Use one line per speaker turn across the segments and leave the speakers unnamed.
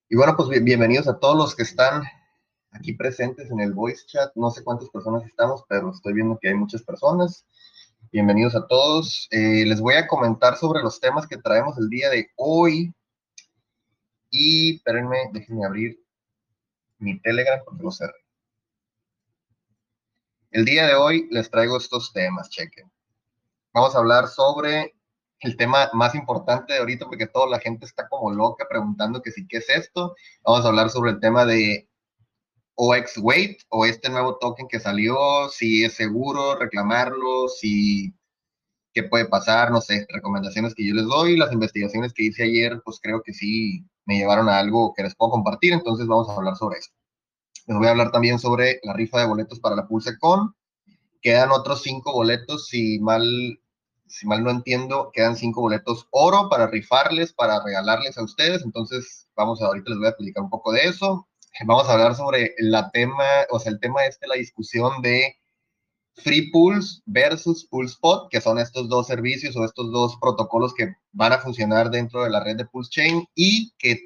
Y bueno, pues bienvenidos a todos los que están aquí presentes en el voice chat. No sé cuántas personas estamos, pero estoy viendo que hay muchas personas. Bienvenidos a todos. Les voy a comentar sobre los temas que traemos el día de hoy. Y espérenme, déjenme abrir mi Telegram porque lo cerré. El día de hoy les traigo estos temas, chequen. Vamos a hablar sobre el tema más importante de ahorita porque toda la gente está como loca preguntando que sí, ¿qué es esto? Vamos a hablar sobre el tema de OXWait o este nuevo token que salió, si es seguro reclamarlo, si qué puede pasar, no sé, recomendaciones que yo les doy, las investigaciones que hice ayer, pues creo que sí me llevaron a algo que les puedo compartir, entonces vamos a hablar sobre eso. Les voy a hablar también sobre la rifa de boletos para la PulseCon. Quedan otros 5 boletos, si mal no entiendo, quedan 5 boletos oro para rifarles, para regalarles a ustedes. Entonces, ahorita les voy a explicar un poco de eso. Vamos a hablar sobre el tema la discusión de Free Pulse versus PulsePod, que son estos dos servicios o estos dos protocolos que van a funcionar dentro de la red de Pulse Chain y que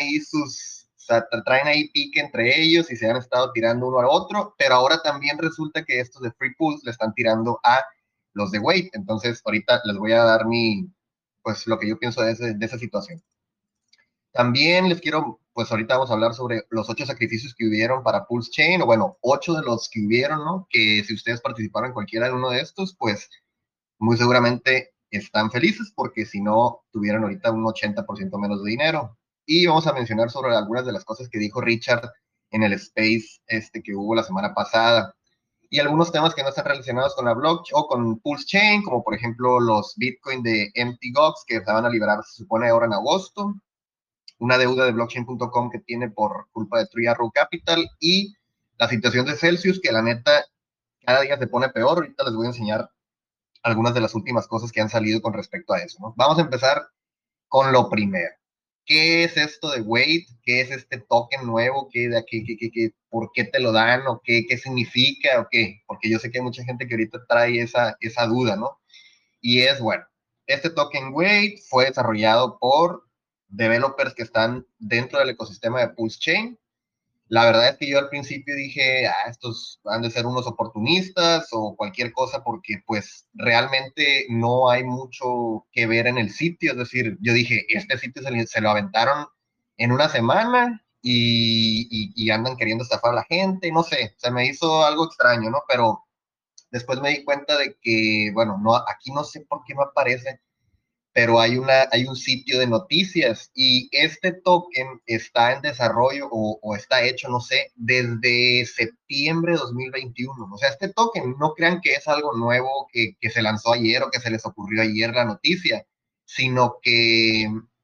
traen ahí pique entre ellos y se han estado tirando uno al otro, pero ahora también resulta que estos de Free Pulse le están tirando a los de Wait. Entonces, ahorita les voy a dar pues lo que yo pienso de esa situación. También les quiero, pues ahorita vamos a hablar sobre los 8 sacrificios que hubieron para Pulse Chain, o bueno, 8 de los que hubieron, ¿no? Que si ustedes participaron en cualquiera de uno de estos, pues muy seguramente están felices porque si no, tuvieran ahorita un 80% menos de dinero. Y vamos a mencionar sobre algunas de las cosas que dijo Richard en el space que hubo la semana pasada. Y algunos temas que no están relacionados con la blockchain o con Pulse Chain, como por ejemplo los Bitcoin de Mt. Gox que se van a liberar, se supone, ahora en agosto, una deuda de blockchain.com que tiene por culpa de Three Arrow Capital y la situación de Celsius, que la neta cada día se pone peor. Ahorita les voy a enseñar algunas de las últimas cosas que han salido con respecto a eso, ¿no? Vamos a empezar con lo primero. ¿Qué es esto de Wait? ¿Qué es este token nuevo? ¿Por qué te lo dan? ¿O qué significa? ¿O qué? Porque yo sé que hay mucha gente que ahorita trae esa duda, ¿no? Y es, bueno, este token Wait fue desarrollado por developers que están dentro del ecosistema de Pulse Chain. La verdad es que yo al principio dije, estos van de ser unos oportunistas o cualquier cosa, porque pues realmente no hay mucho que ver en el sitio. Es decir, yo dije, este sitio se lo aventaron en una semana y andan queriendo estafar a la gente, no sé, se me hizo algo extraño, ¿no? Pero después me di cuenta de que, bueno, no, aquí no sé por qué no aparece, pero hay un sitio de noticias y este token está en desarrollo o está hecho, no sé, desde septiembre de 2021. O sea, este token, no crean que es algo nuevo que se lanzó ayer o que se les ocurrió ayer la noticia, sino que,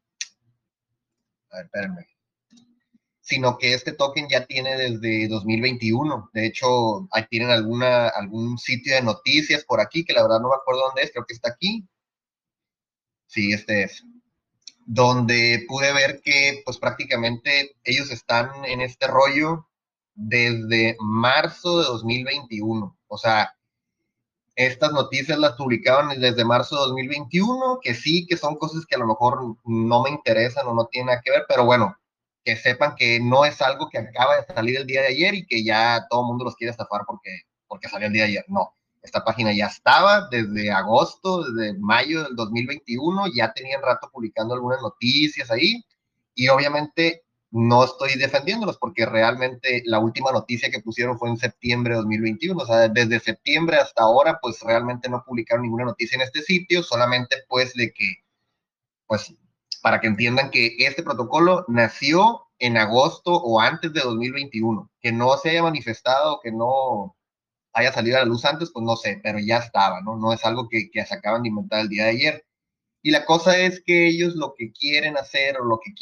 a ver, espérenme, sino que este token ya tiene desde 2021. De hecho, ahí tienen algún sitio de noticias por aquí, que la verdad no me acuerdo dónde es, creo que está aquí. Sí, este es. Donde pude ver que pues prácticamente ellos están en este rollo desde marzo de 2021. O sea, estas noticias las publicaban desde marzo de 2021, que sí, que son cosas que a lo mejor no me interesan o no tienen nada que ver, pero bueno, que sepan que no es algo que acaba de salir el día de ayer y que ya todo el mundo los quiere estafar porque salió el día de ayer. No, esta página ya estaba desde agosto, desde mayo del 2021, ya tenían rato publicando algunas noticias ahí y obviamente no estoy defendiéndolos porque realmente la última noticia que pusieron fue en septiembre de 2021. O sea, desde septiembre hasta ahora, pues realmente no publicaron ninguna noticia en este sitio, solamente pues de que, pues, para que entiendan que este protocolo nació en agosto o antes de 2021, que no se haya manifestado, que no haya salido a la luz antes, pues no sé, pero ya estaba, ¿no? No es algo que se acaban de inventar el día de ayer. Y la cosa es que ellos lo que quieren hacer o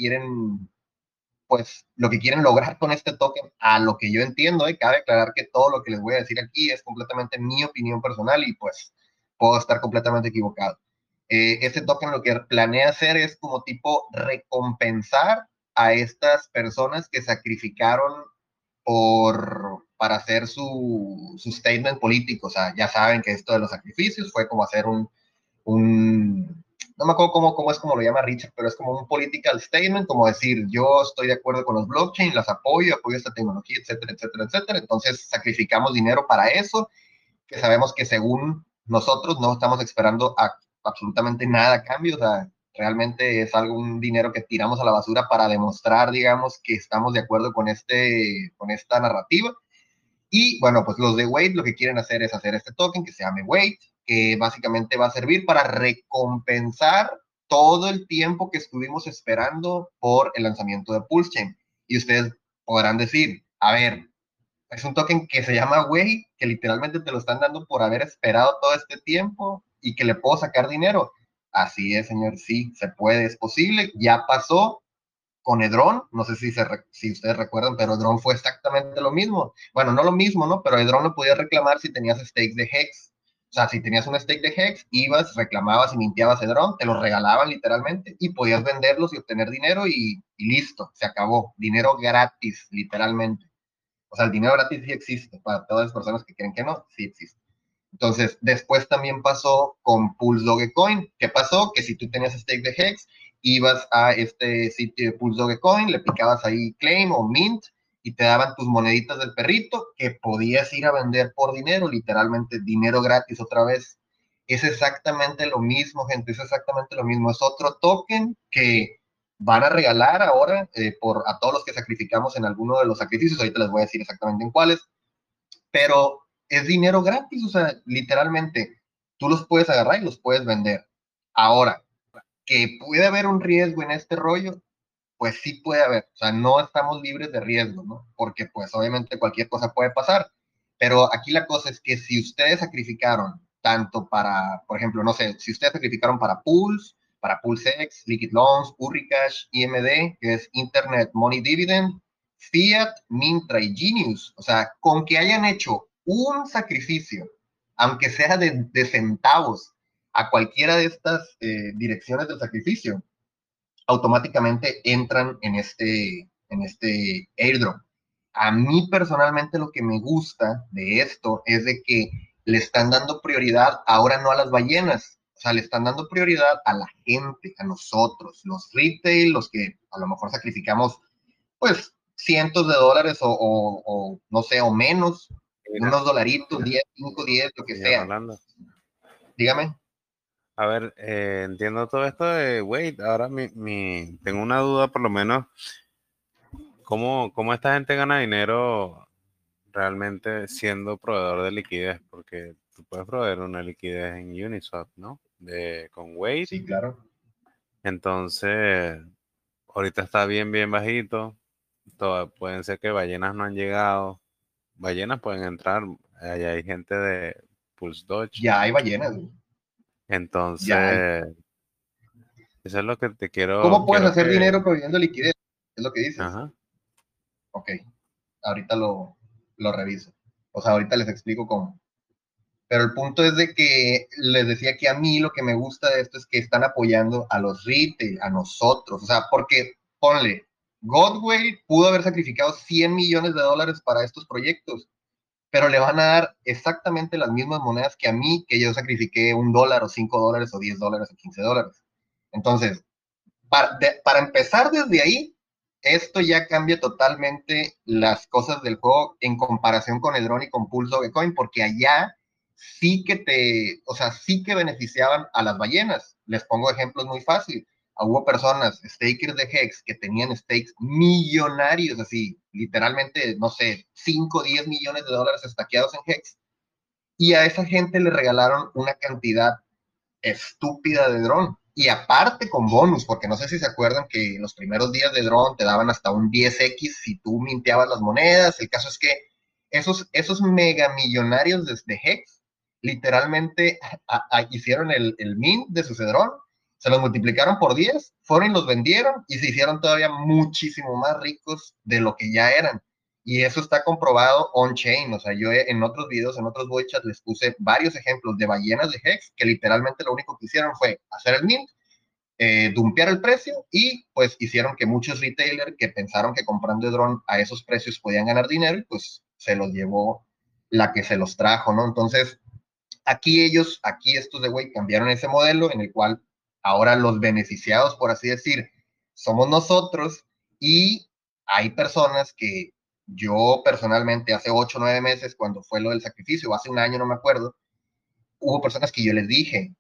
lo que quieren lograr con este token, a lo que yo entiendo, cabe aclarar que todo lo que les voy a decir aquí es completamente mi opinión personal y pues puedo estar completamente equivocado. Este token lo que planea hacer es como tipo recompensar a estas personas que sacrificaron para hacer su statement político. O sea, ya saben que esto de los sacrificios fue como hacer un no me acuerdo cómo es como lo llama Richard, pero es como un political statement, como decir, yo estoy de acuerdo con los blockchain, las apoyo esta tecnología, etcétera, etcétera, etcétera. Entonces sacrificamos dinero para eso, que sabemos que según nosotros no estamos esperando absolutamente nada a cambio, o sea, realmente es un dinero que tiramos a la basura para demostrar, digamos, que estamos de acuerdo con esta narrativa. Y bueno, pues los de Wait lo que quieren hacer es hacer este token que se llame Wait, que básicamente va a servir para recompensar todo el tiempo que estuvimos esperando por el lanzamiento de PulseChain. Y ustedes podrán decir, a ver, es un token que se llama Wait, que literalmente te lo están dando por haber esperado todo este tiempo y que le puedo sacar dinero. Así es, señor, sí, se puede, es posible, ya pasó, con Edron, no sé si ustedes recuerdan, pero Edron fue exactamente lo mismo. Bueno, no lo mismo, ¿no? Pero Edron lo podías reclamar si tenías stakes de Hex. O sea, si tenías un stake de Hex, ibas, reclamabas y mintiabas Edron, te los regalaban literalmente y podías venderlos y obtener dinero y listo, se acabó. Dinero gratis, literalmente. O sea, el dinero gratis sí existe para todas las personas que creen que no, sí existe. Entonces, después también pasó con Pulse Dogecoin. ¿Qué pasó? Que si tú tenías stake de Hex, ibas a este sitio de Pulse Dogecoin, le picabas ahí Claim o Mint y te daban tus moneditas del perrito que podías ir a vender por dinero, literalmente dinero gratis otra vez. Es exactamente lo mismo, gente, es exactamente lo mismo. Es otro token que van a regalar ahora a todos los que sacrificamos en alguno de los sacrificios. Ahorita les voy a decir exactamente en cuáles, pero es dinero gratis, o sea, literalmente, tú los puedes agarrar y los puedes vender. Ahora, que puede haber un riesgo en este rollo, pues sí puede haber, o sea, no estamos libres de riesgo, ¿no? Porque pues obviamente cualquier cosa puede pasar, pero aquí la cosa es que si ustedes sacrificaron tanto para, por ejemplo, no sé, si ustedes sacrificaron para PulseX, Liquid Loans, Urricash, IMD, que es Internet Money Dividend, Fiat, Mintra y Genius, o sea, con que hayan hecho un sacrificio, aunque sea de centavos, a cualquiera de estas direcciones del sacrificio, automáticamente entran en este airdrop. A mí personalmente lo que me gusta de esto es de que le están dando prioridad ahora no a las ballenas, o sea, le están dando prioridad a la gente, a nosotros, los retail, los que a lo mejor sacrificamos pues cientos de dólares o no sé, o menos,
Mira,
unos dolaritos, 10, 5, 10, lo que
señor
sea.
Rolando.
Dígame.
A ver, entiendo todo esto de Wait. Ahora tengo una duda, por lo menos, ¿cómo esta gente gana dinero realmente siendo proveedor de liquidez? Porque tú puedes proveer una liquidez en Uniswap, ¿no? Con Wait.
Sí, claro.
Entonces, ahorita está bien bajito. Pueden ser que ballenas no han llegado. Ballenas pueden entrar. Allá hay gente de Pulse Dodge.
Ya hay ballenas, güey. Ya hay.
Entonces, eso es lo que te quiero,
¿Cómo puedes
quiero
hacer
que...
dinero proveyendo liquidez? Es lo que dices.
Ajá.
Ok, ahorita lo reviso. O sea, ahorita les explico cómo. Pero el punto es de que les decía que a mí lo que me gusta de esto es que están apoyando a los retail, a nosotros. O sea, porque ponle, Godway pudo haber sacrificado 100 millones de dólares para estos proyectos, pero le van a dar exactamente las mismas monedas que a mí, que yo sacrifiqué $1 o $5 o $10 o $15. Entonces, para empezar desde ahí, esto ya cambia totalmente las cosas del juego en comparación con Edron y con Pulse Dogecoin, porque allá sí que o sea, sí que beneficiaban a las ballenas. Les pongo ejemplos muy fáciles. Hubo personas, stakers de Hex, que tenían stakes millonarios, así, literalmente, no sé, 5 o 10 millones de dólares estaqueados en Hex, y a esa gente le regalaron una cantidad estúpida de dron. Y aparte con bonus, porque no sé si se acuerdan que los primeros días de dron te daban hasta un 10x si tú minteabas las monedas. El caso es que esos mega millonarios de Hex literalmente hicieron el mint de su Cedrón, se los multiplicaron por 10, fueron y los vendieron y se hicieron todavía muchísimo más ricos de lo que ya eran. Y eso está comprobado on-chain. O sea, yo en otros videos, en otros boychats, les puse varios ejemplos de ballenas de Hex que literalmente lo único que hicieron fue hacer el mint, dumpear el precio y pues hicieron que muchos retailers que pensaron que comprando dron a esos precios podían ganar dinero y pues se los llevó la que se los trajo, ¿no? Entonces, aquí estos de Way cambiaron ese modelo en el cual Ahora los beneficiados, por así decir, somos nosotros y hay personas que yo personalmente hace 8 o 9 meses, cuando fue lo del sacrificio, o hace un año, no me acuerdo, hubo personas que yo les dije,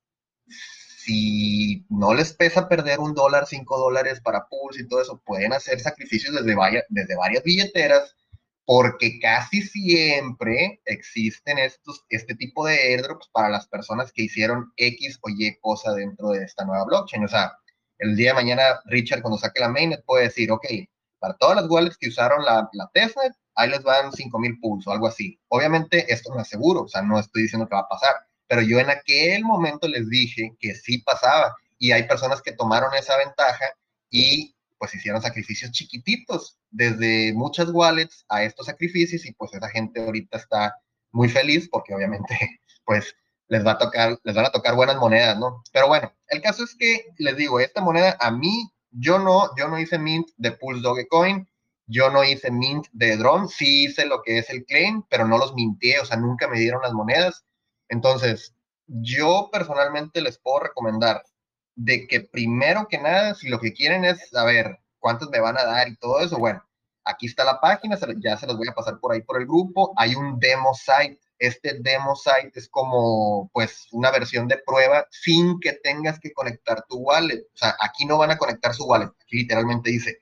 si no les pesa perder $1, $5 para pools y todo eso, pueden hacer sacrificios desde varias billeteras, porque casi siempre existen este tipo de airdrops para las personas que hicieron X o Y cosa dentro de esta nueva blockchain. O sea, el día de mañana Richard, cuando saque la mainnet, puede decir, ok, para todas las wallets que usaron la testnet, ahí les van 5,000 pools o algo así. Obviamente esto no es seguro, o sea, no estoy diciendo que va a pasar, pero yo en aquel momento les dije que sí pasaba y hay personas que tomaron esa ventaja y pues hicieron sacrificios chiquititos, desde muchas wallets a estos sacrificios, y pues esa gente ahorita está muy feliz porque obviamente pues les van a tocar buenas monedas, ¿no? Pero bueno, el caso es que les digo, esta moneda a mí, yo no hice mint de Pulse Dogecoin, yo no hice mint de Drum, sí hice lo que es el claim, pero no los minté, o sea, nunca me dieron las monedas. Entonces, yo personalmente les puedo recomendar de que primero que nada, si lo que quieren es saber cuántos me van a dar y todo eso, bueno, aquí está la página, ya se los voy a pasar por ahí por el grupo, hay un demo site, este demo site es como pues una versión de prueba sin que tengas que conectar tu wallet, o sea, aquí no van a conectar su wallet, aquí literalmente dice,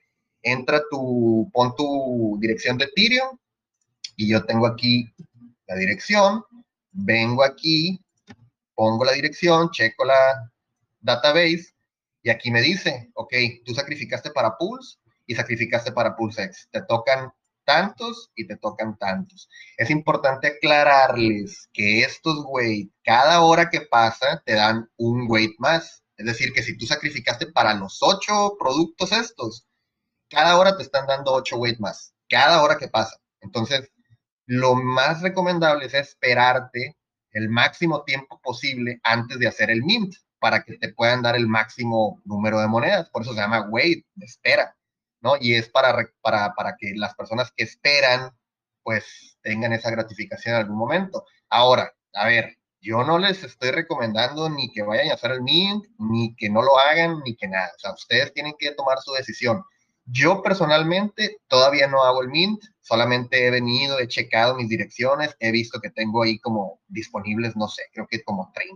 pon tu dirección de Ethereum y yo tengo aquí la dirección, vengo aquí, pongo la dirección, checo la database y aquí me dice, ok, tú sacrificaste para Pulse y sacrificaste para PulseX. Te tocan tantos y te tocan tantos. Es importante aclararles que estos weight, cada hora que pasa, te dan un weight más. Es decir, que si tú sacrificaste para los 8 productos estos, cada hora te están dando 8 weight más. Cada hora que pasa. Entonces, lo más recomendable es esperarte el máximo tiempo posible antes de hacer el mint para que te puedan dar el máximo número de monedas. Por eso se llama wait, espera, ¿no? Y es para que las personas que esperan, pues tengan esa gratificación en algún momento. Ahora, a ver, yo no les estoy recomendando ni que vayan a hacer el mint, ni que no lo hagan, ni que nada. O sea, ustedes tienen que tomar su decisión. Yo personalmente todavía no hago el mint, solamente he venido, he checado mis direcciones, he visto que tengo ahí como disponibles, no sé, creo que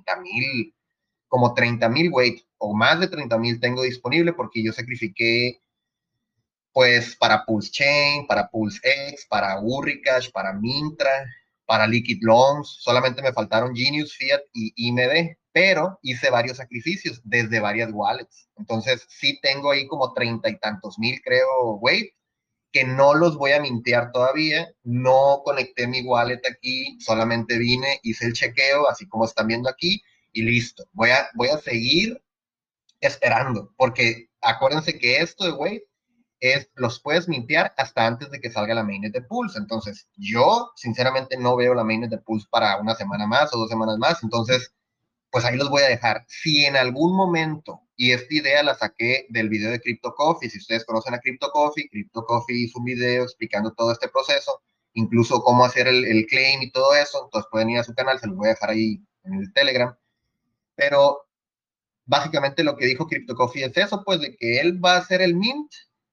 como 30,000 weight o más de 30,000 tengo disponible porque yo sacrifiqué pues para Pulse Chain, para Pulse X, para Urricash, para Mintra, para Liquid Loans, solamente me faltaron Genius, Fiat y IMD, pero hice varios sacrificios desde varias wallets. Entonces sí tengo ahí como 30 y tantos mil, creo, weight, que no los voy a mintear todavía. No conecté mi wallet aquí, solamente vine, hice el chequeo, así como están viendo aquí, y listo. Voy a seguir esperando, porque acuérdense que esto de weight los puedes mintear hasta antes de que salga la mainnet de Pulse. Entonces, yo sinceramente no veo la mainnet de Pulse para una semana más o 2 semanas más. Entonces, pues ahí los voy a dejar. Si en algún momento, y esta idea la saqué del video de Crypto Coffee, si ustedes conocen a Crypto Coffee hizo un video explicando todo este proceso, incluso cómo hacer el claim y todo eso, entonces pueden ir a su canal, se los voy a dejar ahí en el Telegram. Pero básicamente lo que dijo Crypto Coffee es eso, pues de que él va a hacer el mint,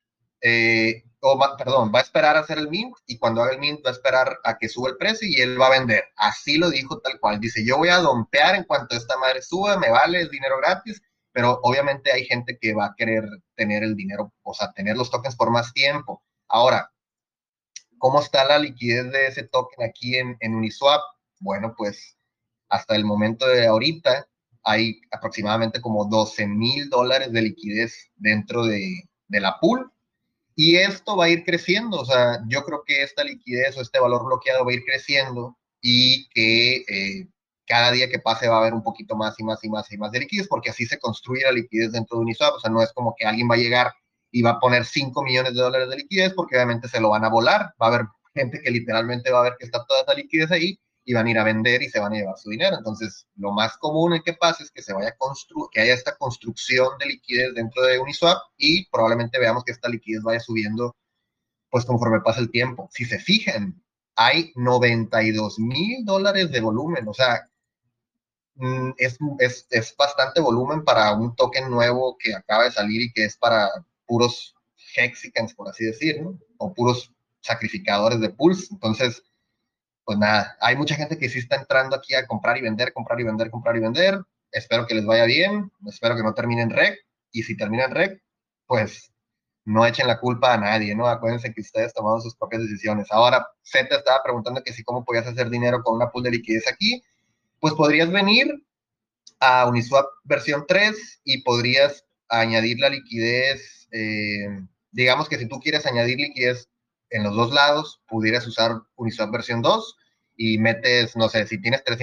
perdón, va a esperar a hacer el mint y cuando haga el mint va a esperar a que suba el precio y él va a vender. Así lo dijo tal cual. Dice, yo voy a dompear en cuanto esta madre suba, me vale, es dinero gratis, pero obviamente hay gente que va a querer tener el dinero, o sea, tener los tokens por más tiempo. Ahora, ¿cómo está la liquidez de ese token aquí en Uniswap? Bueno, pues hasta el momento de ahorita hay aproximadamente como $12,000 de liquidez dentro de la pool. Y esto va a ir creciendo, o sea, yo creo que esta liquidez o este valor bloqueado va a ir creciendo y que cada día que pase va a haber un poquito más y más y más y más de liquidez, porque así se construye la liquidez dentro de Uniswap, o sea, no es como que alguien va a llegar y va a poner $5 millones de liquidez porque obviamente se lo van a volar, va a haber gente que literalmente va a ver que está toda esa liquidez ahí y van a ir a vender y se van a llevar su dinero. Entonces, lo más común en que pase es que que haya esta construcción de liquidez dentro de Uniswap y probablemente veamos que esta liquidez vaya subiendo pues conforme pasa el tiempo. Si se fijan, hay $92,000 de volumen, o sea, es bastante volumen para un token nuevo que acaba de salir y que es para puros hexicans, por así decir, ¿no? O puros sacrificadores de pools. Entonces, pues nada, hay mucha gente que sí está entrando aquí a comprar y vender, comprar y vender, comprar y vender. Espero que les vaya bien, espero que no terminen rec, y si terminan rec, pues no echen la culpa a nadie, ¿no? Acuérdense que ustedes tomaron sus propias decisiones. Ahora, Z estaba preguntando que si cómo podías hacer dinero con una pool de liquidez aquí. Pues podrías venir a Uniswap versión 3 y podrías añadir la liquidez, digamos que si tú quieres añadir liquidez en los dos lados, pudieras usar Uniswap versión 2 y metes, no sé,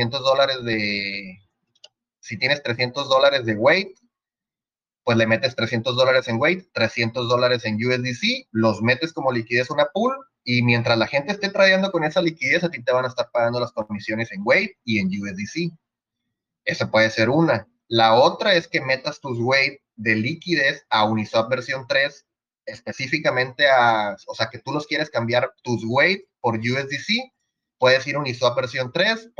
si tienes $300 de weight, pues le metes $300 en weight, $300 en USDC, los metes como liquidez a una pool y mientras la gente esté tradeando con esa liquidez, a ti te van a estar pagando las comisiones en weight y en USDC. Esa puede ser una. La otra es que metas tus weight de liquidez a Uniswap versión 3, específicamente o sea, que tú los quieres cambiar tus weight por USDC, puedes ir a Uniswap versión 3,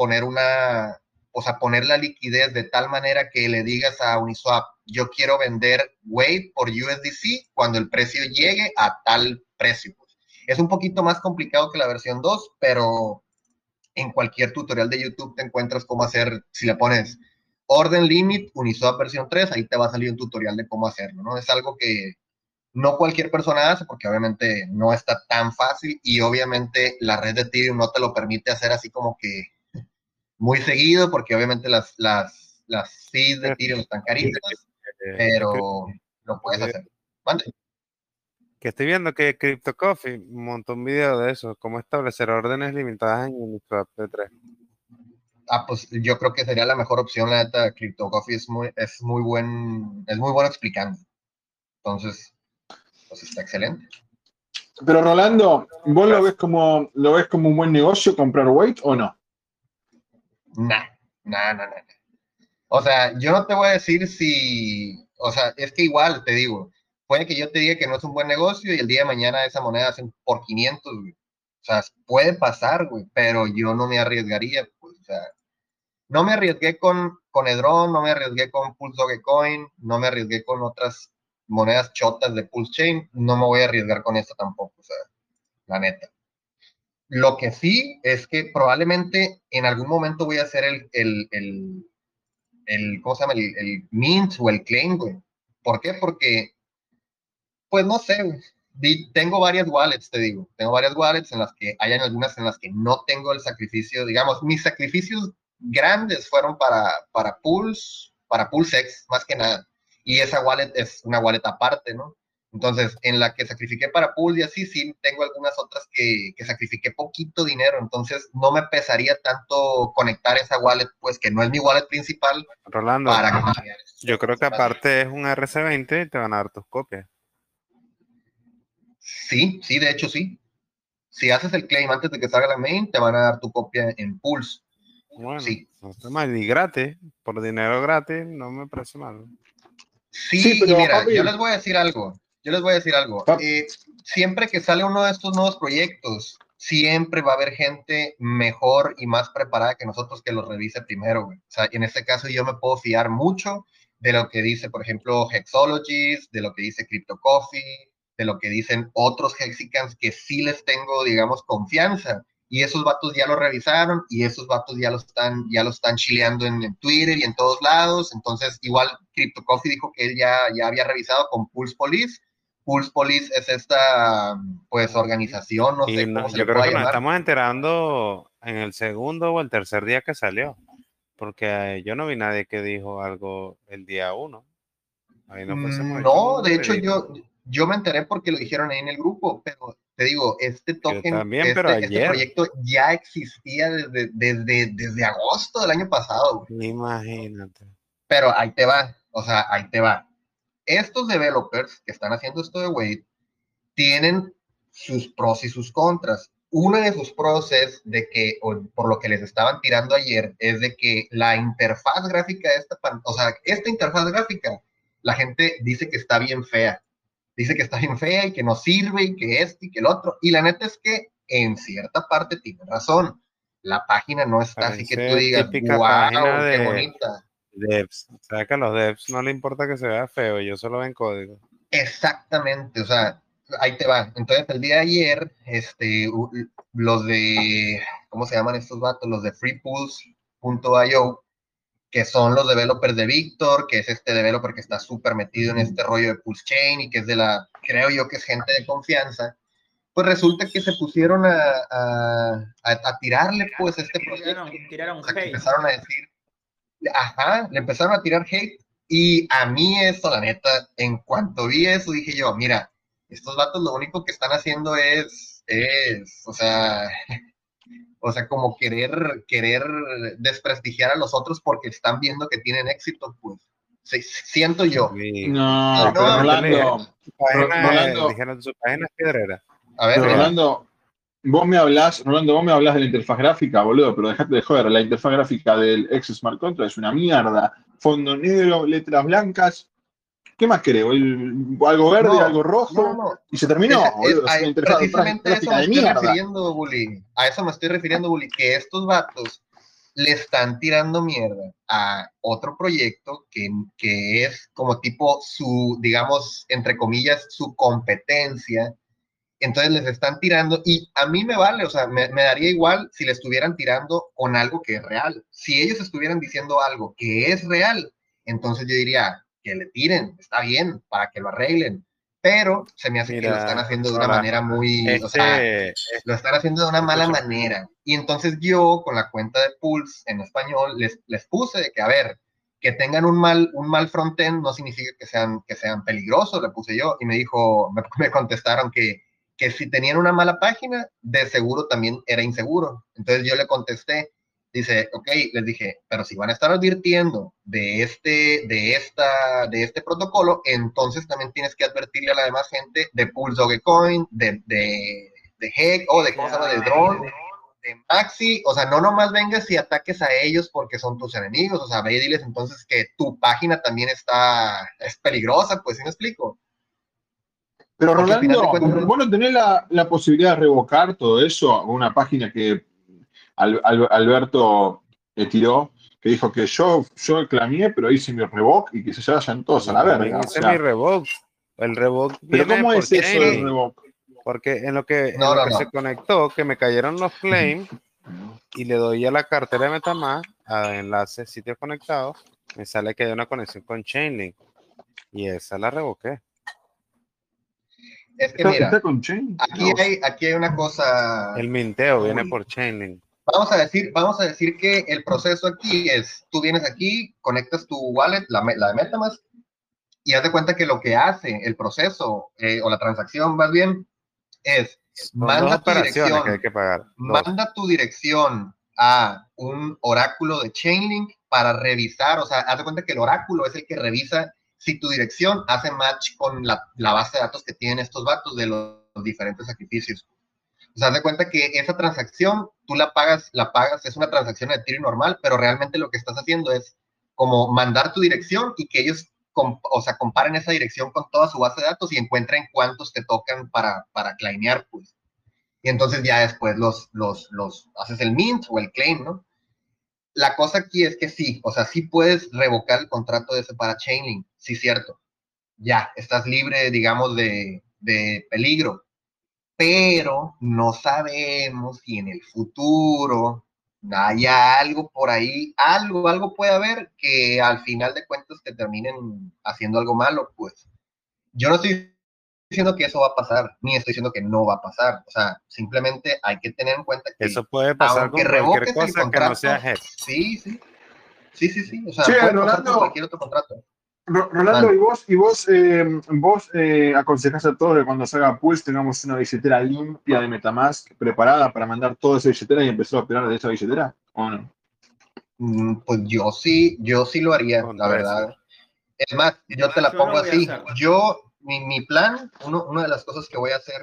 o sea, poner la liquidez de tal manera que le digas a Uniswap, yo quiero vender weight por USDC cuando el precio llegue a tal precio. Es un poquito más complicado que la versión 2, pero en cualquier tutorial de YouTube te encuentras cómo hacer, si le pones orden limit Uniswap versión 3, ahí te va a salir un tutorial de cómo hacerlo, ¿no? Es algo que no cualquier persona hace porque obviamente no está tan fácil y obviamente la red de Ethereum no te lo permite hacer así como que muy seguido porque obviamente las fees de Ethereum están caritas,
Que,
pero lo puedes hacer. ¿Mande?
que estoy viendo que Crypto Coffee montó un video de eso, cómo establecer órdenes limitadas en Uniswap P3.
Pues yo creo que sería la mejor opción, la neta. Crypto Coffee es muy bueno explicando. Entonces, pues está excelente.
Pero Rolando, ¿vos
Pues,
lo ves como un buen negocio comprar weight o no?
Nah, nah, nah, nah. O sea, yo no te voy a decir si, o sea, es que igual te digo, puede que yo te diga que no es un buen negocio y el día de mañana esa moneda hacen por 500, güey. O sea, puede pasar, güey, pero yo no me arriesgaría, pues, o sea, no me arriesgué con Hedron, no me arriesgué con Pulse Dogecoin, no me arriesgué con otras monedas chotas de Pulse Chain, no me voy a arriesgar con esta tampoco, o sea, la neta. Lo que sí es que probablemente en algún momento voy a hacer ¿cómo se llama? El mint o el claim, güey. ¿Por qué? Porque, pues no sé, güey. Tengo varias wallets, te digo. Tengo varias wallets en las que hay algunas en las que no tengo el sacrificio. Digamos, mis sacrificios grandes fueron para PulseX, más que nada. Y esa wallet es una wallet aparte, ¿no? Entonces, en la que sacrifiqué para Pulse y así, sí, tengo algunas otras que sacrifiqué poquito dinero. Entonces, no me pesaría tanto conectar esa wallet, pues que no es mi wallet principal,
Rolando,
para cambiar
yo creo que aparte es un RC20 y te van a dar tus copias.
Sí, sí, de hecho sí. Si haces el claim antes de que salga la main, te van a dar tu copia en Pulse.
Bueno,
Sí.
no está mal. Y gratis, por dinero gratis, no me parece mal.
Sí,
Sí, y
pero
mira, yo
papi,
les voy a decir algo. Yo les voy a decir algo.
pap-
Siempre que sale uno de estos nuevos proyectos, siempre va a haber gente mejor y más preparada que nosotros que los revise primero, güey. O sea, en este caso yo me puedo fiar mucho de lo que dice, por ejemplo, Hexologies, de lo que dice Crypto Coffee, de lo que dicen otros Hexicans que sí les tengo, digamos, confianza. Y esos vatos ya lo revisaron y esos vatos ya lo están chileando en Twitter y en todos lados. Entonces, igual Crypto Coffee dijo que él ya había revisado con Pulse Police. Pulse Police es esta, pues,
Ujú.
organización, no
Y
sé cómo se
yo
le
creo
pueda
que nos
llamar,
estamos enterando en el segundo o el tercer día que salió, porque yo no vi nadie que dijo algo el día uno. Ahí nos fuésemos hecho
No,
un
de hecho
videito.
yo me enteré porque lo dijeron ahí en el grupo, pero te digo, este
Yo
token,
también, pero
este
ayer.
proyecto ya existía desde agosto del año pasado, güey.
Imagínate.
Pero ahí te va, o sea, ahí te va. Estos developers que están haciendo esto de Wade tienen sus pros y sus contras. Uno de sus pros es de que, o por lo que les estaban tirando ayer, es de que la interfaz gráfica de o sea, esta interfaz gráfica, la gente dice que está bien fea. Dice que está bien fea y que no sirve y que esto y que el otro. Y la neta es que en cierta parte tiene razón. la página no está así que tú
Parece
digas,
típica
wow,
página
qué
de
bonita.
devs. O sea que a los devs no le importa que se vea feo, ellos solo ven código.
Exactamente, o sea, ahí te va. Entonces, el día de ayer, los de, ¿cómo se llaman estos vatos? Los de freepools.io, que son los developers de Víctor, que es este developer que está súper metido en este rollo de Pulse Chain y que es creo yo que es gente de confianza, pues resulta que se pusieron a tirarle pues este proyecto.
Tiraron
O sea, que
hate.
empezaron a decir, ajá, le empezaron a tirar hate y a mí eso, la neta, en cuanto vi eso dije yo, mira, estos vatos lo único que están haciendo o sea, como querer desprestigiar a los otros porque están viendo que tienen éxito, pues, sí, siento yo.
Y
No, pero
No,
Rolando,
su página,
Rolando,
dijeron su página es piedrera.
A ver,
pero
Real.
Rolando, Rolando, vos me hablas de la interfaz gráfica, boludo, pero dejate de joder, la interfaz gráfica del ex Smart Contract es una mierda. Fondo negro, letras blancas. ¿Qué más creo? Algo verde, algo
no,
rojo.
no.
Y se terminó, boludo. Es una interfaz
Precisamente a eso
gráfica
me
de
estoy
mierda.
refiriendo, Bully. A eso me estoy refiriendo, Bully, que estos vatos le están tirando mierda a otro proyecto que es como tipo su, digamos, entre comillas, su competencia. Entonces les están tirando y a mí me vale, o sea, me daría igual si le estuvieran tirando con algo que es real. Si ellos estuvieran diciendo algo que es real, entonces yo diría que le tiren, está bien, para que lo arreglen. Pero se me hace que lo están
Mira,
haciendo de una
hola,
manera muy, o sea, lo están haciendo de una mala
escucha,
manera. Y entonces yo, con la cuenta de Pulse en español, les puse de que, a ver, que tengan un mal frontend no significa que sean peligrosos, le puse yo. Y me contestaron que si tenían una mala página, de seguro también era inseguro. Entonces yo le contesté, dice, ok, les dije, pero si van a estar advirtiendo de este protocolo, entonces también tienes que advertirle a la demás gente de Pulse Dogecoin, de Heck, o de, ¿cómo se llama?, de Drone, de Maxi, o sea, no nomás vengas y ataques a ellos porque son tus enemigos, o sea, ve y diles entonces que tu página también es peligrosa, pues, ¿sí me explico?
Pero
Porque al final de
Rolando,
cuentas,
¿vos no tenés la posibilidad de revocar todo eso a una página que Alberto tiró, que dijo que yo clameé, pero hice mi revoke y que se vayan todos a
yo
la
también
verga? O
hice mi
sea,
revoke. El revoke
¿pero
viene
cómo
por
es eso del
Chainlink,
revoke?
porque en lo que
no, no,
se
no.
conectó, que me cayeron los claims y le doy a la cartera de MetaMask, a enlace, sitios conectados, me sale que hay una conexión con Chainlink y esa la revoqué.
Es que
¿Está
mira,
con Chain?
aquí hay una cosa.
El minteo viene por Chainlink.
Vamos a decir que el proceso aquí es, tú vienes aquí, conectas tu wallet, la de MetaMask, y haz de cuenta que lo que hace el proceso, o la transacción más bien, es
Son dos
manda tu
operaciones que hay
dirección,
que pagar. Dos.
manda tu dirección a un oráculo de Chainlink para revisar, o sea, haz de cuenta que el oráculo es el que revisa si tu dirección hace match con la base de datos que tienen estos vatos de los diferentes sacrificios. O sea, haz de cuenta que esa transacción tú la pagas, es una transacción de Ethereum normal, pero realmente lo que estás haciendo es como mandar tu dirección y que ellos, o sea, comparen esa dirección con toda su base de datos y encuentren cuántos te tocan para claimear, pues. Y entonces ya después los haces el mint o el claim, ¿no? La cosa aquí es que sí, o sea, sí puedes revocar el contrato de ese para Chainlink, sí, cierto. Ya, estás libre, digamos, de peligro, pero no sabemos si en el futuro haya algo por ahí, algo puede haber que al final de cuentas te terminen haciendo algo malo, pues. Yo no estoy diciendo que eso va a pasar, ni estoy diciendo que no va a pasar, o sea, simplemente hay que tener en cuenta que
Eso puede pasar
aunque
con cualquier
revoques el
cosa que no sea
contrato,
head.
sí, o
Che,
sea, puede pasar con
Rolando,
cualquier otro contrato.
Rolando,
Man.
vos aconsejás a todos que cuando salga Pulse tengamos una billetera limpia de MetaMask preparada para mandar toda esa billetera y empezar a operar de esa billetera, ¿o no?
Pues yo sí lo haría,
Con
la
Trezor.
verdad. Es más, yo te la
Yo lo
pongo
voy a
así.
hacer.
Mi plan, una de las cosas que voy a hacer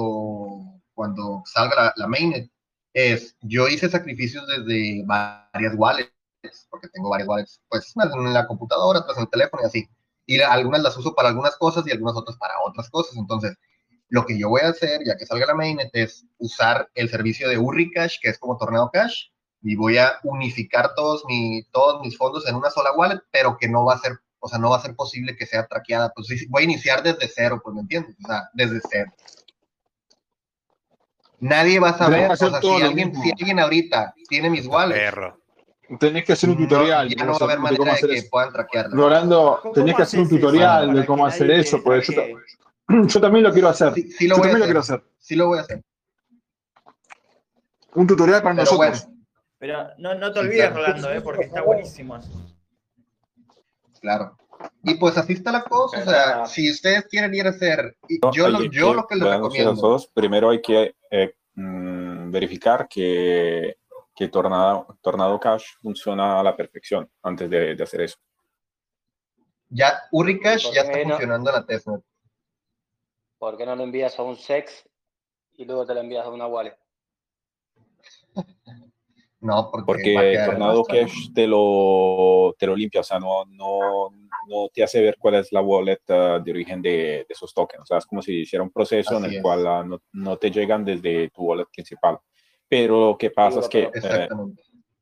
cuando salga la mainnet es, yo hice sacrificios desde varias wallets, porque tengo varias wallets, pues unas en la computadora, otras en el teléfono y así. Y algunas las uso para algunas cosas y algunas otras para otras cosas. Entonces, Lo que yo voy a hacer, ya que salga la mainnet, es usar el servicio de Urricash, que es como Tornado Cash, y voy a unificar todos mis fondos en una sola wallet, pero que no va a ser, o sea, no va a ser posible que sea traqueada. Pues sí, voy a iniciar desde cero, pues, ¿me entiendes? O sea, desde cero. Nadie va a
Tenés
saber,
que
o
hacer
sea,
todo
si
lo
alguien
mismo.
ahorita tiene mis wallets,
Perro.
Tenés que hacer un tutorial
ya no va a haber
de cómo
manera de
hacer
que
eso.
puedan traquearla.
Rolando, tenés
¿Cómo
que hacer un
haces eso
tutorial de
para que
cómo hacer
nadie
eso,
te
porque
traquee?
yo también lo quiero hacer.
Sí lo
Yo
voy a
también lo
hacer,
quiero hacer.
sí lo voy a hacer.
Un tutorial para
Pero
nosotros.
bueno,
Pero no te
sí,
olvides,
claro.
Rolando, porque está buenísimo eso.
Claro. Y pues así está la cosa, o
Pero
sea,
nada.
si ustedes quieren ir a hacer, yo
Hay
lo que les
buenas noticias a
recomiendo,
todos. Primero hay que verificar que Tornado Cash funciona a la perfección antes de hacer eso.
ya Urricash
¿Y por
ya
qué
está
no?
funcionando en la testnet.
¿Por qué no lo envías a un SEX y luego te lo envías a una wallet?
No, porque va a
Porque
quedar el
Tornado
rastro ahí.
Cash te lo limpia, o sea, no te hace ver cuál es la wallet de origen de esos tokens. O sea, es como si hiciera un proceso en
Así
el
es.
cual no te llegan desde tu wallet principal. Pero lo que pasa es que
Exactamente.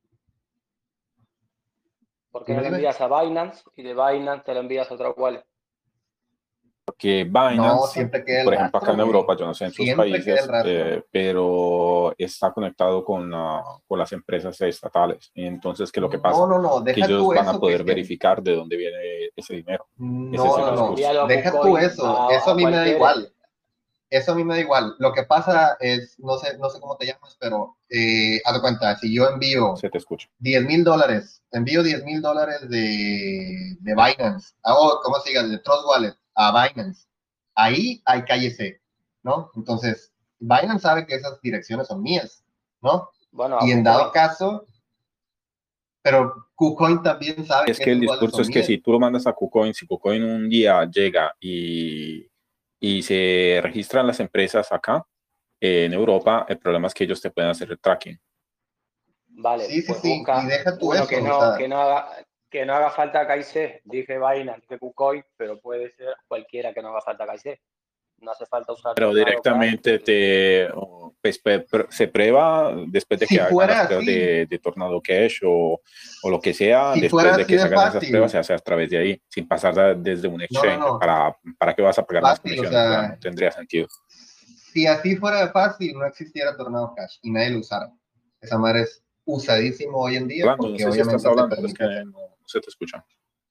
¿Por qué no lo
Dime.
envías a Binance y de Binance te lo envías a otra wallet?
porque
No,
Binance,
siempre queda el
por ejemplo, acá
rastro,
en
güey.
Europa, yo no sé en sus
Siempre queda el
países,
rastro.
pero está conectado con las empresas estatales. Y entonces, ¿qué es lo que pasa?
No,
Que
deja
ellos
tú
van a
eso,
poder
Cristian.
verificar de dónde viene ese dinero. Ese es el
No,
discurso.
Envíalo a
deja tú
KuCoin,
eso a mí me da
cualquiera.
igual. Eso a mí me da igual. Lo que pasa es, no sé cómo te llamas, pero haz de cuenta, si yo envío
Se te escucha.
$10,000, envío $10,000 de Binance, ¿cómo se diga? De Trust Wallet a Binance, ahí hay calle C, ¿no? Entonces, Binance sabe que esas direcciones son mías, ¿no?
Bueno,
Y
a
en
KuCoin.
dado caso, pero KuCoin también sabe
Es
que
que el
esas wallets
discurso
son
es que
mías.
si tú lo mandas a KuCoin, si KuCoin un día llega y se registran las empresas acá en Europa, el problema es que ellos te pueden hacer el tracking.
Vale,
Sí,
pues
y
busca
deja tú
uno
eso, o sea,
que no haga falta KIC. Dije Binance, dije KuCoin, pero puede ser cualquiera que no haga falta KIC. No hace falta usar
Pero
Tornado
directamente
Cash.
se prueba después de
si
que hagan
fuera
las pruebas
así,
de Tornado Cash o lo que sea,
si
después
fuera
de
así
que
de
se hagan esas pruebas, se
fácil,
hace a través de ahí, sin pasar desde un exchange.
no,
¿Para qué vas a pagar más
fácil, o
comisiones? O sea,
sea,
no tendría sentido.
si así fuera fácil, no existiera Tornado Cash y nadie lo usara. Esa madre es usadísimo hoy en día
Hablando, no
porque
sé si estás
obviamente te
hablando, pero es
permite.
que no se te escucha.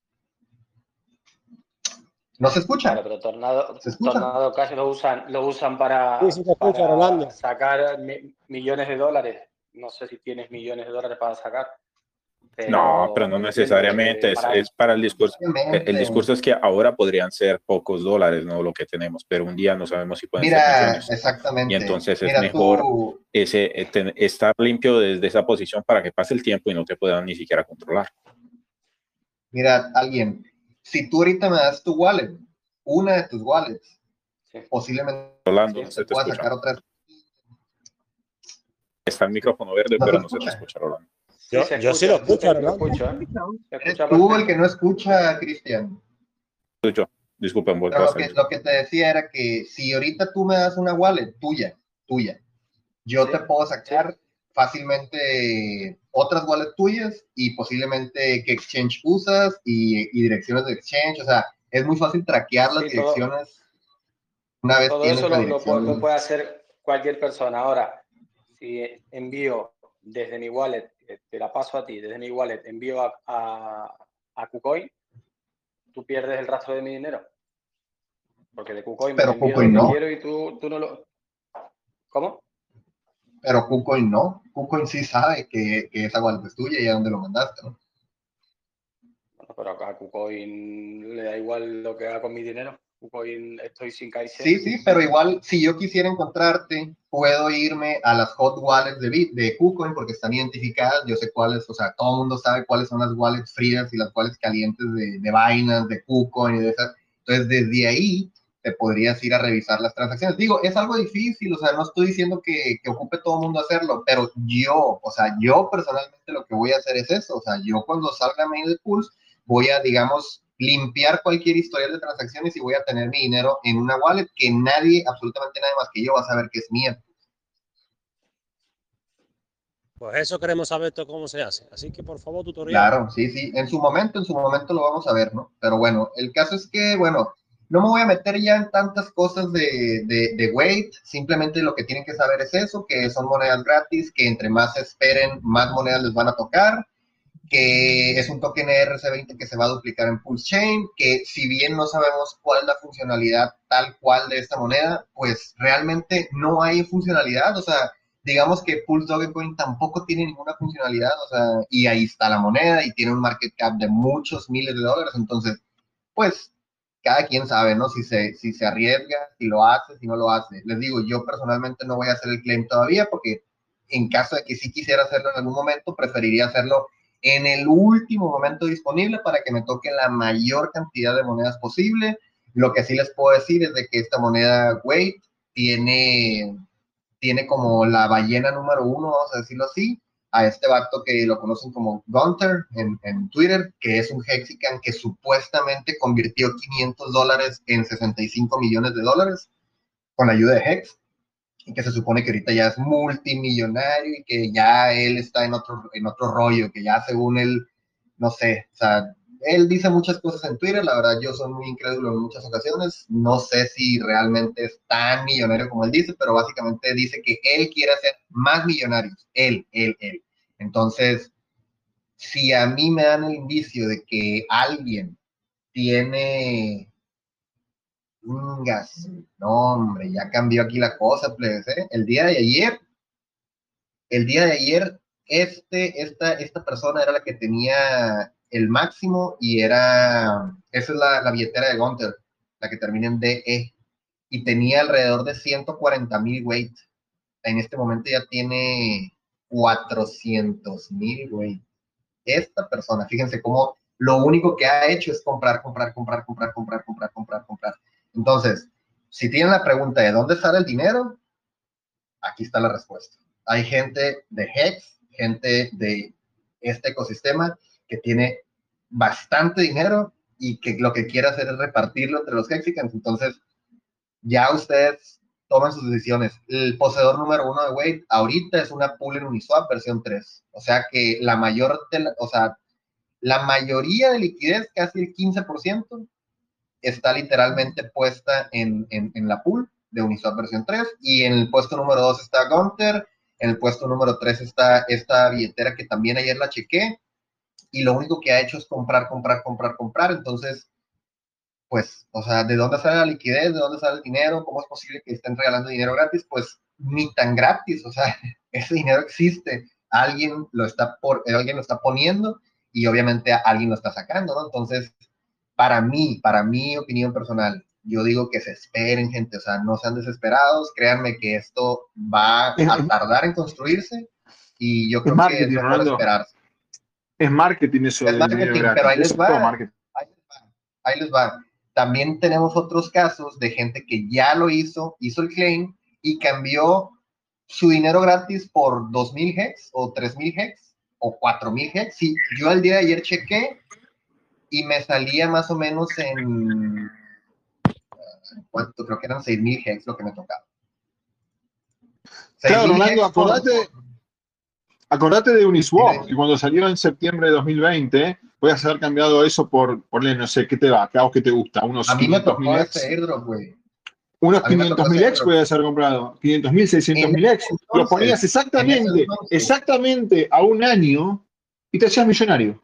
¿No se escucha?
Claro, pero
¿Se escucha?
Tornado Cash lo usan para,
Sí, se escucha,
para
Rolando.
sacar millones de dólares. No sé si tienes millones de dólares para sacar.
No, pero no
entiendo
necesariamente,
que
es para el discurso.
Obviamente.
El discurso es que ahora podrían ser pocos dólares, no lo que tenemos, pero un día no sabemos si pueden ser
Mira,
millones.
exactamente.
Y entonces es
Mira,
mejor
tú,
estar limpio desde esa posición para que pase el tiempo y no te puedan ni siquiera controlar.
mira, alguien, si tú ahorita me das tu wallet, una de tus wallets,
sí.
posiblemente
Rolando,
Sí,
no se te
puedas
escucha.
sacar otras.
Está el micrófono verde,
¿No
pero
se
no se te
escucha?
escucha, Rolando.
Sí, se
Yo sí lo
escucha,
escucho, Rolando.
Se
Eres
escucha
tú el
perfecto.
que no escucha, Cristian.
Yo, disculpen, vuelvo
Pero
a salir.
lo que te decía era que si ahorita tú me das una wallet tuya, yo
Sí,
te puedo sacar fácilmente otras wallets tuyas y posiblemente qué exchange usas y direcciones de exchange. O sea, es muy fácil traquear las
Sí,
direcciones una vez
todo
tienes
eso
la
lo
dirección.
puede hacer cualquier persona. Ahora, si envío desde mi wallet, te la paso a ti, desde mi wallet envío a KuCoin, tú pierdes el rastro de mi dinero. Porque de KuCoin me
Pero
envío
KuCoin
donde
no.
quiero y tú no lo... ¿Cómo?
Pero KuCoin no. KuCoin sí sabe que esa wallet es tuya y a dónde lo mandaste, ¿no?
Bueno, pero acá a KuCoin le da igual lo que haga con mi dinero. KuCoin estoy sin KIC.
Sí, pero igual, si yo quisiera encontrarte, puedo irme a las hot wallets de KuCoin porque están identificadas. Yo sé cuáles, o sea, todo el mundo sabe cuáles son las wallets frías y las wallets calientes de Binance, de KuCoin y de esas. Entonces, desde ahí te podrías ir a revisar las transacciones. Digo, es algo difícil, o sea, no estoy diciendo que ocupe todo el mundo hacerlo, pero yo personalmente lo que voy a hacer es eso. O sea, yo cuando salga Main de Pulse, voy a, digamos, limpiar cualquier historial de transacciones y voy a tener mi dinero en una wallet que nadie, absolutamente nadie más que yo, va a saber que es mía.
Pues eso queremos saber todo cómo se hace. Así que, por favor, tutorial.
Claro, sí, sí, en su momento lo vamos a ver, ¿no? Pero bueno, el caso es que, bueno, no me voy a meter ya en tantas cosas de Wait, simplemente lo que tienen que saber es eso, que son monedas gratis, que entre más esperen, más monedas les van a tocar, que es un token ERC20 que se va a duplicar en Pulse Chain, que si bien no sabemos cuál es la funcionalidad tal cual de esta moneda, pues realmente no hay funcionalidad, o sea, digamos que Pulse Dogecoin tampoco tiene ninguna funcionalidad, o sea, y ahí está la moneda y tiene un market cap de muchos miles de dólares, entonces, pues, cada quien sabe, ¿no? Si se arriesga, si lo hace, si no lo hace. Les digo, yo personalmente no voy a hacer el claim todavía porque en caso de que sí quisiera hacerlo en algún momento, preferiría hacerlo en el último momento disponible para que me toque la mayor cantidad de monedas posible. Lo que sí les puedo decir es de que esta moneda Wait tiene como la ballena número uno, vamos a decirlo así, a este vato que lo conocen como Gunter en Twitter, que es un Hexican que supuestamente convirtió $500 en $65 millones con la ayuda de Hex, y que se supone que ahorita ya es multimillonario y que ya él está en otro rollo, que ya según él, no sé, o sea, él dice muchas cosas en Twitter, la verdad yo soy muy incrédulo en muchas ocasiones, no sé si realmente es tan millonario como él dice, pero básicamente dice que él quiere hacer más millonarios, él. Entonces, si a mí me dan el indicio de que alguien tiene gas, no hombre, ya cambió aquí la cosa, plebes, ¿eh? El día de ayer, esta persona era la que tenía el máximo y esa es la billetera de Gunter, la que termina en DE, y tenía alrededor de 140,000 weight. En este momento ya tiene 400,000 weight. Esta persona, fíjense cómo lo único que ha hecho es comprar. Entonces, si tienen la pregunta de dónde sale el dinero, aquí está la respuesta. Hay gente de Hex, gente de este ecosistema que tiene bastante dinero y que lo que quiere hacer es repartirlo entre los Hexicans. Entonces, ya ustedes toman sus decisiones. El poseedor número uno de Wait ahorita es una pool en Uniswap versión 3. O sea que la mayoría de liquidez, casi el 15%, está literalmente puesta en la pool de Uniswap versión 3, y en el puesto número 2 está Gunter, en el puesto número 3 está esta billetera que también ayer la chequé, y lo único que ha hecho es comprar. Entonces, pues, o sea, ¿de dónde sale la liquidez? ¿De dónde sale el dinero? ¿Cómo es posible que estén regalando dinero gratis? Pues ni tan gratis, o sea, ese dinero existe, alguien lo está poniendo y obviamente alguien lo está sacando, ¿no? Entonces, para mi opinión personal, yo digo que se esperen, gente, o sea, no sean desesperados, créanme que esto va a tardar en construirse y yo creo que es mejor esperarse.
Es marketing eso.
Es marketing, pero ahí les va. Ahí les va. También tenemos otros casos de gente que ya lo hizo el claim y cambió su dinero gratis por 2,000 hex o 3,000 hex o 4,000 hex. Sí, yo el día de ayer chequé y me salía más o menos en ¿cuánto? Creo que eran 6,000 hex lo que me tocaba.
Claro, Rolando, acordate de Uniswap, que cuando salieron en septiembre de 2020, puedes haber cambiado eso por no sé, ¿qué te va? ¿Qué te gusta? Unos 500,000 ex.
Airdrop, güey.
Unos 500,000 ex puedes haber comprado. 500,000, 600,000 ex. Los ponías exactamente a un año y te hacías millonario.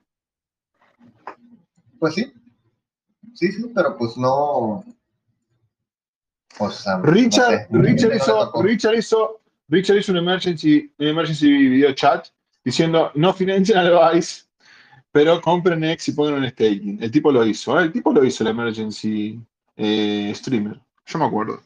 Pues sí. Sí, pero pues no. Pues,
Richard hizo un emergency video chat diciendo no financial advice, pero compren X y pongan en staking. El tipo lo hizo, el emergency streamer. Yo me acuerdo.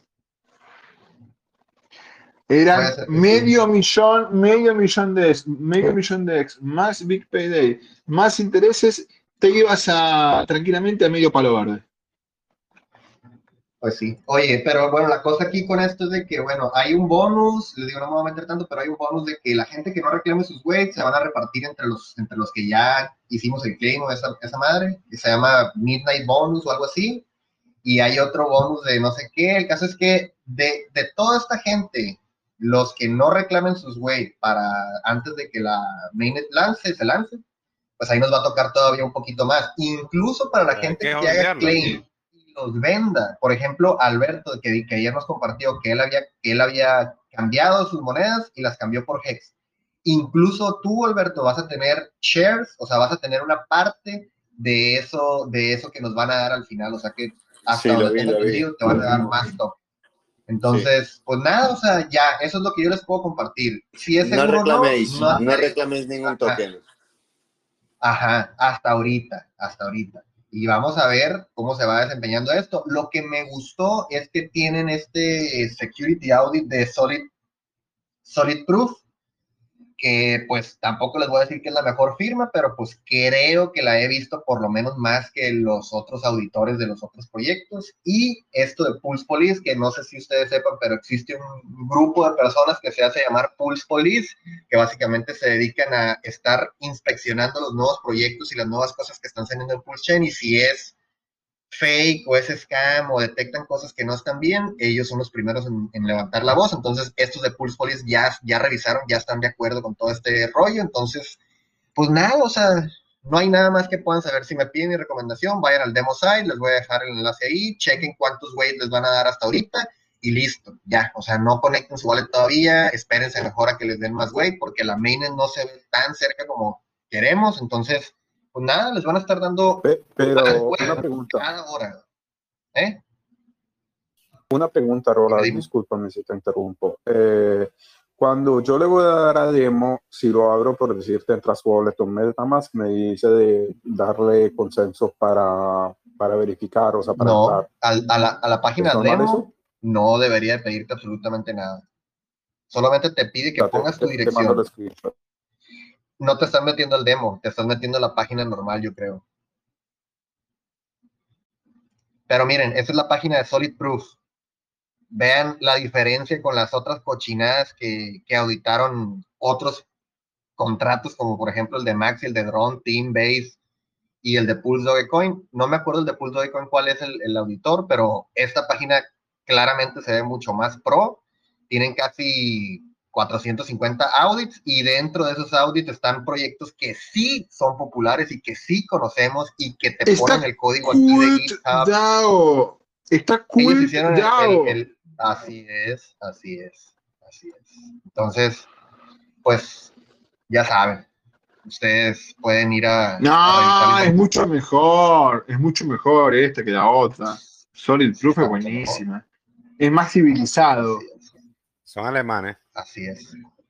Eran medio millón de X, más Big Payday, más intereses, te ibas tranquilamente a medio palo verde.
Pues sí. Oye, pero bueno, la cosa aquí con esto es de que, bueno, hay un bonus, les digo, no me voy a meter tanto, pero hay un bonus de que la gente que no reclame sus weights se van a repartir entre los que ya hicimos el claim o esa madre, que se llama Midnight Bonus o algo así, y hay otro bonus de no sé qué. El caso es que de toda esta gente, los que no reclamen sus weights para antes de que la mainnet se lance, pues ahí nos va a tocar todavía un poquito más. Incluso para la
Hay
gente
que
que haga
holdearlo.
claim y los venda. Por ejemplo, Alberto, que ayer nos compartió que él había cambiado sus monedas y las cambió por Hex. Incluso tú, Alberto, vas a tener shares, o sea, vas a tener una parte de eso que nos van a dar al final. O sea que hasta
Sí, lo
donde
vi,
tengo
lo vi.
entendido, te van a dar más top. Entonces, pues nada, o sea, ya, eso es lo que yo les puedo compartir. Si es
No
seguro o no,
reclaméis,
no
no
sé.
reclaméis ningún token.
Ajá, hasta ahorita. Y vamos a ver cómo se va desempeñando esto. Lo que me gustó es que tienen este security audit de Solid Proof, que pues tampoco les voy a decir que es la mejor firma, pero pues creo que la he visto por lo menos más que los otros auditores de los otros proyectos. Y esto de Pulse Police, que no sé si ustedes sepan, pero existe un grupo de personas que se hace llamar Pulse Police, que básicamente se dedican a estar inspeccionando los nuevos proyectos y las nuevas cosas que están saliendo en Pulse Chain, y si es fake o es scam o detectan cosas que no están bien, ellos son los primeros en levantar la voz. Entonces estos de Pulse Police ya revisaron, ya están de acuerdo con todo este rollo. Entonces, pues nada, o sea, no hay nada más que puedan saber. Si me piden mi recomendación, vayan al demo site, les voy a dejar el enlace ahí, chequen cuántos weights les van a dar hasta ahorita y listo, ya. O sea, no conecten su wallet todavía, espérense mejor a que les den más weight, porque la mainnet no se ve tan cerca como queremos. Entonces, pues nada, les van a estar dando
Pero
weight
una pregunta.
cada hora. ¿Eh?
Una pregunta, Roland,
Dime.
discúlpame si te interrumpo. Cuando yo le voy a dar a demo, si lo abro por decirte en Trust Wallet o MetaMask, me dice de darle consenso para verificar, o sea, para
No,
entrar.
a la página
¿Es normal
demo
eso?
no debería de pedirte absolutamente nada. Solamente te pide que
O sea,
pongas tu
te mando el
dirección.
screenshot.
No te estás metiendo al demo, te estás metiendo a la página normal, yo creo. Pero miren, esta es la página de Solid Proof. Vean la diferencia con las otras cochinadas que auditaron otros contratos, como por ejemplo el de Maxi, el de Drone, Teambase y el de Pulse Dogecoin. No me acuerdo el de Pulse Dogecoin cuál es el auditor, pero esta página claramente se ve mucho más pro. Tienen casi 450 audits, y dentro de esos audits están proyectos que sí son populares y que sí conocemos y que te ponen el código aquí de GitHub.
DAO. Está
Ellos
cool
hicieron
DAO.
así es. Entonces, pues, ya saben, ustedes pueden ir a
No,
revisar.
es mucho mejor esta que la otra. Solid Proof es
Mucho
buenísima. Es más civilizado.
Son alemanes.
Así es.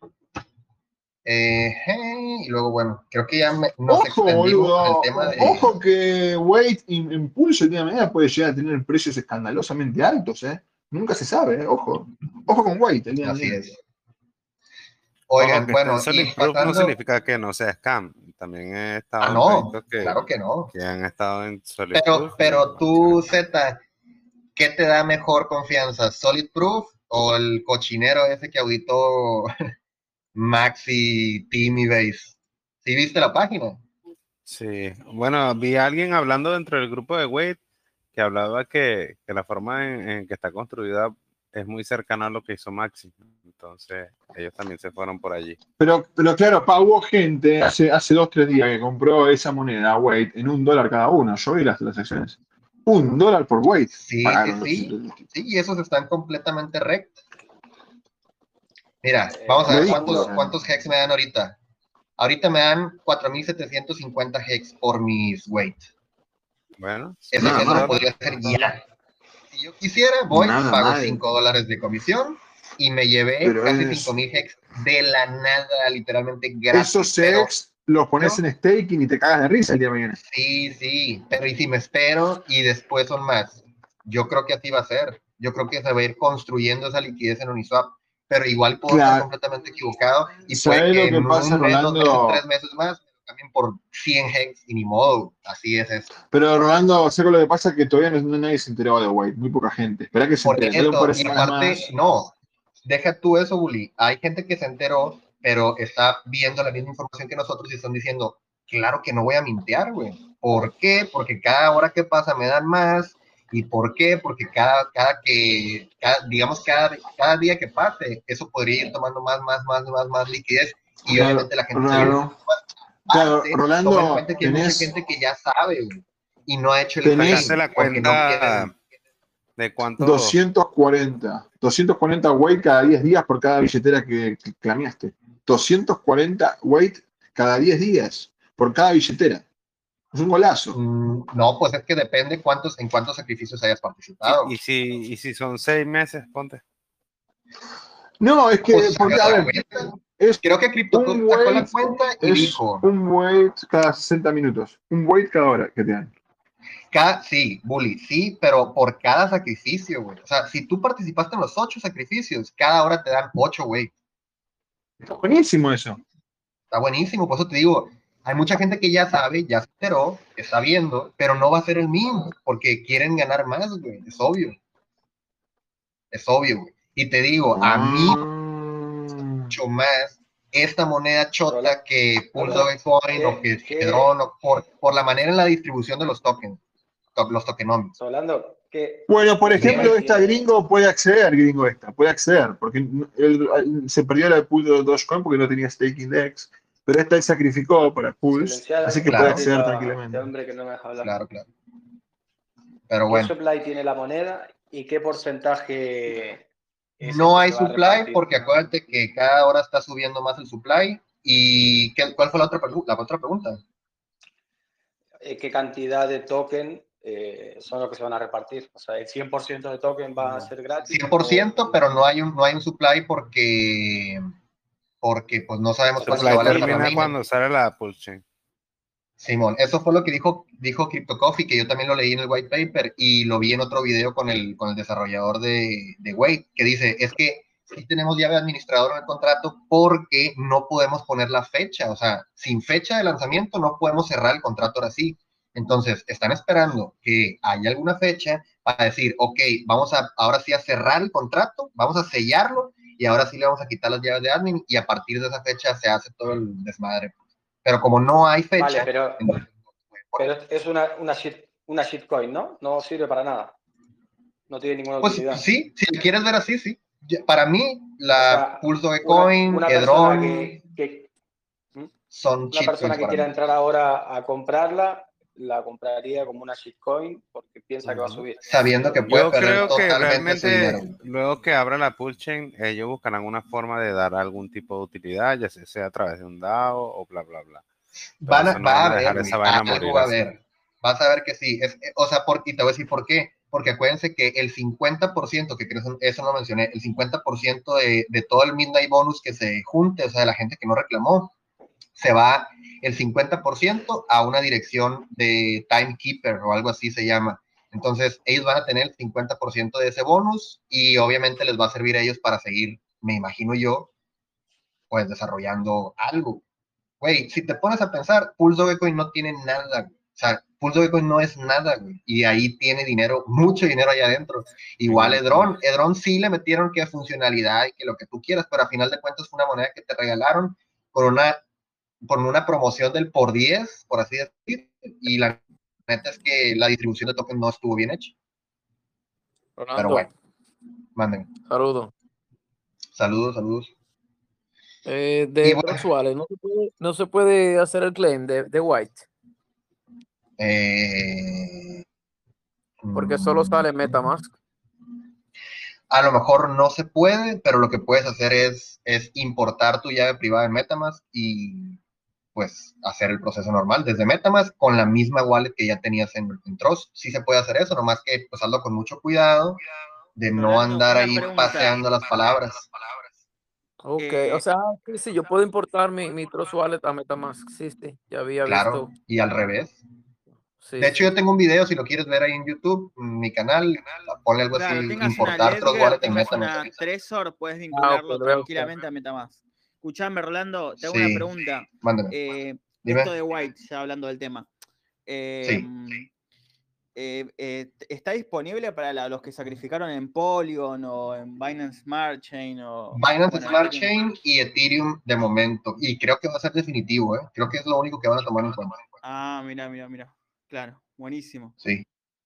Y luego, bueno, creo que ya nos
Ojo,
extendimos con el
boludo.
tema de...
Ojo que Weight en Pulse de una manera puede llegar a tener precios escandalosamente altos, ¿eh? Nunca se sabe, ¿eh? Ojo. Ojo con Weight.
Así es.
Ojo,
Oigan,
que
bueno,
esté en
y
Solid Proof no
pasando...
significa que no sea scam. También he estado en
no,
proyectos
claro que no.
que han estado en Solid Proof.
Pero tú, Z, ¿qué te da mejor confianza? ¿Solid Proof o el cochinero ese que auditó Maxi, Team y Base? ¿Sí viste la página?
Sí, bueno, vi a alguien hablando dentro del grupo de Wade que hablaba que la forma en que está construida es muy cercana a lo que hizo Maxi. Entonces, ellos también se fueron por allí.
Pero claro, hubo gente hace 2-3 días que compró esa moneda, Weight, en $1 cada uno. Yo vi las transacciones. $1 por Weight.
Sí, y esos están completamente rectos. Mira, vamos a ver cuántos hex me dan ahorita. Ahorita me dan 4,750 hex por mis weight.
Bueno,
Eso lo podría hacer ya. Si yo quisiera, voy, pago $5 de comisión y me llevé casi 5,000 hex de la nada, literalmente gratis.
Esos hex los pones en staking y te cagas de risa el día de mañana.
Sí, pero y si me espero y después son más. Yo creo que así va a ser. Yo creo que se va a ir construyendo esa liquidez en Uniswap, pero igual puedo estar completamente equivocado y puede que en un mes, 2 meses, 3 meses más cambien por 100 hex y ni modo, así es eso.
Pero Rolando, sé que lo que pasa es que todavía nadie se enteró de Wade, muy poca gente. Espera que se
Por
entere, dale un
eso,
par de
y
semanas
aparte,
más.
no, deja tú eso, Bully. Hay gente que se enteró, pero está viendo la misma información que nosotros y están diciendo, claro que no voy a mintear, güey. ¿Por qué? Porque cada hora que pasa me dan más. ¿Y por qué? Porque digamos, cada día que pase, eso podría ir tomando más liquidez. Y
Claro,
obviamente la gente
claro. Claro,
toma en
Rolando,
cuenta que hay mucha gente que ya sabe, güey, y no ha hecho el
tenés-
Sacaste la
porque no
cuenta
quieren.
de cuánto.
240 weight cada 10 días por cada billetera que clameaste. 240 weight cada 10 días por cada billetera. Es un golazo.
No, pues es que depende en cuántos sacrificios hayas participado.
Y si son 6 meses, ponte.
No, es que,
Pues,
porque, a ver, es
creo que CryptoCoin
un
sacó la
weight,
cuenta y
es
dijo,
un weight cada 60 minutos. Un weight cada hora que te dan.
sí, Bully, sí, pero por cada sacrificio, güey. O sea, si tú participaste en los 8 sacrificios, cada hora te dan 8, güey.
Está buenísimo eso.
Está buenísimo, por eso te digo, hay mucha gente que ya sabe, ya se enteró, está viendo, pero no va a ser el mismo, porque quieren ganar más, güey. Es obvio. Es obvio, güey. Y te digo, a mí mucho más esta moneda chota que Dogecoin o que Hedron, o por la manera en la distribución de los tokens, los tokenomics.
Rolando,
Bueno, por ejemplo, esta gringo puede acceder, porque él se perdió la pool de Dogecoin porque no tenía stake index, pero esta él sacrificó para pools, así que puede acceder tranquilamente.
Hombre que no me deja hablar.
Claro. Pero bueno.
¿Qué supply tiene la moneda y qué porcentaje?
No hay supply porque acuérdate que cada hora está subiendo más el supply. ¿Y cuál fue la otra pregunta?
¿Qué cantidad de token son los que se van a repartir? O sea, ¿el 100% de token va a ser gratis?
100%, pero no hay un supply porque pues no sabemos cuánto
Supply
vale la
termina
herramienta.
cuando sale la pulse.
Simón, eso fue lo que dijo CryptoCoffee, que yo también lo leí en el white paper y lo vi en otro video con el desarrollador de Wade, que dice, es que sí tenemos llave administrador en el contrato porque no podemos poner la fecha, o sea, sin fecha de lanzamiento no podemos cerrar el contrato ahora sí. Entonces, están esperando que haya alguna fecha para decir, ok, ahora sí a cerrar el contrato, vamos a sellarlo y ahora sí le vamos a quitar las llaves de admin y a partir de esa fecha se hace todo el desmadre. Pero como no hay fecha...
Vale, pero es una shitcoin, ¿no? No sirve para nada. No tiene ninguna utilidad.
Pues sí, si lo quieres ver así, sí. Para mí, la Pulse Dogecoin, Hedron, son
una persona que quiera entrar ahora a comprarla, la compraría como una shitcoin porque piensa que va a subir.
Sabiendo que puede perder
creo que
totalmente su dinero.
Luego que abra la pulchain, ellos buscarán una forma de dar algún tipo de utilidad, ya sea a través de un DAO o bla, bla, bla.
Vas a ver que sí. Y te voy a decir por qué. Porque acuérdense que el 50%, que creo eso no mencioné, el 50% de todo el Midnight Bonus que se junte, o sea, de la gente que no reclamó, se va el 50% a una dirección de Timekeeper o algo así se llama. Entonces, ellos van a tener el 50% de ese bonus y obviamente les va a servir a ellos para seguir, me imagino yo, pues desarrollando algo. Güey, si te pones a pensar, Pulse Dogecoin no tiene nada, güey. O sea, Pulse Dogecoin no es nada, güey. Y ahí tiene dinero, mucho dinero allá adentro. Igual Hedron sí le metieron que funcionalidad y que lo que tú quieras, pero a final de cuentas fue una moneda que te regalaron por una promoción del por 10, por así decir, y la neta es que la distribución de tokens no estuvo bien hecha.
Rolando,
pero bueno, manden. Saludos.
De Trox Wallet, no se puede hacer el claim de White. Porque solo sale MetaMask.
A lo mejor no se puede, pero lo que puedes hacer es importar tu llave privada en MetaMask y pues hacer el proceso normal desde MetaMask con la misma wallet que ya tenías en Trust. Sí se puede hacer eso, nomás que pues hazlo con mucho cuidado de no andar ahí paseando las palabras.
Ok, o sea, sí, yo puedo importar mi Trust Wallet a MetaMask, sí, ya había
claro,
visto.
Y al revés.
Sí,
de hecho, yo tengo un video, si lo quieres ver ahí en YouTube, mi canal, ponle algo así, importar Trust Wallet en MetaMask.
Una Trezor, puedes vincularlo tranquilamente a MetaMask. Escuchame, Rolando, te hago una pregunta.
Mándame. Dime.
esto de White, ya hablando del tema. ¿Está disponible para los que sacrificaron en Polygon o en Binance Smart Chain?
Binance Smart Chain y Ethereum de momento. Y creo que va a ser definitivo, ¿eh? Creo que es lo único que van a tomar en cuenta.
Ah, mira. Claro, buenísimo.
Sí.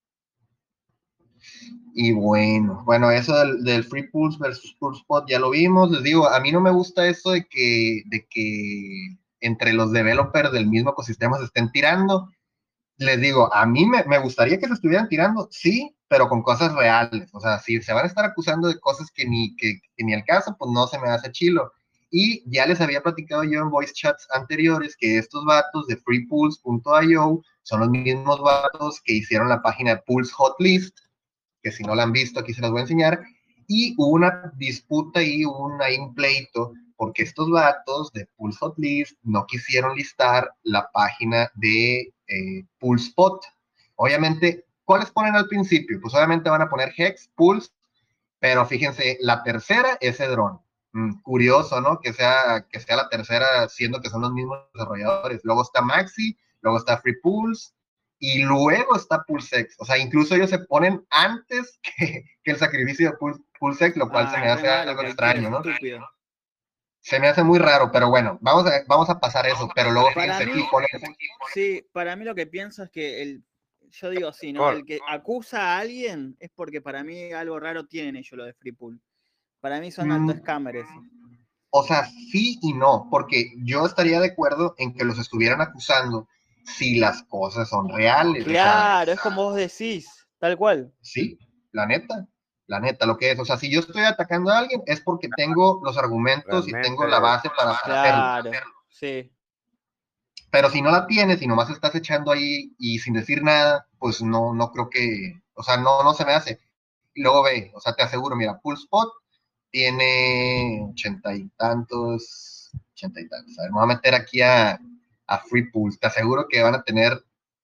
Y bueno, eso del Free Pulse versus PulseSpot ya lo vimos. Les digo, a mí no me gusta eso de que entre los developers del mismo ecosistema se estén tirando. Les digo, a mí me gustaría que se estuvieran tirando, sí, pero con cosas reales. O sea, si se van a estar acusando de cosas que ni al caso, pues no se me hace chilo. Y ya les había platicado yo en voice chats anteriores que estos vatos de freepulse.io son los mismos vatos que hicieron la página de Pulse Hotlist, que si no la han visto aquí se las voy a enseñar, y hubo una disputa y un pleito, porque estos vatos de Pulse Hotlist no quisieron listar la página de PulseSpot. Obviamente, ¿cuáles ponen al principio? Pues obviamente van a poner Hex, Pulse, pero fíjense, la tercera es Hedron. Curioso, ¿no? Que sea la tercera, siendo que son los mismos desarrolladores. Luego está Maxi, luego está Free Pulse, y luego está PulseX. O sea, incluso ellos se ponen antes que el sacrificio de PulseX, lo cual se me hace algo extraño, ¿no? Estúpido. Se me hace muy raro, pero bueno, vamos a pasar eso. Pero luego fíjense aquí,
sí, para mí lo que pienso es que yo digo así, ¿no? El que acusa a alguien es porque para mí algo raro tienen ellos, lo de Free Pool. Para mí son altos scammers.
O sea, sí y no, porque yo estaría de acuerdo en que los estuvieran acusando si las cosas son reales.
Claro,
o sea,
es como vos decís, tal cual.
Sí, la neta, lo que es. O sea, si yo estoy atacando a alguien es porque tengo los argumentos y tengo la base para hacerlo.
Sí.
Pero si no la tienes y nomás estás echando ahí y sin decir nada, pues no creo que, o sea, no se me hace. Y luego ve, o sea, te aseguro, mira, PulseSpot tiene 80 y tantos. A ver, me voy a meter aquí a Free Pulse. Te aseguro que van a tener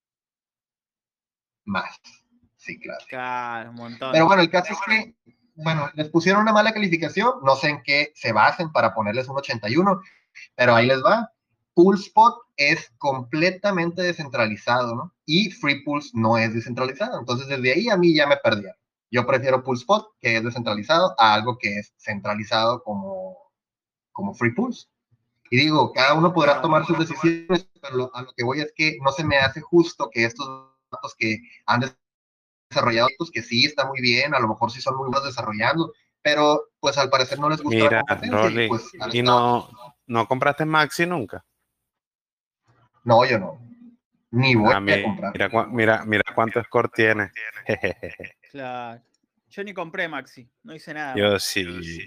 más. Sí, claro.
Claro, un montón.
Pero bueno, el caso es que, bueno, les pusieron una mala calificación, no sé en qué se basen para ponerles un 81, pero ahí les va. PulseSpot es completamente descentralizado, ¿no? Y Free Pulse no es descentralizado, entonces desde ahí a mí ya me perdieron. Yo prefiero PulseSpot, que es descentralizado, a algo que es centralizado como Free Pulse. Y digo, cada uno podrá tomar sus decisiones, pero a lo que voy es que no se me hace justo que estos datos que han desarrollados que sí está muy bien, a lo mejor sí son muy buenos desarrollando, pero pues al parecer no les gusta la competencia.
Rolly,
y pues,
¿y no compraste Maxi nunca?
No, yo no. Ni voy a comprar.
Mira cuánto score tiene.
Claro. Yo ni compré Maxi, no hice nada.
Yo sí.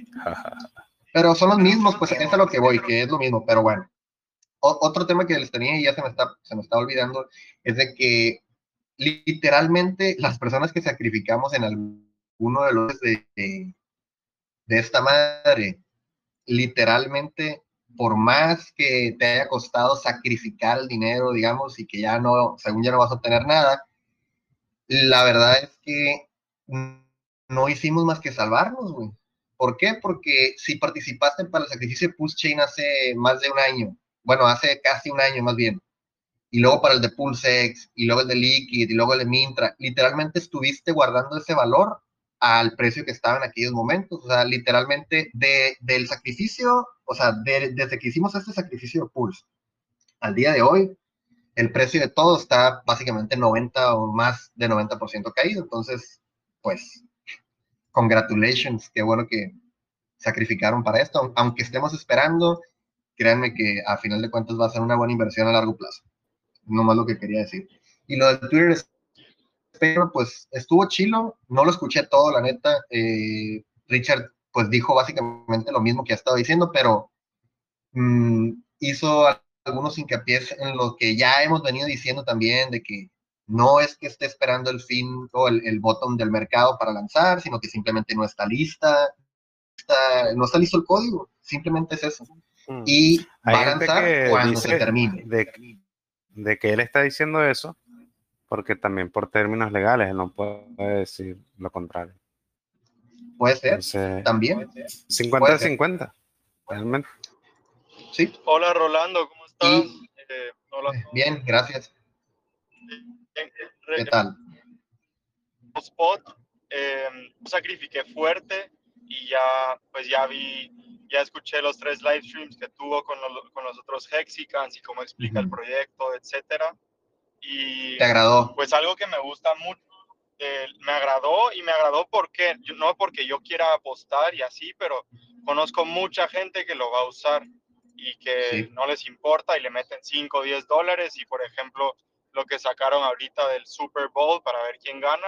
Pero son los mismos, pues es a lo que voy, que es lo mismo, pero bueno. Otro tema que les tenía y ya se me está olvidando es de que literalmente las personas que sacrificamos en alguno de los de esta madre, literalmente, por más que te haya costado sacrificar el dinero, digamos, y que ya no, según ya no vas a obtener nada, la verdad es que no hicimos más que salvarnos, güey. ¿Por qué? Porque si participaste para el sacrificio de Pulse Chain hace más de un año, bueno, hace casi un año más bien, y luego para el de PulseX, y luego el de Liquid, y luego el de Mintra, literalmente estuviste guardando ese valor al precio que estaba en aquellos momentos. O sea, literalmente del sacrificio, o sea, desde que hicimos este sacrificio de Pulse al día de hoy, el precio de todo está básicamente 90 o más de 90% caído. Entonces, pues, congratulations, qué bueno que sacrificaron para esto. Aunque estemos esperando, créanme que a final de cuentas va a ser una buena inversión a largo plazo. No más lo que quería decir. Y lo de Twitter pero pues estuvo chilo, no lo escuché todo, la neta. Richard pues dijo básicamente lo mismo que ha estado diciendo, pero hizo algunos hincapiés en lo que ya hemos venido diciendo también, de que no es que esté esperando el fin o el bottom del mercado para lanzar, sino que simplemente no está lista, no está listo el código, simplemente es eso. Y va a lanzar cuando se termine.
De que él está diciendo eso, porque también por términos legales él no puede decir lo contrario.
Puede ser,
entonces,
también.
50-50, realmente.
Sí.
Hola Rolando, ¿cómo estás? Hola.
Bien, gracias. ¿Qué tal?
Spot, sacrifiqué fuerte y ya, pues ya escuché los 3 live streams que tuvo con los otros Hexicans y cómo explica el proyecto, etcétera. Y
¿Te agradó?
pues algo que me gusta mucho, me agradó porque, no porque yo quiera apostar y así, pero conozco mucha gente que lo va a usar y que no les importa y le meten 5 o 10 dólares y por ejemplo lo que sacaron ahorita del Super Bowl para ver quién gana,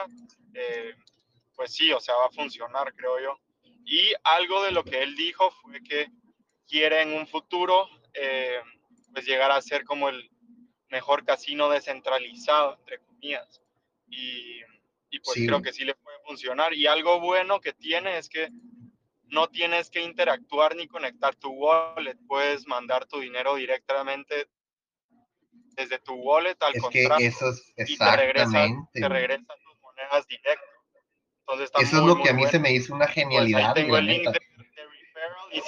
pues sí, o sea, va a funcionar, creo yo. Y algo de lo que él dijo fue que quiere en un futuro pues llegar a ser como el mejor casino descentralizado, entre comillas. Y pues
Sí,
creo que sí le puede funcionar. Y algo bueno que tiene es que no tienes que interactuar ni conectar tu wallet. Puedes mandar tu dinero directamente desde tu wallet al
es que
contrato
eso es
y te regresan
exactamente.
tus monedas directo. Entonces está
Eso es
muy,
lo que
muy
a mí se
bueno.
me hizo una
Pues ahí
genialidad,
tengo
la
el link
neta.
de referral y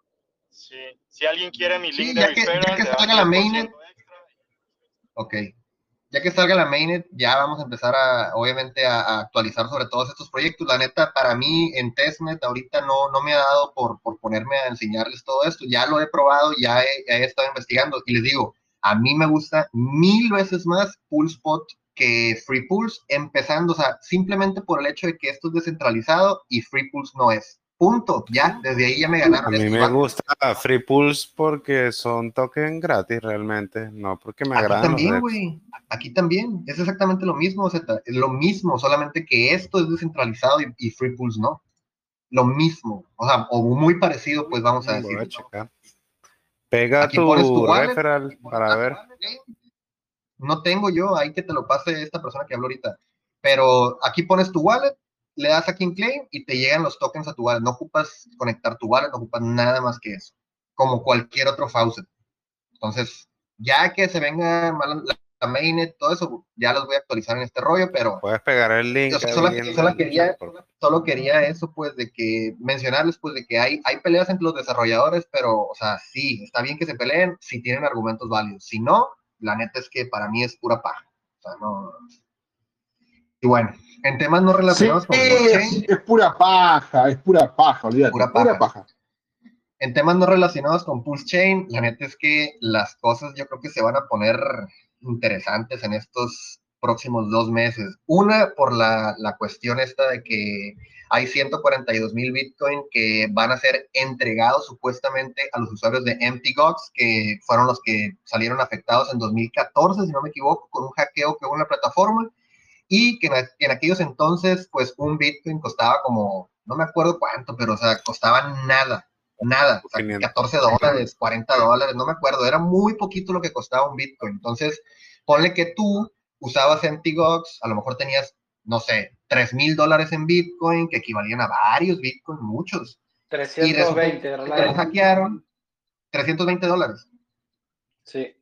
si alguien quiere mi
Sí,
link de
ya que
referral, le dan
salga la
10%
mainnet,
extra.
ok. Ya que salga la mainnet, ya vamos a empezar obviamente, a actualizar sobre todos estos proyectos. La neta, para mí en testnet ahorita no me ha dado por ponerme a enseñarles todo esto. Ya lo he probado, ya he estado investigando y les digo, a mí me gusta 1000 veces más PulseSpot que Free Pulse, empezando, o sea, simplemente por el hecho de que esto es descentralizado y Free Pulse no es. Punto, ya, desde ahí ya me ganaron.
A mí me gusta Free Pulse porque son tokens gratis realmente, no porque me
Aquí
agradan
también,
los
güey. Aquí también. Es exactamente lo mismo, Zeta. Es lo mismo, solamente que esto es descentralizado y Free Pulse no. Lo mismo. O sea, o muy parecido, pues vamos a
Voy
decir.
a checar. Pega
Aquí pones tu
tu
wallet.
referral para ver.
No tengo yo, ahí que te lo pase esta persona que habló ahorita. Pero aquí pones tu wallet, le das aquí en claim y te llegan los tokens a tu wallet. No ocupas conectar tu wallet, no ocupas nada más que eso. Como cualquier otro faucet. Entonces, ya que se venga la mainnet, todo eso, ya los voy a actualizar en este rollo, pero
Puedes pegar el link
solo
ahí en el chat.
solo quería eso, pues, de que mencionarles, pues, de que hay peleas entre los desarrolladores, pero, o sea, sí, está bien que se peleen si tienen argumentos válidos. Si no, la neta es que para mí es pura paja. O sea, no. Y bueno, en temas no relacionados con blockchain,
es pura paja, olvídate,
pura paja. En temas no relacionados con Pulse Chain, la neta es que las cosas yo creo que se van a poner interesantes en estos próximos 2 meses. Una, por la cuestión esta de que hay 142,000 Bitcoin que van a ser entregados supuestamente a los usuarios de MTGOX, que fueron los que salieron afectados en 2014, si no me equivoco, con un hackeo que hubo en la plataforma, y que en aquellos entonces, pues un Bitcoin costaba como, no me acuerdo cuánto, pero o sea, costaba nada, o sea, 14 dólares, 40 dólares, no me acuerdo, era muy poquito lo que costaba un Bitcoin. Entonces, ponle que tú usabas MTGOX, a lo mejor tenías, no sé, $3,000 en Bitcoin, que equivalían a varios Bitcoin, muchos.
320,
y te lo hackearon, $320.
Sí.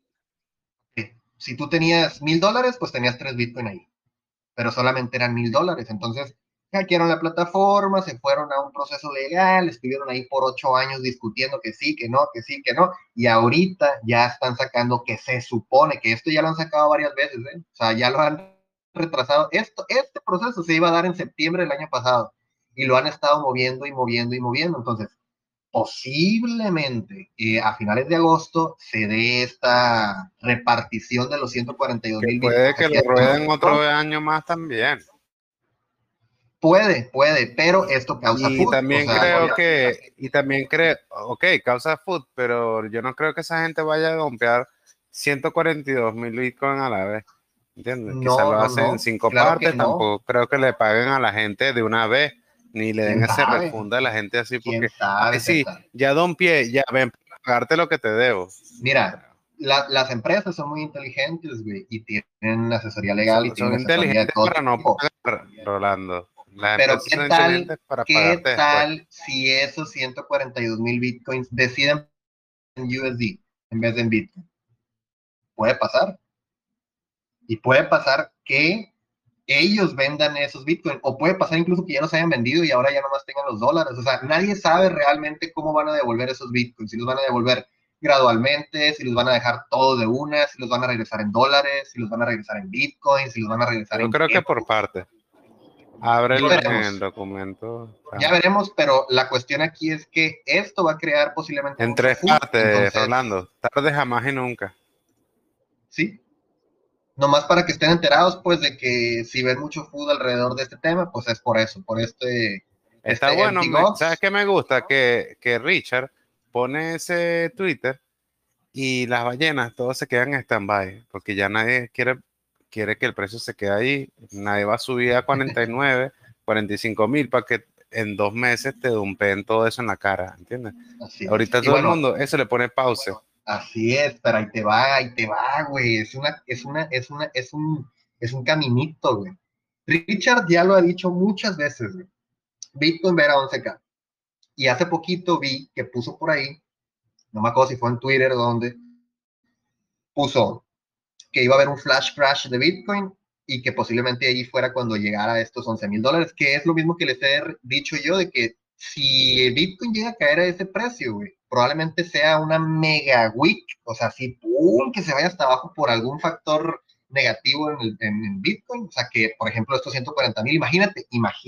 Si tú tenías $1,000, pues tenías 3 Bitcoin ahí, pero solamente eran $1,000. Entonces, hackearon la plataforma, se fueron a un proceso legal, estuvieron ahí por 8 años discutiendo que sí, que no, que sí, que no, y ahorita ya están sacando que se supone que esto ya lo han sacado varias veces, ¿eh? O sea, ya lo han retrasado. Este proceso se iba a dar en septiembre del año pasado y lo han estado moviendo y moviendo y moviendo. Entonces, posiblemente a finales de agosto se dé esta repartición de los 142,000
Puede que lo rueden
bitcoins.
otro año más también.
Puede, pero esto causa
y
food.
También creo, ok, causa food, pero yo no creo que esa gente vaya a dompear 142,000 Bitcoin a la vez. ¿Entiendes? Quizás lo hacen en 5 partes, tampoco creo que le paguen a la gente de una vez, ni le den ese refund a la gente así, porque sí, ya dompeé, ya ven, pagarte lo que te debo.
Mira, las empresas son muy inteligentes, güey, y tienen asesoría legal y tienen asesoría de todo
para no pagar, Rolando.
Pero ¿qué tal si esos 142,000 Bitcoins deciden en USD en vez de en Bitcoin? Puede pasar. Y puede pasar que ellos vendan esos Bitcoin, o puede pasar incluso que ya los hayan vendido y ahora ya nomás tengan los dólares. O sea, nadie sabe realmente cómo van a devolver esos Bitcoins, si los van a devolver gradualmente, si los van a dejar todos de una, si los van a regresar en dólares, si los van a regresar en Bitcoin, si los van a regresar
Yo
en
creo que
tiempo.
por parte. Abre
Ya veremos.
el documento.
Ya veremos, pero la cuestión aquí es que esto va a crear posiblemente
En
mucho
3
FUD,
partes,
entonces,
Rolando. Tarde jamás y nunca.
sí. Nomás para que estén enterados, pues, de que si ven mucho FUD alrededor de este tema, pues es por eso, por
Está bueno, ¿sabes qué me gusta? Que Richard pone ese Twitter y las ballenas todos se quedan en stand-by, porque ya nadie quiere que el precio se quede ahí, nadie va a subir a 49, 45,000 para que en 2 meses te dumpeen todo eso en la cara, ¿entiendes?
Así es.
Ahorita
Y
todo
bueno,
el mundo, eso le pone pausa.
Así es, pero ahí te va, güey. Es un caminito, güey. Richard ya lo ha dicho muchas veces, güey. Bitcoin va a ir a 11K. Y hace poquito vi que puso por ahí, no me acuerdo si fue en Twitter o donde, puso que iba a haber un flash crash de Bitcoin y que posiblemente ahí fuera cuando llegara a estos $11,000, que es lo mismo que les he dicho yo, de que si Bitcoin llega a caer a ese precio, güey, probablemente sea una mega week, o sea, si pum, que se vaya hasta abajo por algún factor negativo en Bitcoin, o sea, que por ejemplo estos 140,000, imagínate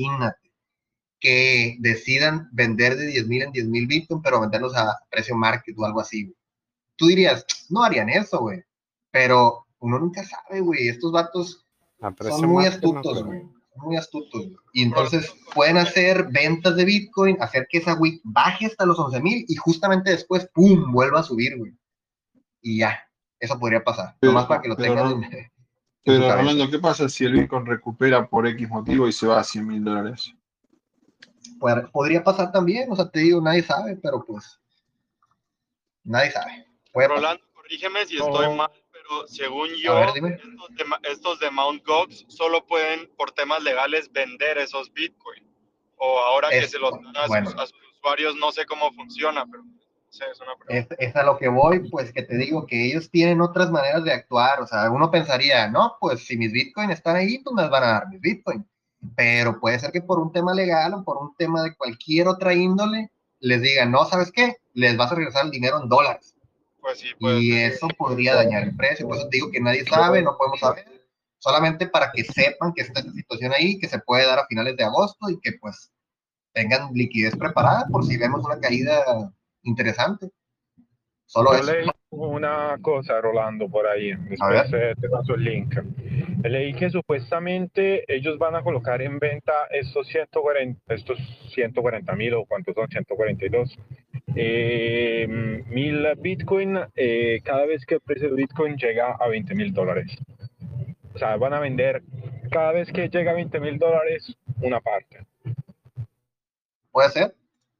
que decidan vender de 10,000 en 10,000 Bitcoin, pero venderlos a precio market o algo así, güey. Tú dirías, no harían eso, güey, pero uno nunca sabe, güey, estos vatos son muy astutos, güey. Muy astutos. Y entonces pueden hacer ventas de Bitcoin, hacer que esa week baje hasta los 11,000 y justamente después, ¡pum!, vuelva a subir, güey. Y ya, eso podría pasar. Nomás para que lo tengan en
Pero
su cabeza.
Rolando, ¿qué pasa si el Bitcoin recupera por X motivo y se va a $100,000?
Podría pasar también, o sea, te digo, nadie sabe, pero pues, nadie sabe.
Rolando, corrígeme si estoy mal, pero según yo,
A ver, dime.
estos de Mt. Gox solo pueden, por temas legales, vender esos Bitcoin. O ahora que se los dan a sus usuarios, no sé cómo funciona, pero sí, es una pregunta.
Es a lo que voy, pues que te digo que ellos tienen otras maneras de actuar, o sea, uno pensaría, no, pues si mis Bitcoin están ahí, pues me van a dar mis Bitcoin, pero puede ser que por un tema legal o por un tema de cualquier otra índole, les digan, no, ¿sabes qué? Les vas a regresar el dinero en dólares.
Pues sí,
y eso podría dañar el precio, por eso te digo que nadie sabe, no podemos saber, solamente para que sepan que está esta situación ahí, que se puede dar a finales de agosto y que pues tengan liquidez preparada por si vemos una caída interesante. Solo
Yo
eso.
leí una cosa, Rolando, por ahí, después te paso el link. Leí que supuestamente ellos van a colocar en venta estos 140,000 o cuántos son, 142 mil Bitcoin cada vez que el precio de Bitcoin llega a $20,000. O sea, van a vender cada vez que llega a $20,000 una parte.
Puede ser.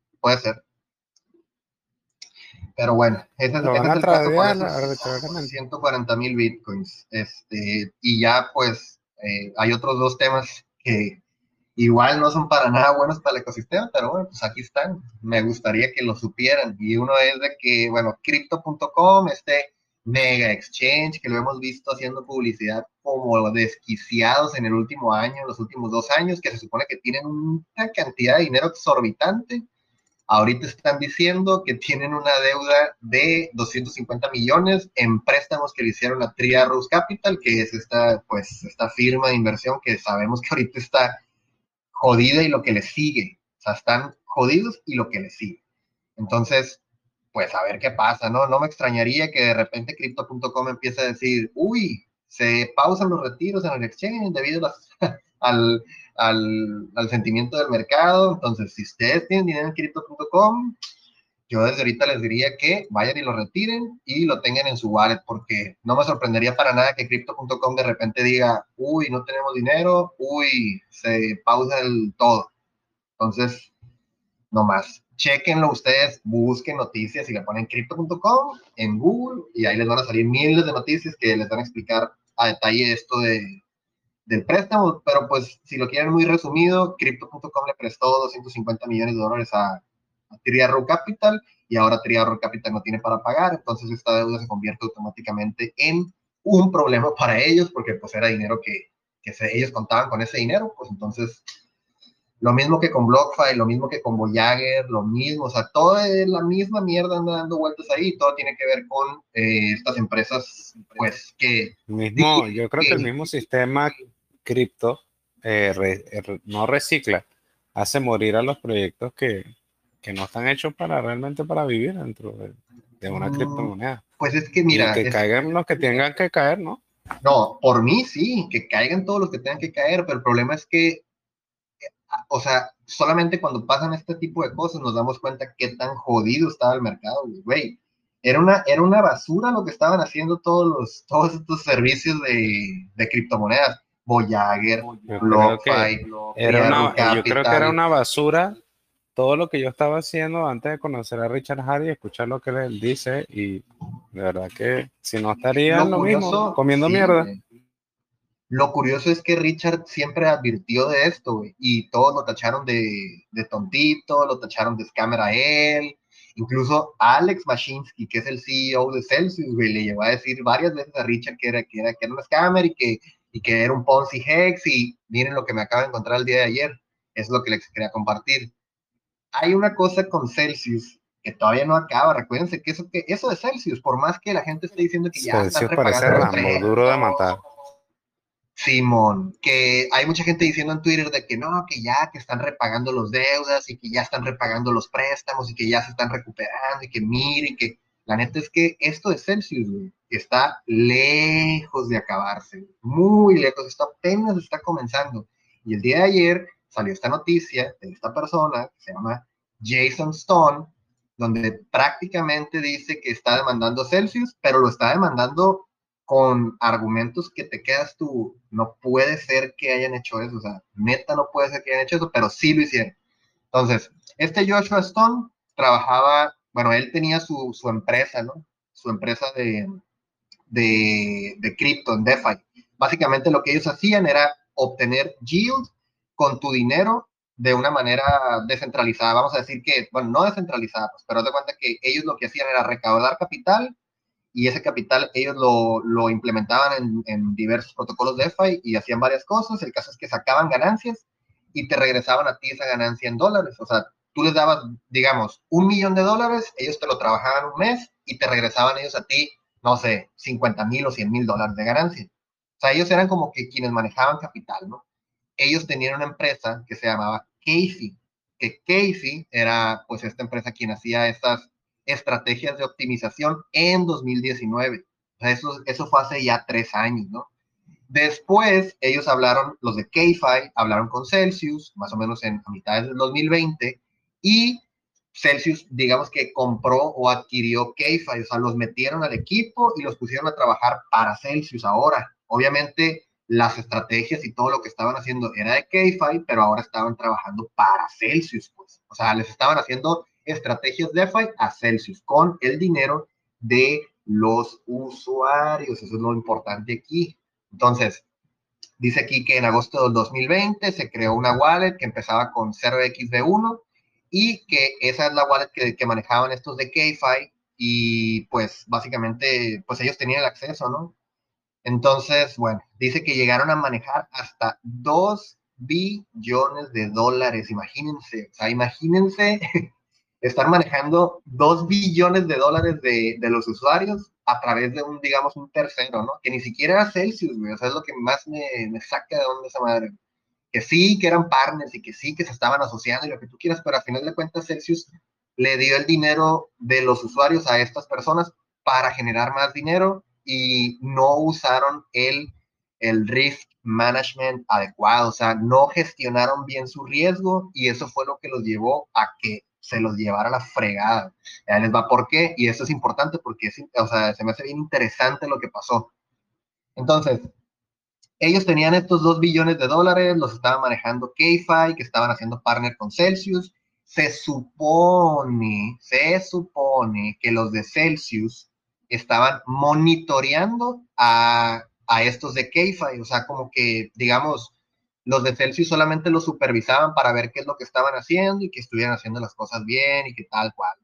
Pero bueno, ese es el caso con esos 140,000 Bitcoins. Y ya pues hay otros dos temas que igual no son para nada buenos para el ecosistema, pero bueno, pues aquí están. Me gustaría que lo supieran. Y uno es de que, bueno, Crypto.com, este mega exchange que lo hemos visto haciendo publicidad como desquiciados en el último año, en los últimos 2 años, que se supone que tienen una cantidad de dinero exorbitante. Ahorita están diciendo que tienen una deuda de 250 millones en préstamos que le hicieron a Three Arrows Capital, que es esta firma de inversión que sabemos que ahorita está jodida y lo que le sigue. O sea, están jodidos y lo que le sigue. Entonces, pues a ver qué pasa, ¿no? No me extrañaría que de repente Crypto.com empiece a decir, uy, se pausan los retiros en el exchange debido al sentimiento del mercado. Entonces, si ustedes tienen dinero en Crypto.com, yo desde ahorita les diría que vayan y lo retiren y lo tengan en su wallet, porque no me sorprendería para nada que Crypto.com de repente diga, uy, no tenemos dinero, uy, se pausa el todo. Entonces, no más. Chequenlo ustedes, busquen noticias y le ponen Crypto.com en Google y ahí les van a salir miles de noticias que les van a explicar a detalle esto del préstamo, pero pues si lo quieren muy resumido, Crypto.com le prestó $250 millones a Three Arrows Capital y ahora Three Arrows Capital no tiene para pagar, entonces esta deuda se convierte automáticamente en un problema para ellos porque pues era dinero que ellos contaban con ese dinero, pues entonces Lo mismo que con BlockFi, lo mismo que con Voyager, lo mismo, o sea, toda la misma mierda anda dando vueltas ahí, todo tiene que ver con estas empresas, pues, que...
Yo creo que el mismo sistema cripto no recicla, hace morir a los proyectos que no están hechos realmente para vivir dentro de una criptomoneda.
Pues es que mira...
Y que caigan los que tengan que caer, ¿no?
No, por mí sí, que caigan todos los que tengan que caer, pero el problema es que, o sea, solamente cuando pasan este tipo de cosas nos damos cuenta qué tan jodido estaba el mercado, güey. Era una basura lo que estaban haciendo todos estos servicios de criptomonedas. Voyager, BlockFi,
yo creo que era una basura todo lo que yo estaba haciendo antes de conocer a Richard Hardy y escuchar lo que él dice, y de verdad que si no estaría lo mismo, comiendo mierda.
Lo curioso es que Richard siempre advirtió de esto, güey, y todos lo tacharon de tontito, lo tacharon de scammer a él, incluso Alex Mashinsky, que es el CEO de Celsius, güey, le llegó a decir varias veces a Richard que era un scammer y que era un Ponzi Hex, y miren lo que me acabo de encontrar el día de ayer, es lo que les quería compartir. Hay una cosa con Celsius que todavía no acaba, recuérdense que eso de Celsius, por más que la gente esté diciendo que ya están repagando los
Rambo, duro de matar.
Simón, que hay mucha gente diciendo en Twitter de que no, que ya que están repagando los deudas y que ya están repagando los préstamos y que ya se están recuperando y que mire, y que la neta es que esto de Celsius, güey, está lejos de acabarse, muy lejos, esto apenas está comenzando. Y el día de ayer salió esta noticia de esta persona que se llama Jason Stone, donde prácticamente dice que está demandando Celsius, pero lo está demandando con argumentos que te quedas tú, no puede ser que hayan hecho eso, o sea, neta no puede ser que hayan hecho eso, pero sí lo hicieron. Entonces, este Joshua Stone trabajaba, bueno, él tenía su empresa, ¿no? Su empresa de cripto, en DeFi. Básicamente lo que ellos hacían era obtener yield con tu dinero de una manera descentralizada, vamos a decir que, bueno, no descentralizada, pues, pero haz de cuenta que ellos lo que hacían era recaudar capital, y ese capital ellos lo implementaban en diversos protocolos de DeFi y hacían varias cosas. El caso es que sacaban ganancias y te regresaban a ti esa ganancia en dólares. O sea, tú les dabas, digamos, $1,000,000, ellos te lo trabajaban un mes y te regresaban ellos a ti, no sé, 50,000 o 100,000 dólares de ganancia. O sea, ellos eran como que quienes manejaban capital, ¿no? Ellos tenían una empresa que se llamaba Casey, que Casey era pues esta empresa quien hacía estas estrategias de optimización en 2019. O sea, eso fue hace ya 3 años, ¿no? Después ellos hablaron, los de K-Fi, hablaron con Celsius, más o menos a mitad del 2020, y Celsius, digamos que compró o adquirió K-Fi, o sea, los metieron al equipo y los pusieron a trabajar para Celsius ahora. Obviamente, las estrategias y todo lo que estaban haciendo era de K-Fi, pero ahora estaban trabajando para Celsius, pues. O sea, les estaban haciendo estrategias DeFi a Celsius con el dinero de los usuarios. Eso es lo importante aquí. Entonces, dice aquí que en agosto del 2020 se creó una wallet que empezaba con 0xD1 y que esa es la wallet que manejaban estos de K-Fi, y pues básicamente pues ellos tenían el acceso, ¿no? Entonces, bueno, dice que llegaron a manejar hasta 2 billones de dólares, imagínense, o sea, imagínense estar manejando 2 billones de dólares de los usuarios a través de digamos, un tercero, ¿no? Que ni siquiera era Celsius, güey, o sea, es lo que más me saca de onda esa madre. Que sí, que eran partners y que sí, que se estaban asociando y lo que tú quieras, pero al final de cuentas Celsius le dio el dinero de los usuarios a estas personas para generar más dinero y no usaron el risk management adecuado, o sea, no gestionaron bien su riesgo y eso fue lo que los llevó a que se los llevara a la fregada. Ya les va por qué, y eso es importante porque o sea, se me hace bien interesante lo que pasó. Entonces, ellos tenían estos 2 billones de dólares, los estaban manejando K-Fi, que estaban haciendo partner con Celsius. Se supone que los de Celsius estaban monitoreando a estos de K-Fi, o sea, como que, digamos, los de Celsius solamente los supervisaban para ver qué es lo que estaban haciendo y que estuvieran haciendo las cosas bien y que tal cual.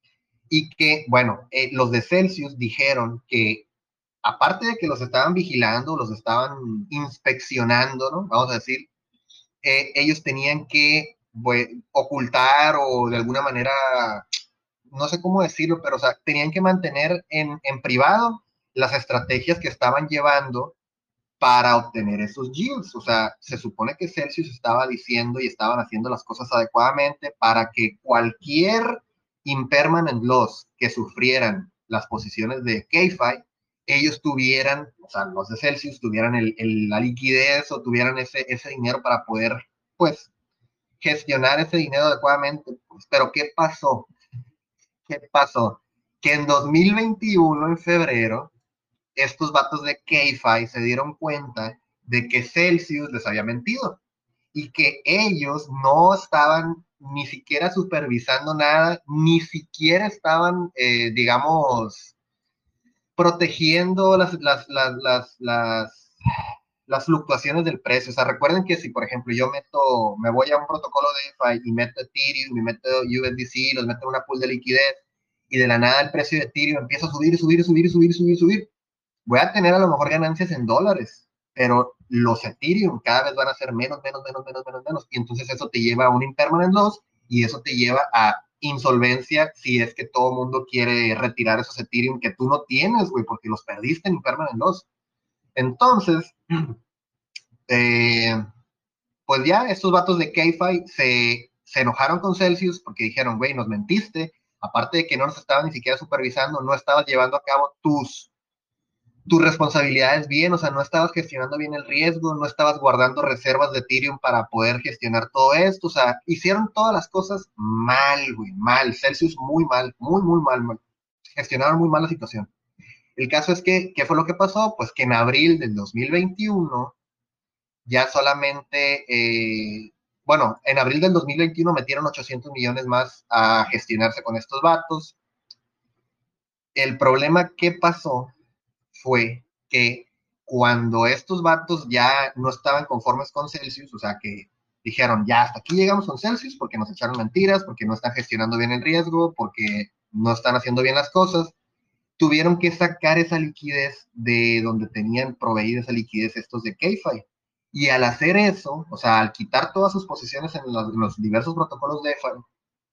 Y que, bueno, los de Celsius dijeron que aparte de que los estaban vigilando, los estaban inspeccionando, ¿no? Vamos a decir, ellos tenían que ocultar o de alguna manera, no sé cómo decirlo, pero o sea, tenían que mantener en privado las estrategias que estaban llevando para obtener esos yields. O sea, se supone que Celsius estaba diciendo y estaban haciendo las cosas adecuadamente para que cualquier impermanent loss que sufrieran las posiciones de KFI, ellos tuvieran, o sea, los de Celsius tuvieran la liquidez o tuvieran ese dinero para poder, pues, gestionar ese dinero adecuadamente. Pues, pero ¿qué pasó? ¿Qué pasó? Que en 2021, en febrero, estos vatos de KFI se dieron cuenta de que Celsius les había mentido y que ellos no estaban ni siquiera supervisando nada, ni siquiera estaban, digamos, protegiendo las fluctuaciones del precio. O sea, recuerden que si, por ejemplo, me voy a un protocolo de DeFi y meto Ethereum y meto USDC, los meto en una pool de liquidez y de la nada el precio de Ethereum empieza a subir, voy a tener a lo mejor ganancias en dólares, pero los Ethereum cada vez van a ser menos, y entonces eso te lleva a un impermanent loss, y eso te lleva a insolvencia si es que todo el mundo quiere retirar esos Ethereum que tú no tienes, güey, porque los perdiste en impermanent loss. Entonces, pues ya estos vatos de KFI se enojaron con Celsius porque dijeron, güey, nos mentiste, aparte de que no nos estaban ni siquiera supervisando, no estabas llevando a cabo tus responsabilidades bien, o sea, no estabas gestionando bien el riesgo, no estabas guardando reservas de Ethereum para poder gestionar todo esto, o sea, hicieron todas las cosas mal, güey, mal, Celsius muy mal, muy mal, gestionaron muy mal la situación. El caso es que, ¿qué fue lo que pasó? Pues que en abril del 2021, ya solamente, bueno, en abril del 2021 metieron 800 millones más a gestionarse con estos vatos. El problema que pasó fue que cuando estos vatos ya no estaban conformes con Celsius, o sea que dijeron, ya hasta aquí llegamos con Celsius porque nos echaron mentiras, porque no están gestionando bien el riesgo, porque no están haciendo bien las cosas, tuvieron que sacar esa liquidez de donde tenían proveída esa liquidez estos de KFI. Y al hacer eso, o sea, al quitar todas sus posiciones en los diversos protocolos de DeFi,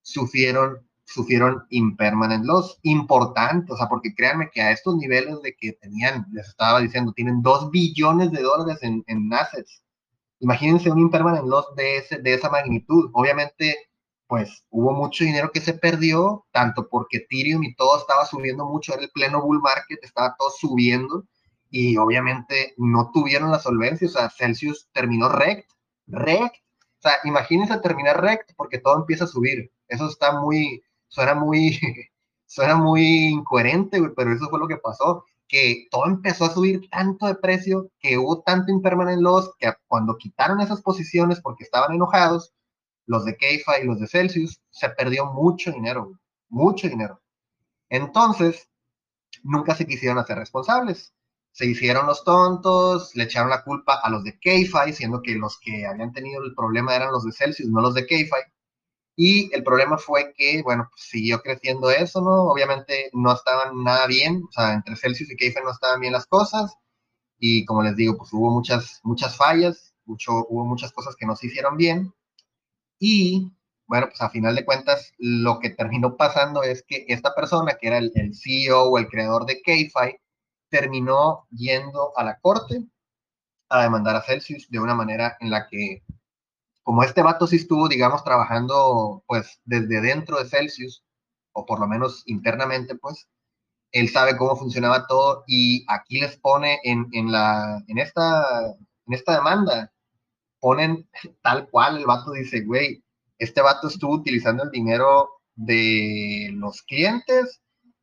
sufrieron impermanent loss importante, o sea, porque créanme que a estos niveles de que tenían, les estaba diciendo, tienen $2 billones en assets. Imagínense un impermanent loss de esa magnitud. Obviamente, pues hubo mucho dinero que se perdió, tanto porque Ethereum y todo estaba subiendo mucho, era el pleno bull market, estaba todo subiendo, y obviamente no tuvieron la solvencia, o sea, Celsius terminó rect, o sea, imagínense terminar rect porque todo empieza a subir. Eso suena muy, suena muy incoherente, güey, pero eso fue lo que pasó, que todo empezó a subir tanto de precio, que hubo tanto impermanent loss, que cuando quitaron esas posiciones porque estaban enojados, los de KFI y los de Celsius, se perdió mucho dinero, güey, mucho dinero. Entonces, nunca se quisieron hacer responsables. Se hicieron los tontos, le echaron la culpa a los de KFI, siendo que los que habían tenido el problema eran los de Celsius, no los de KFI. Y el problema fue que, bueno, pues siguió creciendo eso, ¿no? Obviamente no estaban nada bien, o sea, entre Celsius y KFI no estaban bien las cosas. Y como les digo, pues hubo muchas fallas, hubo muchas cosas que no se hicieron bien. Y, bueno, pues a final de cuentas, lo que terminó pasando es que esta persona, que era el CEO o el creador de KFI, terminó yendo a la corte a demandar a Celsius de una manera en la que, como este vato sí estuvo, digamos, trabajando pues desde dentro de Celsius, o por lo menos internamente, pues, él sabe cómo funcionaba todo, y aquí les pone en esta demanda, ponen tal cual, el vato dice, güey, este vato estuvo utilizando el dinero de los clientes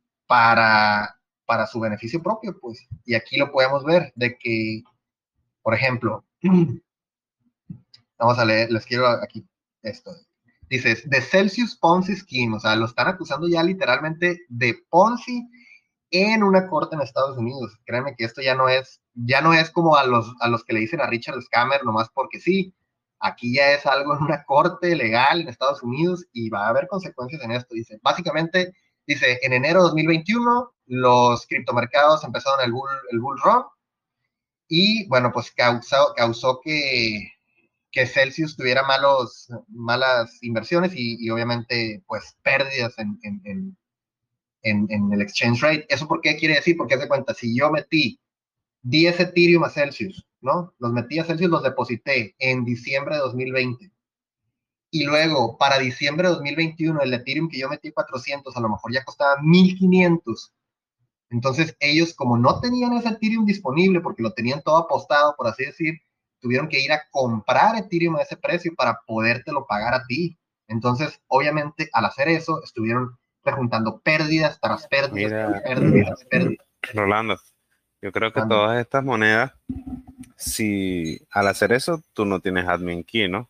para su beneficio propio, pues, y aquí lo podemos ver, de que, por ejemplo, vamos a leer, les quiero aquí esto. Dices, de Celsius Ponzi Scheme, o sea, lo están acusando ya literalmente de Ponzi en una corte en Estados Unidos. Créanme que esto ya no es como a los que le dicen a Richard Scammer, nomás porque sí. Aquí ya es algo en una corte legal en Estados Unidos y va a haber consecuencias en esto. Dice, básicamente, dice, en enero de 2021, los criptomercados empezaron el bull run y, bueno, pues causó que que Celsius tuviera malas inversiones y obviamente pues pérdidas en el exchange rate. ¿Eso por qué quiere decir? Porque haz de cuenta, si yo metí 10 Ethereum a Celsius, ¿no? Los metí a Celsius, los deposité en diciembre de 2020. Y luego, para diciembre de 2021, el Ethereum que yo metí 400, a lo mejor ya costaba 1500. Entonces, ellos, como no tenían ese Ethereum disponible, porque lo tenían todo apostado, por así decir, tuvieron que ir a comprar Ethereum a ese precio para podértelo pagar a ti. Entonces, obviamente, al hacer eso, estuvieron rejuntando pérdidas tras pérdidas,
Mira,
tras pérdidas.
Rolando, yo creo que todas estas monedas, si al hacer eso, tú no tienes admin key, ¿no?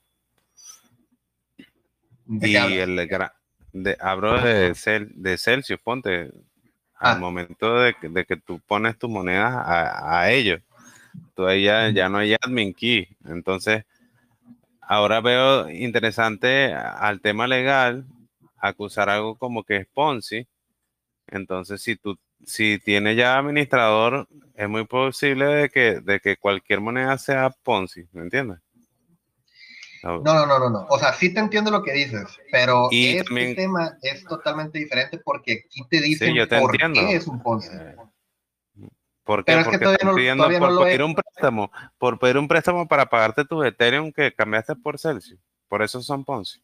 Y hablo de Celsius, ponte, al momento de que tú pones tus monedas a ellos, tú ahí ya no hay admin key. Entonces, ahora veo interesante al tema legal acusar algo como que es Ponzi. Entonces, si tiene ya administrador, es muy posible de que cualquier moneda sea Ponzi, ¿me entiendes?
No. O sea, sí te entiendo lo que dices, pero este tema es totalmente diferente porque aquí te dicen por qué es un Ponzi.
¿Por qué? Porque están pidiendo por pedir un préstamo para pagarte tu Ethereum que cambiaste por Celsius. Por eso son Ponzi.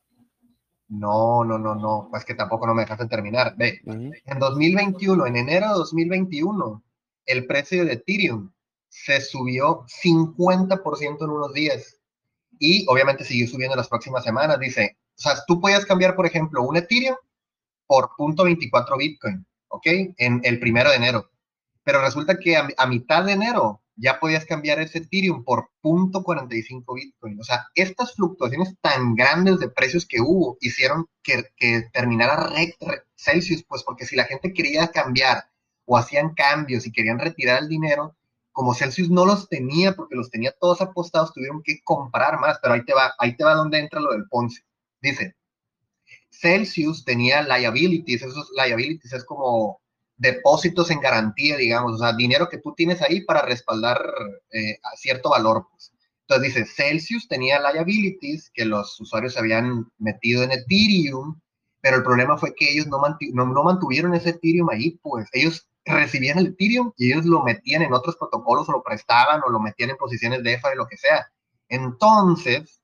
No, pues que tampoco no me dejaste terminar. Ve, en 2021, en enero de 2021, el precio de Ethereum se subió 50% en unos días. Y obviamente siguió subiendo en las próximas semanas. Dice, o sea, tú podías cambiar, por ejemplo, un Ethereum por 0.24 Bitcoin, ¿ok? En el 1 de enero. Pero resulta que a mitad de enero ya podías cambiar ese Ethereum por 0.45 Bitcoin. O sea, estas fluctuaciones tan grandes de precios que hubo hicieron que terminara Celsius, pues porque si la gente quería cambiar o hacían cambios y querían retirar el dinero, como Celsius no los tenía porque los tenía todos apostados, tuvieron que comprar más. Pero ahí te va donde entra lo del Ponzi. Dice, Celsius tenía liabilities. Esos liabilities es como depósitos en garantía, digamos, o sea, dinero que tú tienes ahí para respaldar a cierto valor, pues. Entonces dice, Celsius tenía liabilities que los usuarios habían metido en Ethereum, pero el problema fue que ellos no mantuvieron ese Ethereum ahí, pues. Ellos recibían el Ethereum y ellos lo metían en otros protocolos o lo prestaban o lo metían en posiciones de DeFi, lo que sea. Entonces,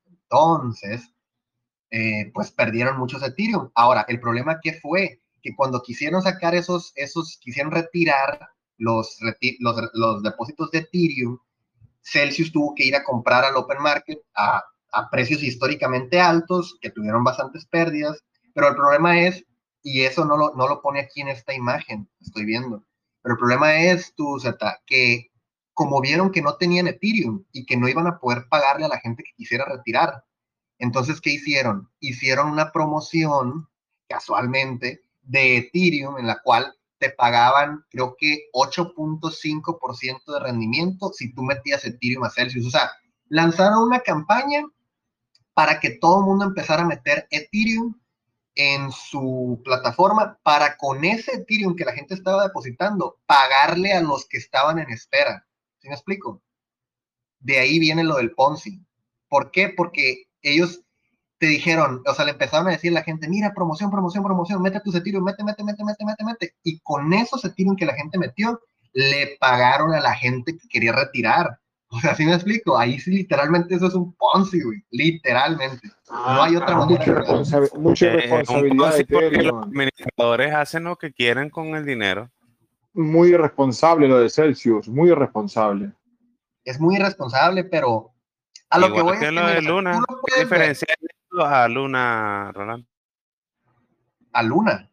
pues perdieron muchos Ethereum. Ahora, el problema que fue que cuando quisieron sacar quisieron retirar los depósitos de Ethereum, Celsius tuvo que ir a comprar al open market a precios históricamente altos, que tuvieron bastantes pérdidas, pero el problema es, y eso no lo pone aquí en esta imagen, estoy viendo, pero el problema es, Zeta, que como vieron que no tenían Ethereum y que no iban a poder pagarle a la gente que quisiera retirar, entonces, ¿qué hicieron? Hicieron una promoción, casualmente, de Ethereum, en la cual te pagaban, creo que 8.5% de rendimiento si tú metías Ethereum a Celsius. O sea, lanzaron una campaña para que todo el mundo empezara a meter Ethereum en su plataforma para con ese Ethereum que la gente estaba depositando, pagarle a los que estaban en espera. ¿Sí me explico? De ahí viene lo del Ponzi. ¿Por qué? Porque ellos te dijeron, o sea, le empezaron a decir a la gente, mira, promoción, mete tus Ethereum, mete. Y con esos Ethereum que la gente metió, le pagaron a la gente que quería retirar. O sea, ¿sí me explico? Ahí sí, literalmente eso es un Ponzi, güey. Literalmente. No hay otra manera.
Mucha responsabilidad de Ethereum.
Los administradores hacen lo que quieren con el dinero.
Muy irresponsable lo de Celsius, muy irresponsable.
Es muy irresponsable, pero a lo
igual
que voy
que
es
lo
que
de Luna. ¿Qué diferencia hay a Luna, Rolando?
¿A Luna?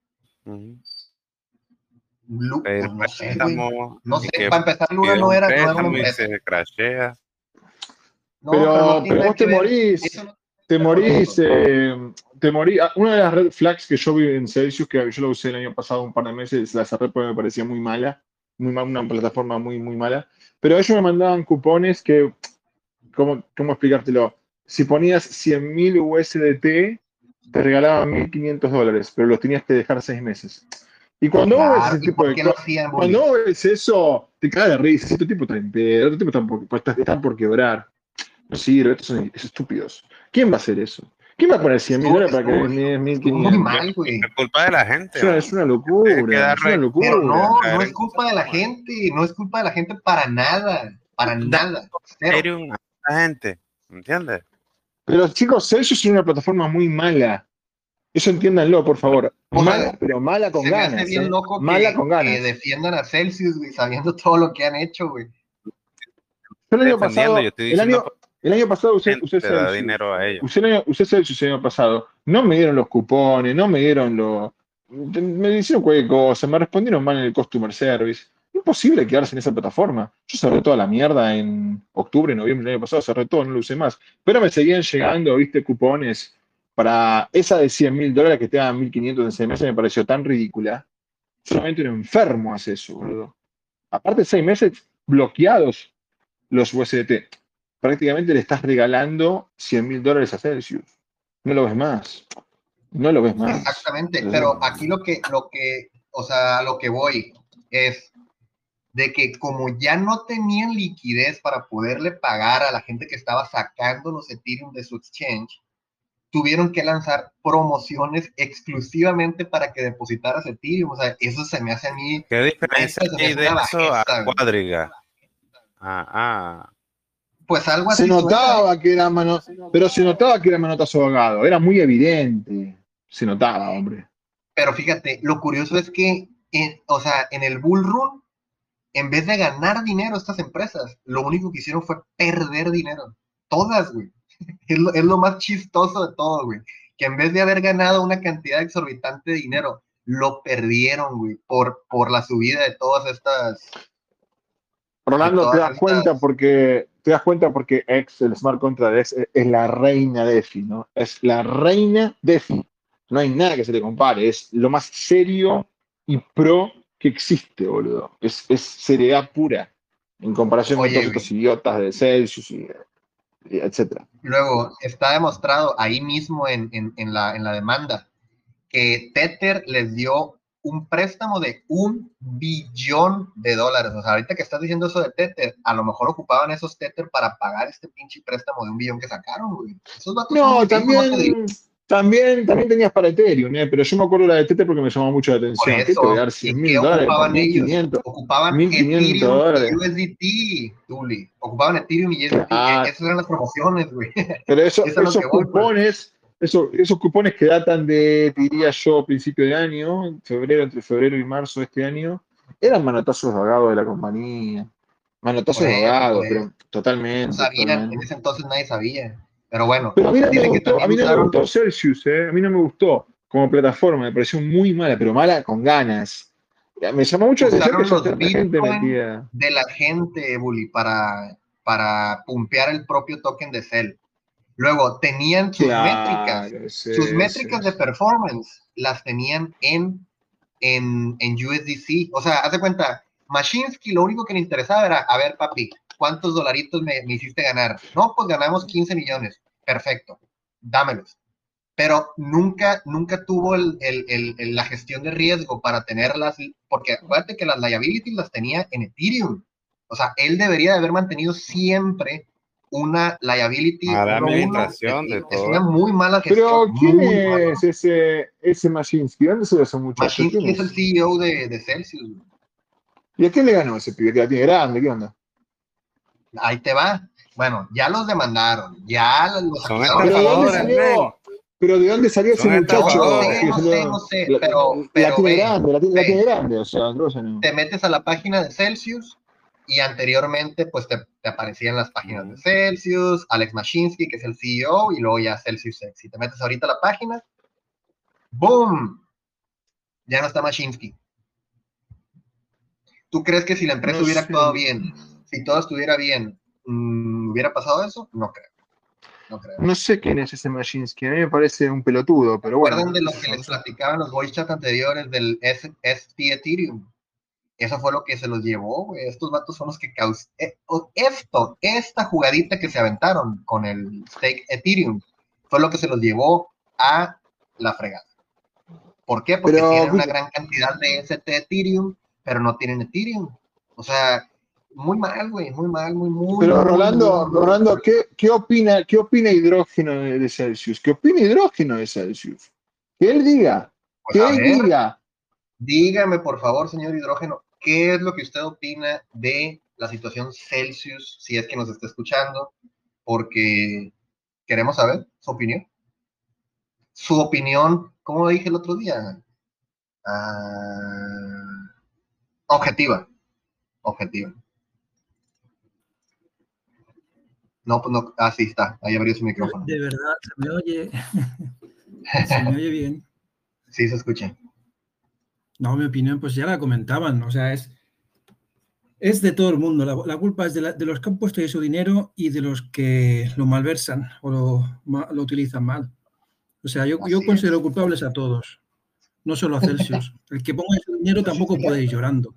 Pues
no sé, güey. No sé, para empezar, Luna no era una empresa.
Se crashea.
Pero vos te morís. Una de las red flags que yo vi en Celsius, que yo lo usé el año pasado un par de meses, la cerré porque me parecía muy mala, una plataforma muy mala. Pero ellos me mandaban cupones que, ¿cómo explicártelo? Si ponías 100.000 USDT, te regalaban $1.500, pero los tenías que dejar 6 meses. Y cuando vos ves ese tipo de cosas, cuando vos ves eso, te cae de risa. Este tipo está en pedo, este tipo está por quebrar. No sirve, estos son estúpidos. ¿Quién va a hacer eso? ¿Quién va a poner $100.000 para que den 1.500?
Muy mal, güey.
Es culpa de la gente.
Es una locura, es una locura.
Pero no es culpa de la gente, no es culpa de la gente para nada, para nada.
Ethereum a la gente, ¿entiendes?
Pero chicos, Celsius es una plataforma muy mala. Eso entiéndanlo, por favor. Mala, pero mala con ganas.
Se me hace bien loco
mala con ganas.
que defiendan a Celsius, güey, sabiendo todo lo que han hecho, güey.
Yo el año pasado, el año pasado usé
da dinero a ellos.
Usé Celsius el año pasado. No me dieron los cupones, no me dieron los... Me hicieron cualquier cosa, me respondieron mal en el Customer Service. Imposible quedarse en esa plataforma. Yo cerré toda la mierda en octubre, noviembre del año pasado, cerré todo, no lo usé más. Pero me seguían llegando, viste, cupones para esa de $100.000 que te daban 1.500 en 6 meses, me pareció tan ridícula. Solamente un enfermo hace eso, boludo. Aparte, 6 meses bloqueados los USDT. Prácticamente le estás regalando $100.000 a Celsius. No lo ves más. No lo ves más.
Exactamente, pero aquí lo que voy es de que como ya no tenían liquidez para poderle pagar a la gente que estaba sacando los Ethereum de su exchange, tuvieron que lanzar promociones exclusivamente para que depositaras Ethereum. O sea, eso se me hace a mí...
¿Qué diferencia hay de eso a Cuadriga?
Pues algo así.
Se notaba que era pero se notaba que era manotazo ahogado. Era muy evidente. Se notaba, hombre.
Pero fíjate, lo curioso es que, en el Bull Run, en vez de ganar dinero estas empresas, lo único que hicieron fue perder dinero. Todas, güey. Es lo más chistoso de todo, güey. Que en vez de haber ganado una cantidad exorbitante de dinero, lo perdieron, güey, por la subida de todas estas...
Rolando, te das cuenta porque el smart contract de X es la reina DeFi, ¿no? Es la reina DeFi. No hay nada que se le compare. Es lo más serio y pro que existe, boludo. Es seriedad pura en comparación con todos estos idiotas de Celsius y etcétera.
Luego, está demostrado ahí mismo en la demanda que Tether les dio un préstamo de $1 billón. O sea, ahorita que estás diciendo eso de Tether, a lo mejor ocupaban esos Tether para pagar este pinche préstamo de $1 billón que sacaron, güey. Esos datos
no, también tenías para Ethereum, pero yo me acuerdo la de Tether porque me llamó mucho la atención.
Por eso,
¿Qué te voy a dar $100.000?
Ocupaban ellos? Ocupaban Ethereum y USDT, Tuli. Ocupaban Ethereum y USDT. Esas eran las promociones, güey.
Pero esos cupones... Esos cupones que datan de, diría yo, principio de año, entre febrero y marzo de este año, eran manotazos ahogados de la compañía. Manotazos ahogados, pero totalmente.
Sabían, en ese entonces nadie sabía. Pero bueno.
Pero a mí no me gustó Celsius, a mí no me gustó como plataforma, me pareció muy mala, pero mala con ganas. Me llamó mucho la atención que
los Bitcoin de la gente, Bully, para pumpear el propio token de Cell. Luego, tenían sus métricas de performance, las tenían en USDC. O sea, haz de cuenta, Mashinsky lo único que le interesaba era, a ver, papi, ¿cuántos dolaritos me hiciste ganar? No, pues ganamos 15 millones. Perfecto, dámelos. Pero nunca tuvo la gestión de riesgo para tenerlas, porque acuérdate que las liabilities las tenía en Ethereum. O sea, él debería de haber mantenido siempre una liability. Es una muy mala gestión.
Pero ¿quién es ese Mashinsky? ¿Dónde se ve ese muchacho?
Mashinsky es el CEO de Celsius.
¿Y a quién le ganó ese pibe? Que la tiene grande, ¿qué onda?
Ahí te va. Bueno, ya los demandaron, ya los
¿Pero de dónde salió ese muchacho?
No sé, pero
la tiene grande, o sea, no.
Te metes a la página de Celsius y anteriormente pues te aparecían las páginas de Celsius, Alex Mashinsky, que es el CEO, y luego ya Celsius X. Si te metes ahorita a la página, ¡boom! Ya no está Mashinsky. ¿Tú crees que si la empresa hubiera actuado bien, si todo estuviera bien, hubiera pasado eso? No creo.
No sé quién es ese Mashinsky, a mí me parece un pelotudo, pero bueno.
¿Recuerdan de lo que les platicaban los voice chat anteriores del ST Ethereum? Eso fue lo que se los llevó, güey. Estos vatos son los que esta jugadita que se aventaron con el stake Ethereum fue lo que se los llevó a la fregada. ¿Por qué? Porque tienen una gran cantidad de ST Ethereum, pero no tienen Ethereum. O sea, muy mal, güey, muy mal, muy.
Pero Rolando, ¿qué opina Hidrógeno de Celsius? ¿Qué opina Hidrógeno de Celsius? Que él diga,
Pues
que
a
él
ver,
diga.
dígame, por favor, señor Hidrógeno, ¿qué es lo que usted opina de la situación Celsius, si es que nos está escuchando? Porque queremos saber su opinión. Su opinión, como dije el otro día, objetiva. No, pues no, sí está, ahí abrió su micrófono.
De verdad, se me oye. Se me oye bien.
Sí, se escucha.
No, mi opinión, pues ya la comentaban, o sea, es de todo el mundo. La culpa es de los que han puesto ahí su dinero y de los que lo malversan o lo utilizan mal. O sea, yo considero culpables a todos, no solo a Celsius. El que ponga su dinero tampoco puede ir llorando.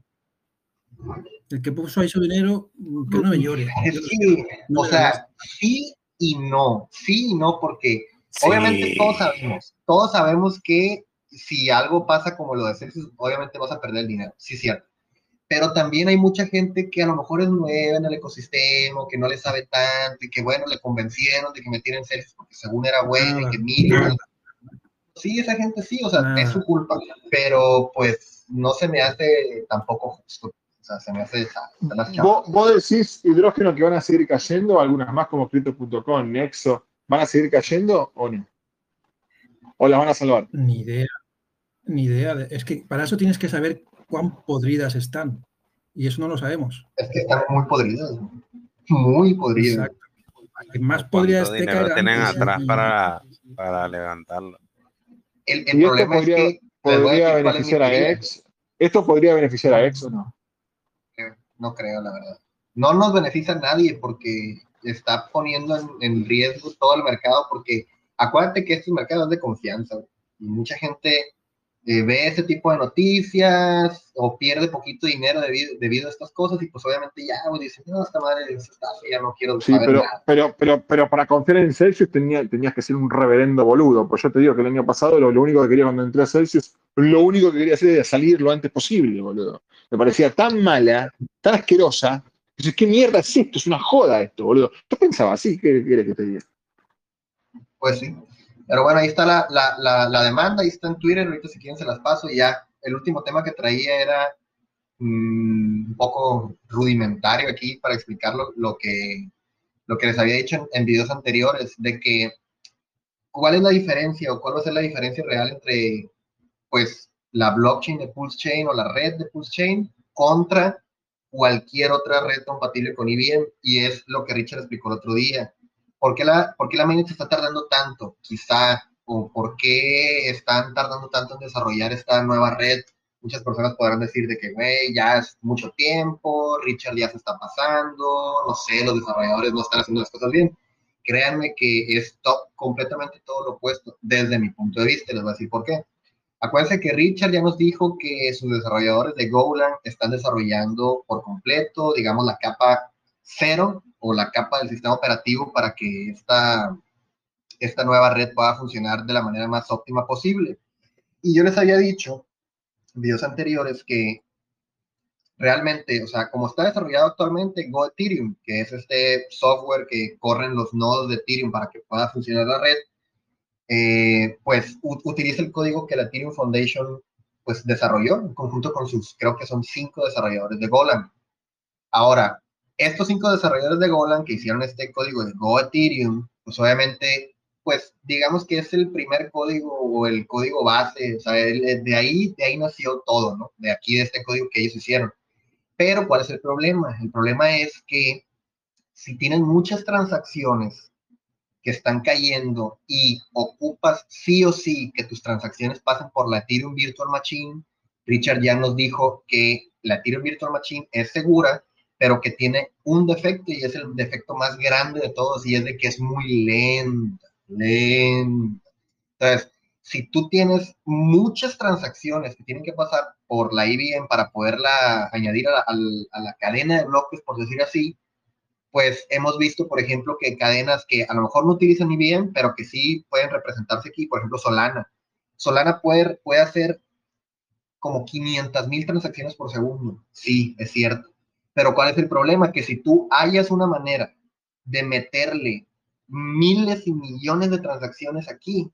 El que puso ahí su dinero, que no me llore.
Sí,
no
o sea, sí y no, porque obviamente todos sabemos que si algo pasa como lo de Celsius, obviamente vas a perder el dinero, sí, cierto. Pero también hay mucha gente que a lo mejor es nueva en el ecosistema, que no le sabe tanto, y que bueno, le convencieron de que metieran Celsius porque según era bueno y que sí, esa gente sí, o sea, es su culpa, pero pues no se me hace tampoco justo. O sea, se me hace
¿Vos decís, Hidrógeno, que van a seguir cayendo? Algunas más como Crypto.com, Nexo, ¿van a seguir cayendo o no? ¿O las van a salvar?
Ni idea. Es que para eso tienes que saber cuán podridas están. Y eso no lo sabemos.
Es que están muy podridas. Muy podridas.
Exacto. Que más podría
¿Cuánto dinero tienen atrás para levantarlo?
El problema es que
podría beneficiar a X. ¿Esto podría beneficiar a X o no?
No creo, la verdad. No nos beneficia a nadie porque está poniendo en riesgo todo el mercado, porque acuérdate que estos mercados de confianza, y mucha gente ve ese tipo de noticias o pierde poquito dinero debido a estas cosas, y pues obviamente ya dicen, no, esta madre es estafa, ya no quiero saber nada.
Pero para confiar en Celsius tenías que ser un reverendo boludo. Pues yo te digo que el año pasado lo único que quería cuando entré a Celsius, lo único que quería hacer era salir lo antes posible, boludo. Me parecía tan mala, tan asquerosa. ¿Qué mierda es esto? Es una joda esto, boludo. Yo pensaba así, ¿qué querés que te diga?
Pues sí. Pero bueno, ahí está la demanda, ahí está en Twitter, ahorita si quieren se las paso, y ya el último tema que traía era un poco rudimentario aquí para explicar lo que les había dicho en videos anteriores, de que cuál es la diferencia o cuál va a ser la diferencia real entre pues la blockchain de Pulse Chain o la red de Pulse Chain contra cualquier otra red compatible con EVM, y es lo que Richard explicó el otro día. ¿Por qué la mainnet se está tardando tanto? Quizá, o por qué están tardando tanto en desarrollar esta nueva red. Muchas personas podrán decir de que, güey, ya es mucho tiempo, Richard ya se está pasando, no sé, los desarrolladores no están haciendo las cosas bien. Créanme que es completamente todo lo opuesto, desde mi punto de vista, les voy a decir por qué. Acuérdense que Richard ya nos dijo que sus desarrolladores de Golang están desarrollando por completo, digamos, la capa 0 o la capa del sistema operativo para que esta nueva red pueda funcionar de la manera más óptima posible. Y yo les había dicho en videos anteriores que realmente, o sea, como está desarrollado actualmente Go Ethereum, que es este software que corren los nodos de Ethereum para que pueda funcionar la red, pues utiliza el código que la Ethereum Foundation pues desarrolló en conjunto con sus, creo que son 5 desarrolladores de Golang. Ahora, estos 5 desarrolladores de Golang que hicieron este código de Go Ethereum, pues obviamente, pues digamos que es el primer código o el código base, o sea, de ahí nació todo, ¿no? De aquí, de este código que ellos hicieron. Pero, ¿cuál es el problema? El problema es que si tienen muchas transacciones que están cayendo y ocupas sí o sí que tus transacciones pasen por la Ethereum Virtual Machine, Richard ya nos dijo que la Ethereum Virtual Machine es segura, pero que tiene un defecto, y es el defecto más grande de todos, y es de que es muy lenta. Entonces, si tú tienes muchas transacciones que tienen que pasar por la EVM para poderla añadir a la cadena de bloques, por decir así, pues hemos visto, por ejemplo, que cadenas que a lo mejor no utilizan EVM, pero que sí pueden representarse aquí, por ejemplo, Solana. Solana puede hacer como 500,000 transacciones por segundo. Sí, es cierto. Pero ¿cuál es el problema? Que si tú hayas una manera de meterle miles y millones de transacciones aquí,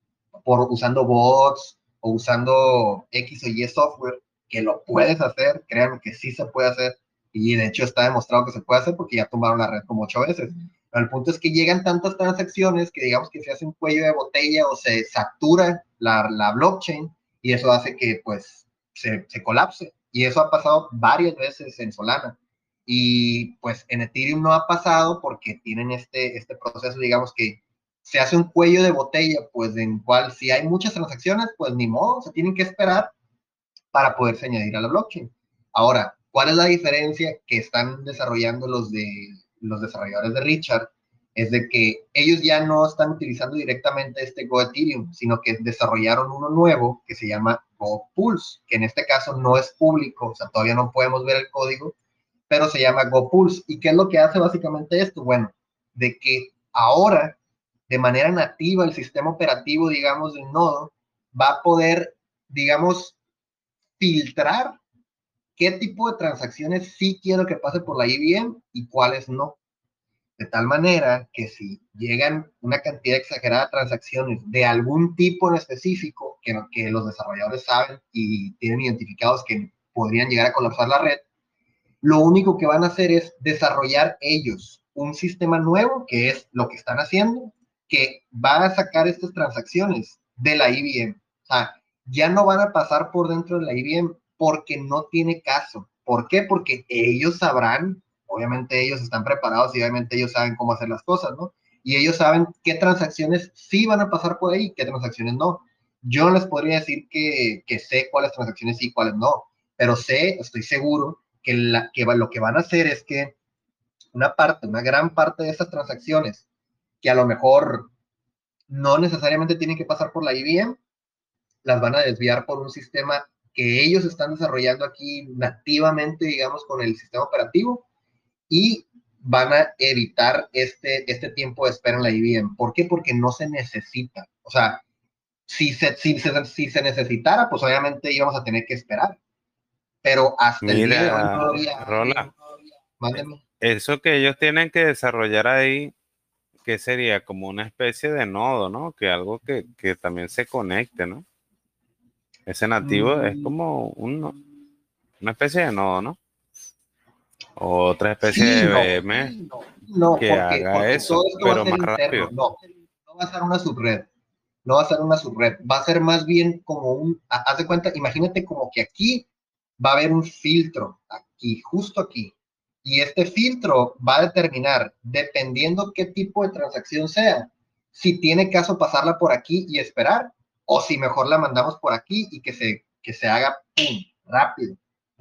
usando bots o usando X o Y software, que lo puedes hacer, créanme que sí se puede hacer, y de hecho está demostrado que se puede hacer porque ya tumbaron la red como 8 veces. Pero el punto es que llegan tantas transacciones que digamos que se hace un cuello de botella o se satura la blockchain, y eso hace que pues se colapse. Y eso ha pasado varias veces en Solana. Y pues en Ethereum no ha pasado porque tienen este proceso, digamos que se hace un cuello de botella, pues en cual si hay muchas transacciones, pues ni modo, se tienen que esperar para poderse añadir a la blockchain. Ahora, ¿cuál es la diferencia que están desarrollando los desarrolladores de Richard? Es de que ellos ya no están utilizando directamente este Go Ethereum, sino que desarrollaron uno nuevo que se llama Go Pulse, que en este caso no es público, o sea, todavía no podemos ver el código, pero se llama Go Pulse. ¿Y qué es lo que hace básicamente esto? Bueno, de que ahora, de manera nativa, el sistema operativo, digamos, del nodo, va a poder, digamos, filtrar qué tipo de transacciones sí quiero que pase por la IBM y cuáles no. De tal manera que si llegan una cantidad exagerada de transacciones de algún tipo en específico que los desarrolladores saben y tienen identificados que podrían llegar a colapsar la red, lo único que van a hacer es desarrollar ellos un sistema nuevo, que es lo que están haciendo, que va a sacar estas transacciones de la IBM. O sea, ya no van a pasar por dentro de la IBM porque no tiene caso. ¿Por qué? Porque ellos sabrán, obviamente ellos están preparados y obviamente ellos saben cómo hacer las cosas, ¿no? Y ellos saben qué transacciones sí van a pasar por ahí, qué transacciones no. Yo no les podría decir que sé cuáles transacciones sí y cuáles no, pero estoy seguro que lo que van a hacer es que una gran parte de esas transacciones que a lo mejor no necesariamente tienen que pasar por la IBM, las van a desviar por un sistema que ellos están desarrollando aquí nativamente, digamos, con el sistema operativo, y van a evitar este tiempo de espera en la IBM. ¿Por qué? Porque no se necesita. O sea, si se necesitara, pues obviamente íbamos a tener que esperar. Pero hasta el día de hoy todavía...
Rola,
Mándeme.
eso que ellos tienen que desarrollar ahí, que sería como una especie de nodo, ¿no? Que algo que también se conecte, ¿no? Ese nativo es como una especie de nodo, ¿no? O otra especie de VM que haga eso, pero más rápido.
No va a ser una subred. No va a ser una subred. Va a ser más bien como haz de cuenta, imagínate como que aquí va a haber un filtro, aquí, justo aquí. Y este filtro va a determinar, dependiendo qué tipo de transacción sea, si tiene caso pasarla por aquí y esperar, o si mejor la mandamos por aquí y que se haga pum, rápido.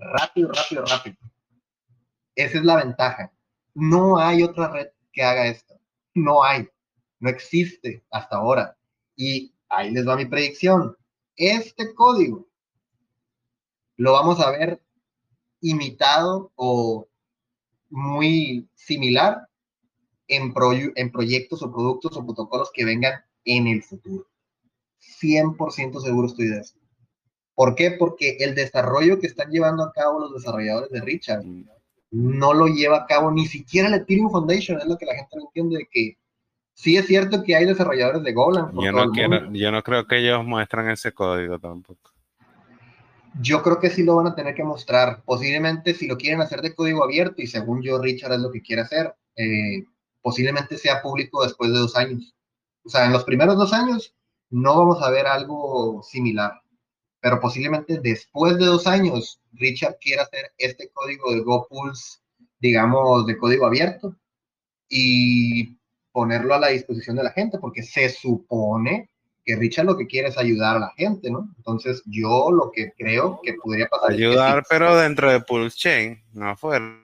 Esa es la ventaja. No hay otra red que haga esto. No hay. No existe hasta ahora. Y ahí les va mi predicción. Este código lo vamos a ver imitado o muy similar en proyectos o productos o protocolos que vengan en el futuro. 100% seguro estoy de eso. ¿Por qué? Porque el desarrollo que están llevando a cabo los desarrolladores de Richard no lo lleva a cabo ni siquiera el Ethereum Foundation. Es lo que la gente no entiende, de que sí es cierto que hay desarrolladores de Golang.
Yo no creo que ellos muestran ese código tampoco.
Yo creo que sí lo van a tener que mostrar. Posiblemente si lo quieren hacer de código abierto, y según yo Richard es lo que quiere hacer, posiblemente sea público después de 2 años. O sea, en los primeros 2 años no vamos a ver algo similar. Pero posiblemente después de 2 años, Richard quiera hacer este código de GoPulse, digamos, de código abierto, y ponerlo a la disposición de la gente, porque se supone que Richard lo que quiere es ayudar a la gente, ¿no? Entonces, yo lo que creo que podría pasar
ayudar,
es que
pero dentro de Pulse Chain, no afuera.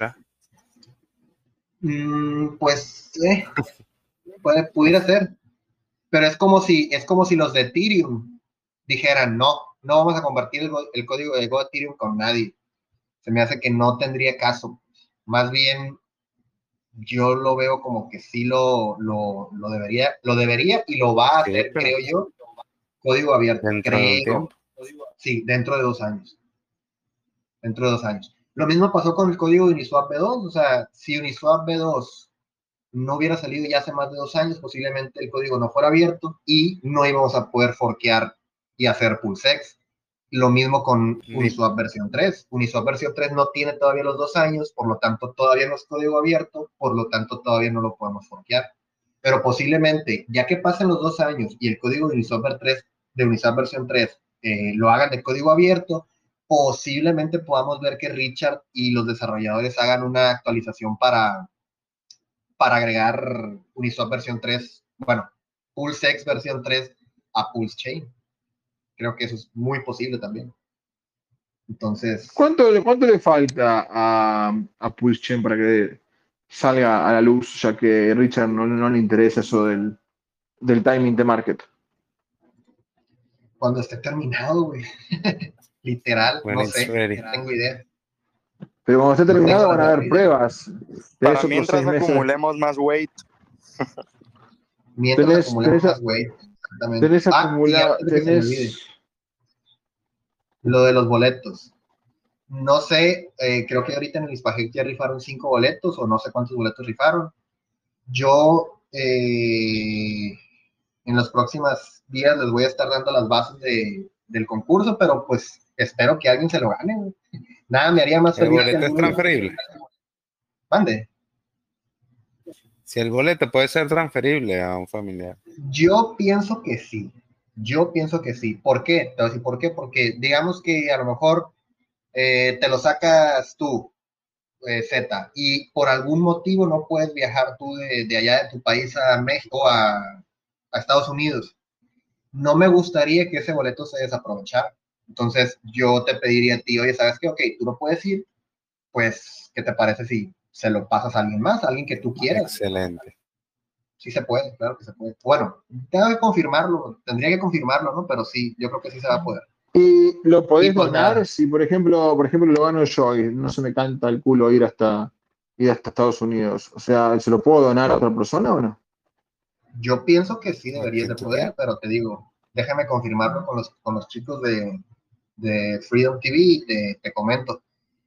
Pues, pudiera ser. Pero es como si los de Ethereum dijeran, no vamos a compartir el código de Go Ethereum con nadie. Se me hace que no tendría caso. Más bien, yo lo veo como que sí lo debería y lo va a hacer, creo yo, código abierto.
Dentro de un tiempo.
Sí, dentro de 2 años. Dentro de 2 años. Lo mismo pasó con el código Uniswap B2, o sea, si Uniswap B2 no hubiera salido ya hace más de 2 años, posiblemente el código no fuera abierto y no íbamos a poder forkear y hacer PulseX. Lo mismo con Uniswap versión 3. Uniswap versión 3 no tiene todavía los 2 años, por lo tanto todavía no es código abierto, por lo tanto todavía no lo podemos forkear. Pero posiblemente, ya que pasen los 2 años y el código de Uniswap versión 3 lo hagan de código abierto, posiblemente podamos ver que Richard y los desarrolladores hagan una actualización para agregar Uniswap versión 3, bueno, PulseX versión 3 a PulseChain. Creo que eso es muy posible también. Entonces,
¿Cuánto le falta a PulseChain para que salga a la luz, ya que Richard no le interesa eso del timing de market?
cuando esté terminado, güey. Literal,
When
no
it's
sé,
ready.
no tengo idea.
Pero cuando esté
No
terminado
tengo
van a
la
haber pruebas. Tenés
Para
otros
mientras
6 meses.
acumulemos más weight.
Mientras acumulemos más weight, exactamente.
Tenés
Y
acumulado,
antes de que se me olvide, lo de los boletos. No sé, creo que ahorita en el Hispajec ya rifaron 5 boletos o no sé cuántos boletos rifaron. Yo en los próximos días les voy a estar dando las bases del concurso, pero pues espero que alguien se lo gane, güey. Nada me haría más
¿El
feliz que
boleto es
alguno-
transferible?
Mande.
Si el boleto puede ser transferible a un familiar.
Yo pienso que sí. Yo pienso que sí. ¿Por qué? Te voy a decir por qué. Porque digamos que a lo mejor te lo sacas tú, Z, y por algún motivo no puedes viajar tú de allá de tu país a México, a Estados Unidos. No me gustaría que ese boleto se desaprovechara. Entonces yo te pediría a ti, oye, ¿sabes qué? Ok, tú no puedes ir, pues, ¿qué te parece si se lo pasas a alguien más, a alguien que tú quieras?
Excelente.
Sí se puede, claro que se puede. Bueno, tengo que confirmarlo, tendría que confirmarlo, ¿no? Pero sí, yo creo que sí se va a poder.
Y lo podés
Y pues
donar
nada.
si, por ejemplo, lo gano yo y no se me canta el culo ir hasta Estados Unidos. O sea, ¿se lo puedo donar a otra persona o no?
Yo pienso que sí deberías de poder, pero te digo, déjame confirmarlo con los chicos de Freedom TV y te comento.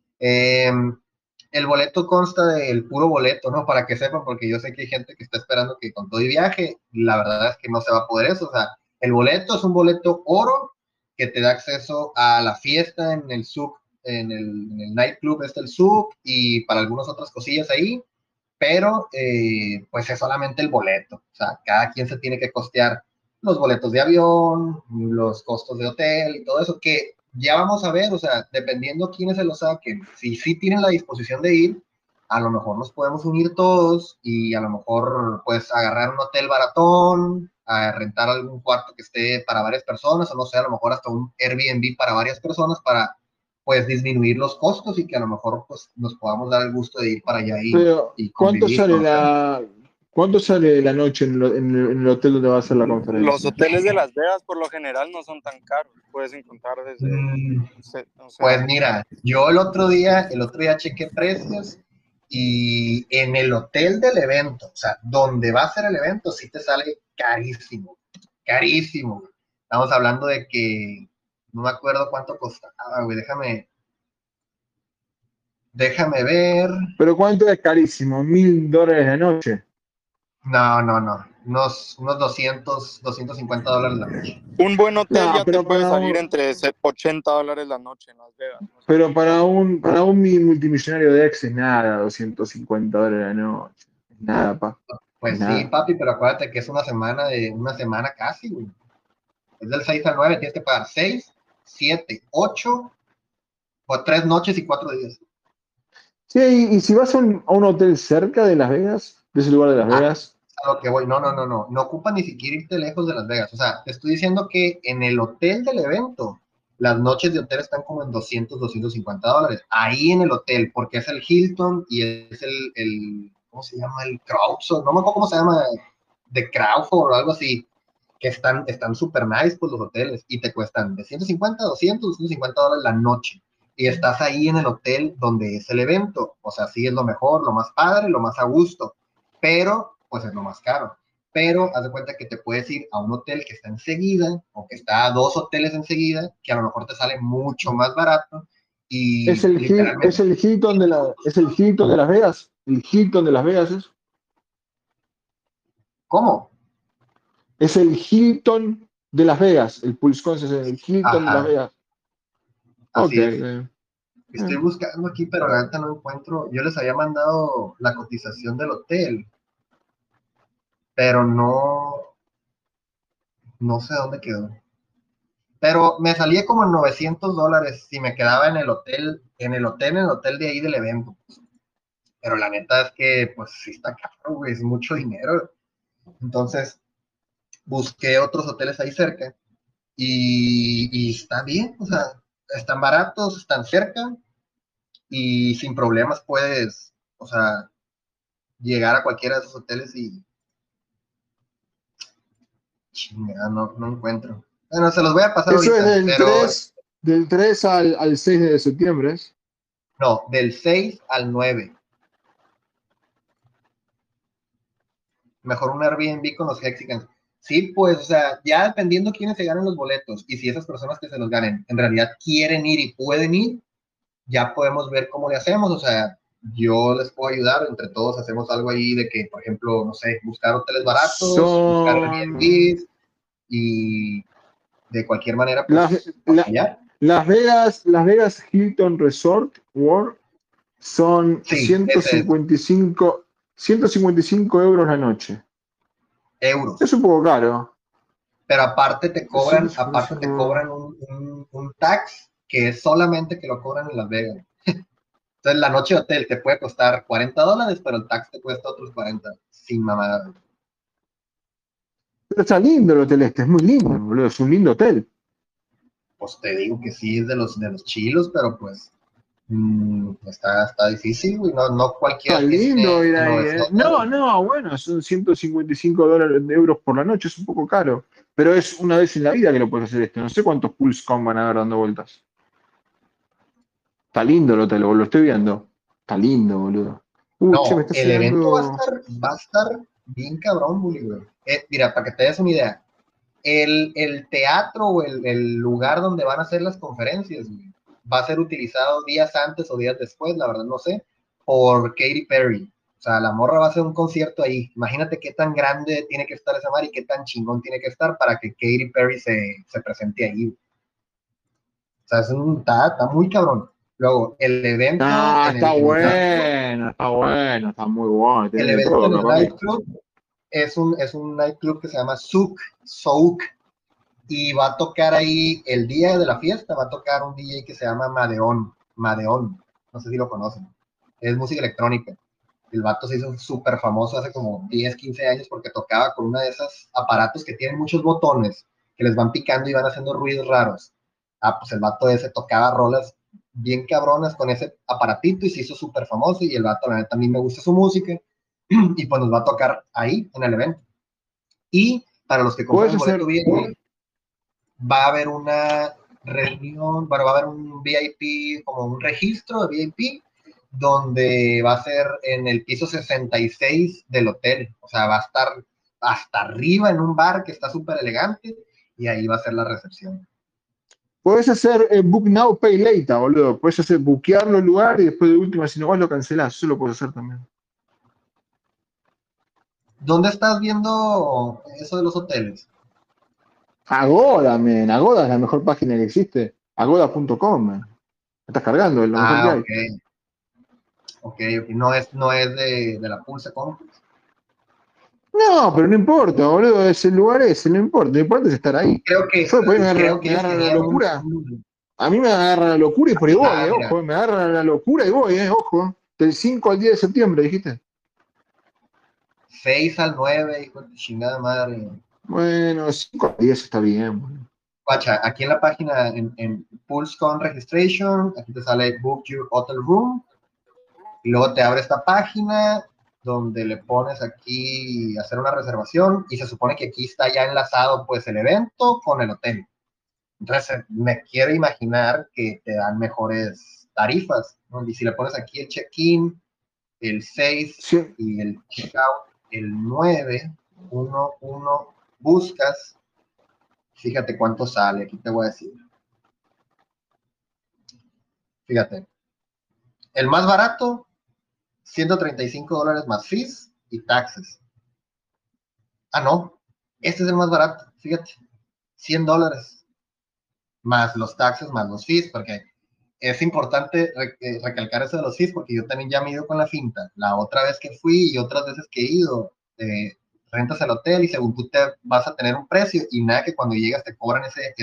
El boleto consta del puro boleto, ¿no? Para que sepan, porque yo sé que hay gente que está esperando que con todo y viaje, la verdad es que no se va a poder eso. O sea, el boleto es un boleto oro que te da acceso a la fiesta en el SUC, en el nightclub el SUC y para algunas otras cosillas ahí, pero pues es solamente el boleto. O sea, cada quien se tiene que costear los boletos de avión, los costos de hotel y todo eso, que ya vamos a ver, o sea, dependiendo quiénes se lo saquen, si sí tienen la disposición de ir, a lo mejor nos podemos unir todos y a lo mejor pues agarrar un hotel baratón, a rentar algún cuarto que esté para varias personas, o no sé, a lo mejor hasta un Airbnb para varias personas para pues disminuir los costos y que a lo mejor pues nos podamos dar el gusto de ir para allá
Pero,
y
¿cuánto
convivir,
sale
conocer.
¿cuánto sale la noche en el hotel donde va a ser la
Los
conferencia?
hoteles de Las Vegas por lo general no son tan caros. Puedes encontrar desde... o sea,
Pues mira, yo el otro día chequé precios y en el hotel del evento, o sea, donde va a ser el evento, sí te sale carísimo, carísimo. Estamos hablando de que no me acuerdo cuánto costaba, güey, déjame ver.
¿Pero cuánto es carísimo? $1,000 la noche.
No, unos $250 la noche.
un buen hotel
No,
ya te
pero
puede
para
salir
un,
entre $80 la noche en Las Vegas. No sé.
pero para un multimillonario de ex es nada, $250 la noche. Es nada, pa.
Pues
Es
sí,
nada.
papi, pero acuérdate que es una semana casi, güey. Es del 6 al 9, tienes que pagar 6, 7, 8 o 3 noches y 4 días.
Sí, y si vas a un hotel cerca de Las Vegas, de ese lugar de Las Vegas,
A lo que voy, no ocupa ni siquiera irte lejos de Las Vegas. O sea, te estoy diciendo que en el hotel del evento, las noches de hotel están como en $200, $250. Ahí en el hotel, porque es el Hilton y es ¿cómo se llama? El Crawford, no me acuerdo cómo se llama, de Crawford o algo así, que están super nice, pues los hoteles, y te cuestan de 150, 200, $250 la noche. Y estás ahí en el hotel donde es el evento. O sea, sí es lo mejor, lo más padre, lo más a gusto, pero pues es lo más caro. Pero haz de cuenta que te puedes ir a un hotel que está enseguida o que está a 2 hoteles enseguida, que a lo mejor te sale mucho más barato Y
¿Es el Hilton de Las Vegas? ¿El Hilton de Las Vegas es?
¿Cómo?
Es el Hilton de Las Vegas. El PulseCon es el Hilton de Las
Ajá,
Vegas.
así
Ok.
es. Estoy buscando aquí, pero la neta no encuentro. Yo les había mandado la cotización del hotel, pero no sé dónde quedó. Pero me salía como en $900 si me quedaba en el hotel de ahí del evento. Pero la neta es que, pues sí está caro, güey, es mucho dinero. Entonces, busqué otros hoteles ahí cerca y está bien, o sea, están baratos, están cerca y sin problemas puedes, o sea, llegar a cualquiera de esos hoteles y chingada, no encuentro. Bueno, se los voy a pasar
Eso es
ahorita, pero
del 3 al 6 de septiembre. ¿Es?
no, del 6 al 9. Mejor un Airbnb con los Hexicans. Sí, pues, o sea, ya dependiendo quiénes se ganen los boletos y si esas personas que se los ganen en realidad quieren ir y pueden ir, ya podemos ver cómo le hacemos. O sea, yo les puedo ayudar, entre todos hacemos algo ahí de que, por ejemplo, no sé, buscar hoteles baratos, buscar Airbnbs y de cualquier manera, pues, apoyar.
Las Vegas Hilton Resort World son
Sí, ese es
155 euros la noche.
euros.
Es un poco caro.
Pero aparte te cobran
155.
un tax que es solamente que lo cobran en Las Vegas. Entonces la noche de hotel te puede costar $40, pero el tax te cuesta otros 40, sin mamada.
Pero está lindo el hotel este, es muy lindo, boludo. Es un lindo hotel.
Pues te digo que sí es de los chilos, pero pues está difícil, güey. No cualquiera
Está
tiene
lindo ir ahí, ¿eh?
$900.
No, bueno, son 155 euros por la noche, es un poco caro. Pero es una vez en la vida que lo puedes hacer esto. No sé cuántos PulseCon van a ver dando vueltas. Está lindo el hotel, lo estoy viendo. Está lindo, boludo. Che, me
No,
está
el evento
llegando.
va a estar bien cabrón, güey. Mira, para que te des una idea, el teatro o el lugar donde van a hacer las conferencias, güey, va a ser utilizado días antes o días después, la verdad no sé, por Katy Perry. O sea, la morra va a hacer un concierto ahí. Imagínate qué tan grande tiene que estar esa mar y qué tan chingón tiene que estar para que Katy Perry se presente ahí. O sea, está muy cabrón. Luego, el evento
Ah,
en el nightclub,
está muy bueno.
el
Tienen de
evento
todo,
en el
capaz.
nightclub es un nightclub que se llama Souk, y va a tocar ahí el día de la fiesta, va a tocar un DJ que se llama Madeon, no sé si lo conocen, es música electrónica. El vato se hizo súper famoso hace como 10, 15 años porque tocaba con una de esos aparatos que tienen muchos botones que les van picando y van haciendo ruidos raros. Pues el vato ese tocaba rolas bien cabronas con ese aparatito y se hizo súper famoso, y el vato, la neta, también me gusta su música y pues nos va a tocar ahí en el evento. Y para los que compran
Puedes
el
hacer.
boleto VIP, va a haber una reunión, bueno, va a haber un VIP, como un registro de VIP, donde va a ser en el piso 66 del hotel. O sea, va a estar hasta arriba en un bar que está súper elegante, y ahí va a ser la recepción.
Puedes hacer Book Now, Pay Later, boludo. Puedes hacer buquearlo el lugar y después de última, si no vas, lo cancelás. Eso lo puedes hacer también.
¿Dónde estás viendo eso de los hoteles?
Agoda, men. Agoda es la mejor página que existe. Agoda.com, man. Me estás cargando, es lo mejor que hay.
Ok. No es de la Pulse Conference.
No, pero no importa, boludo. Es el lugar ese, no importa. Lo importante es estar ahí.
Creo que
Me
ellos
agarra la
tenían
locura. A mí me agarra la locura y por ahí voy, ojo. Me agarra la locura y voy, ojo. Del 5 al 10 de septiembre, dijiste.
6 al 9, hijo de chingada madre.
Bueno, 5 al 10 está bien, boludo.
Guacha, aquí en la página, en PulseCon Registration, aquí te sale Book Your Hotel Room, y luego te abre esta página donde le pones aquí hacer una reservación, y se supone que aquí está ya enlazado pues el evento con el hotel. Entonces me quiero imaginar que te dan mejores tarifas, ¿no? Y si le pones aquí el check-in, el 6 y el check-out, el 9, 1, buscas. Fíjate cuánto sale, aquí te voy a decir. fíjate, el más barato, $135 más fees y taxes. Ah, no, este es el más barato, fíjate, $100 más los taxes, más los fees, porque es importante recalcar eso de los fees, porque yo también ya me he ido con la finta. La otra vez que fui y otras veces que he ido, rentas el hotel y según tú te vas a tener un precio y nada que cuando llegas te cobran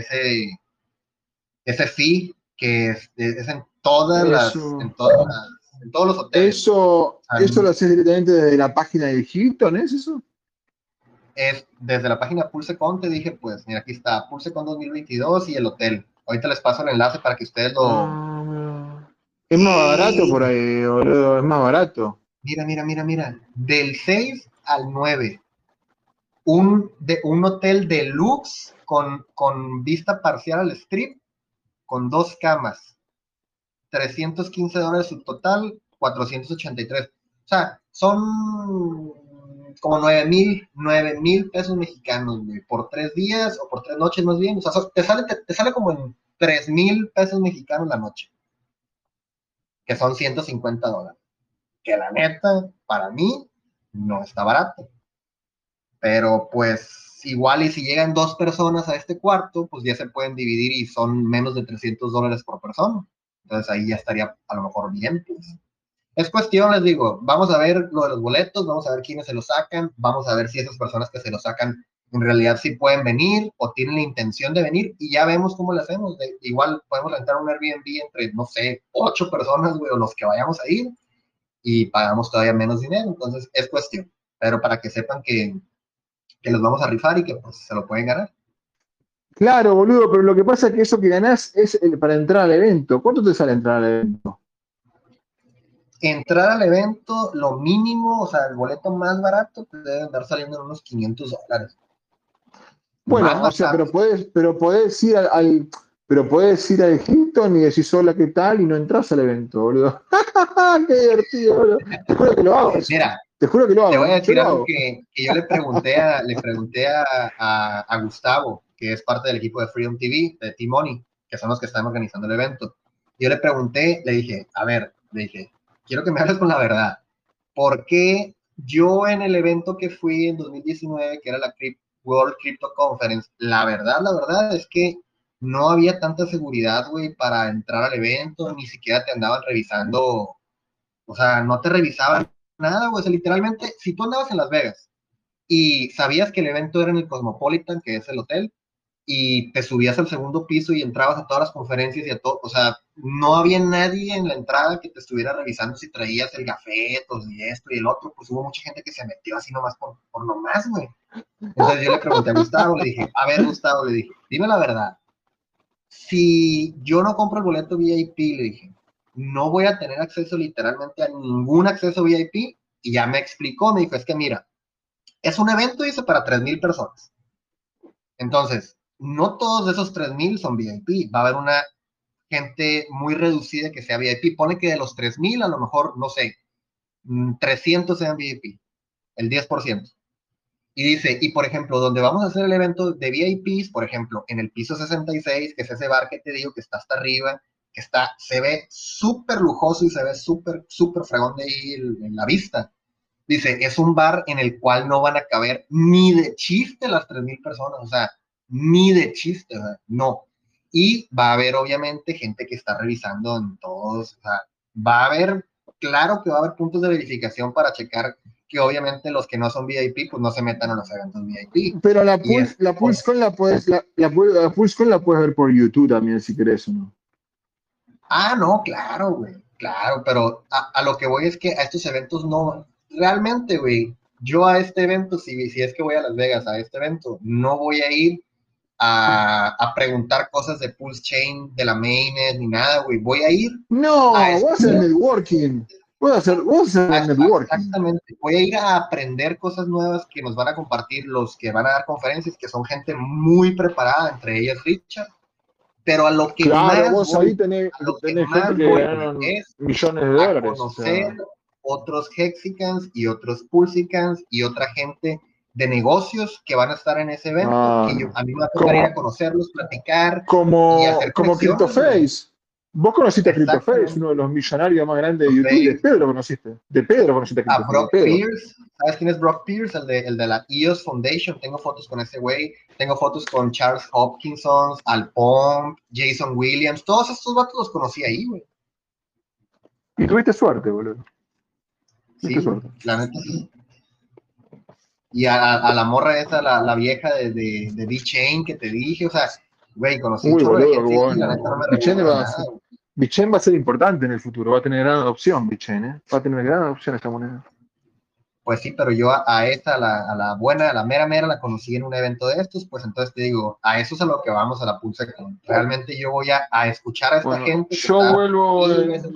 ese fee que es en todas las, en todos los hoteles.
Eso lo haces directamente desde la página de Hilton, ¿es eso?
Es desde la página PulseCon, te dije, pues, mira, aquí está, PulseCon 2022 y el hotel. Ahorita les paso el enlace para que ustedes lo...
Es más barato por ahí, boludo, es más barato.
Mira. Del 6 al 9. Un hotel deluxe con vista parcial al strip, con 2 camas. $315 subtotal, 483. O sea, son como 9,000 pesos mexicanos, güey, por 3 días o por 3 noches más bien. O sea, te sale como en 3,000 pesos mexicanos la noche, que son $150. Que la neta, para mí, no está barato. Pero pues igual y si llegan 2 personas a este cuarto, pues ya se pueden dividir y son menos de $300 por persona. Entonces ahí ya estaría a lo mejor bien, pues. Es cuestión, les digo, vamos a ver lo de los boletos, vamos a ver quiénes se los sacan, vamos a ver si esas personas que se los sacan en realidad sí pueden venir o tienen la intención de venir y ya vemos cómo lo hacemos. Igual podemos rentar un Airbnb entre, no sé, 8 personas, güey, o los que vayamos a ir y pagamos todavía menos dinero. Entonces es cuestión, pero para que sepan que los vamos a rifar y que pues se lo pueden ganar.
Claro, boludo, pero lo que pasa es que eso que ganás es para entrar al evento. ¿Cuánto te sale entrar al evento?
Entrar al evento, lo mínimo, o sea, el boleto más barato, pues debe andar saliendo en unos $500.
Bueno, o sea, pero podés ir pero podés ir al Hilton y decir hola, ¿qué tal? Y no entras al evento, boludo. Qué divertido, boludo. Te juro que lo hago.
Mira,
te juro que lo hago.
Te voy a decir algo que yo le pregunté a Gustavo, que es parte del equipo de Freedom TV, de T-Money, que son los que están organizando el evento. Yo le pregunté, le dije, quiero que me hables con la verdad. ¿Por qué yo en el evento que fui en 2019, que era la World Crypto Conference, la verdad es que no había tanta seguridad, güey, para entrar al evento, ni siquiera te andaban revisando, o sea, no te revisaban nada, güey, o sea, literalmente, si tú andabas en Las Vegas y sabías que el evento era en el Cosmopolitan, que es el hotel, y te subías al segundo piso y entrabas a todas las conferencias y a todo, o sea, no había nadie en la entrada que te estuviera revisando si traías el gafetos y esto y el otro, pues hubo mucha gente que se metió así nomás por nomás, güey. Entonces yo le pregunté a Gustavo, le dije, a ver, Gustavo, le dije, dime la verdad, si yo no compro el boleto VIP, le dije, no voy a tener acceso literalmente a ningún acceso VIP, y ya me explicó, me dijo, es que mira, es un evento, dice, para 3,000 personas. Entonces, no todos esos 3,000 son VIP, va a haber una gente muy reducida que sea VIP, pone que de los 3,000 a lo mejor, no sé, 300 sean VIP, el 10%. Y dice, y por ejemplo, donde vamos a hacer el evento de VIPs, por ejemplo, en el piso 66, que es ese bar que te digo que está hasta arriba, que se ve súper lujoso y se ve súper fregón de ahí en la vista. Dice, es un bar en el cual no van a caber ni de chiste las 3,000 personas, o sea, ni de chiste, o sea, no. Y va a haber, obviamente, gente que está revisando en todos, o sea, claro que va a haber puntos de verificación para checar que obviamente los que no son VIP, pues no se metan a los eventos VIP.
Pero la PulseCon la puedes ver por YouTube también, si querés, ¿o no?
Ah, no, claro, güey, claro, pero a lo que voy es que a estos eventos no, realmente, güey, yo a este evento, si es que voy a Las Vegas a este evento, no voy a ir a preguntar cosas de Pulse Chain, de la mainnet, ni nada, güey, voy a ir.
No, voy a hacer networking. Voy a hacer networking.
Exactamente, voy a ir a aprender cosas nuevas que nos van a compartir los que van a dar conferencias, que son gente muy preparada, entre ellas Richard. Pero a lo que
claro,
más
vos
voy,
ahí tenés gente que ganaron
es
millones de dólares.
A conocer otros Hexicans y otros Pulsicans y otra gente de negocios que van a estar en ese evento, que a mí me va a tocar ir a conocerlos, platicar
como
y hacer
CryptoFace. Vos conociste a CryptoFace, uno de los millonarios más grandes de YouTube. De Pedro conociste. De Pedro conociste a CryptoFace.
Brock Pierce. ¿Sabes quién es Brock Pierce? El de la EOS Foundation. Tengo fotos con ese güey. Tengo fotos con Charles Hopkinson, Al Pomp, Jason Williams. Todos estos vatos los conocí ahí, güey.
Y tuviste suerte, boludo.
Sí, la neta sí. Y a la morra esa, la vieja de V-Chain que te dije, o sea, güey, conocí un chorro de gente y la neta no me recuerdo nada.
VeChain va a ser importante en el futuro, va a tener gran adopción VeChain, va a tener gran adopción esta moneda.
Pues sí, pero yo a esta, a la buena, a la mera, la conocí en un evento de estos, pues entonces te digo, a eso es a lo que vamos a la PulseCon. Realmente yo voy a escuchar a esta gente.
Yo vuelvo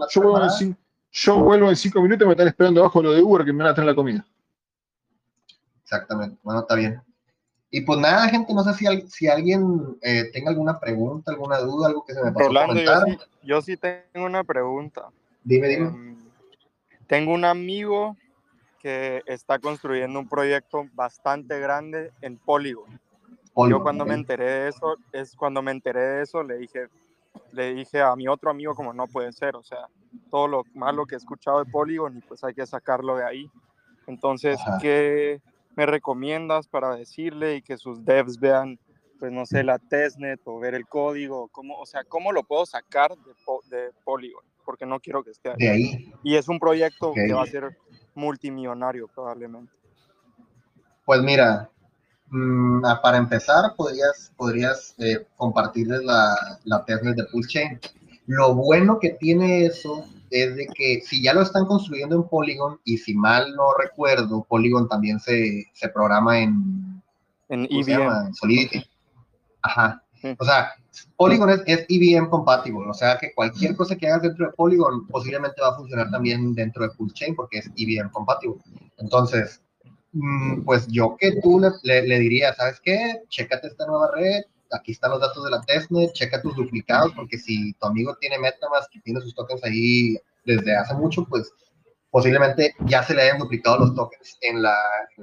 en 5 minutos y me están esperando abajo lo de Uber que me van a traer la comida.
Exactamente, bueno, está bien. Y pues nada, gente, no sé si alguien tenga alguna pregunta, alguna duda, algo que se me pasó a comentar.
Yo sí tengo una pregunta.
Dime.
Tengo un amigo que está construyendo un proyecto bastante grande en Polygon. Yo cuando me enteré de eso, le dije a mi otro amigo como no puede ser, o sea, todo lo malo que he escuchado de Polygon y pues hay que sacarlo de ahí. Entonces, ¿qué me recomiendas para decirle y que sus devs vean, pues no sé, la testnet o ver el código? ¿Cómo lo puedo sacar de Polygon? Porque no quiero que esté ahí.
De ahí.
Y es un proyecto que va a ser multimillonario probablemente.
Pues mira, para empezar podrías compartirles la testnet de PulseChain. Lo bueno que tiene eso es de que si ya lo están construyendo en Polygon, y si mal no recuerdo, Polygon también se programa en
EVM.
Solidity. Ajá. O sea, Polygon es EVM compatible, o sea que cualquier cosa que hagas dentro de Polygon posiblemente va a funcionar también dentro de PulseChain porque es EVM compatible. Entonces, pues yo que tú le diría, ¿sabes qué? Chécate esta nueva red, aquí están los datos de la testnet, checa tus duplicados, porque si tu amigo tiene MetaMask y tiene sus tokens ahí desde hace mucho, pues posiblemente ya se le hayan duplicado los tokens en la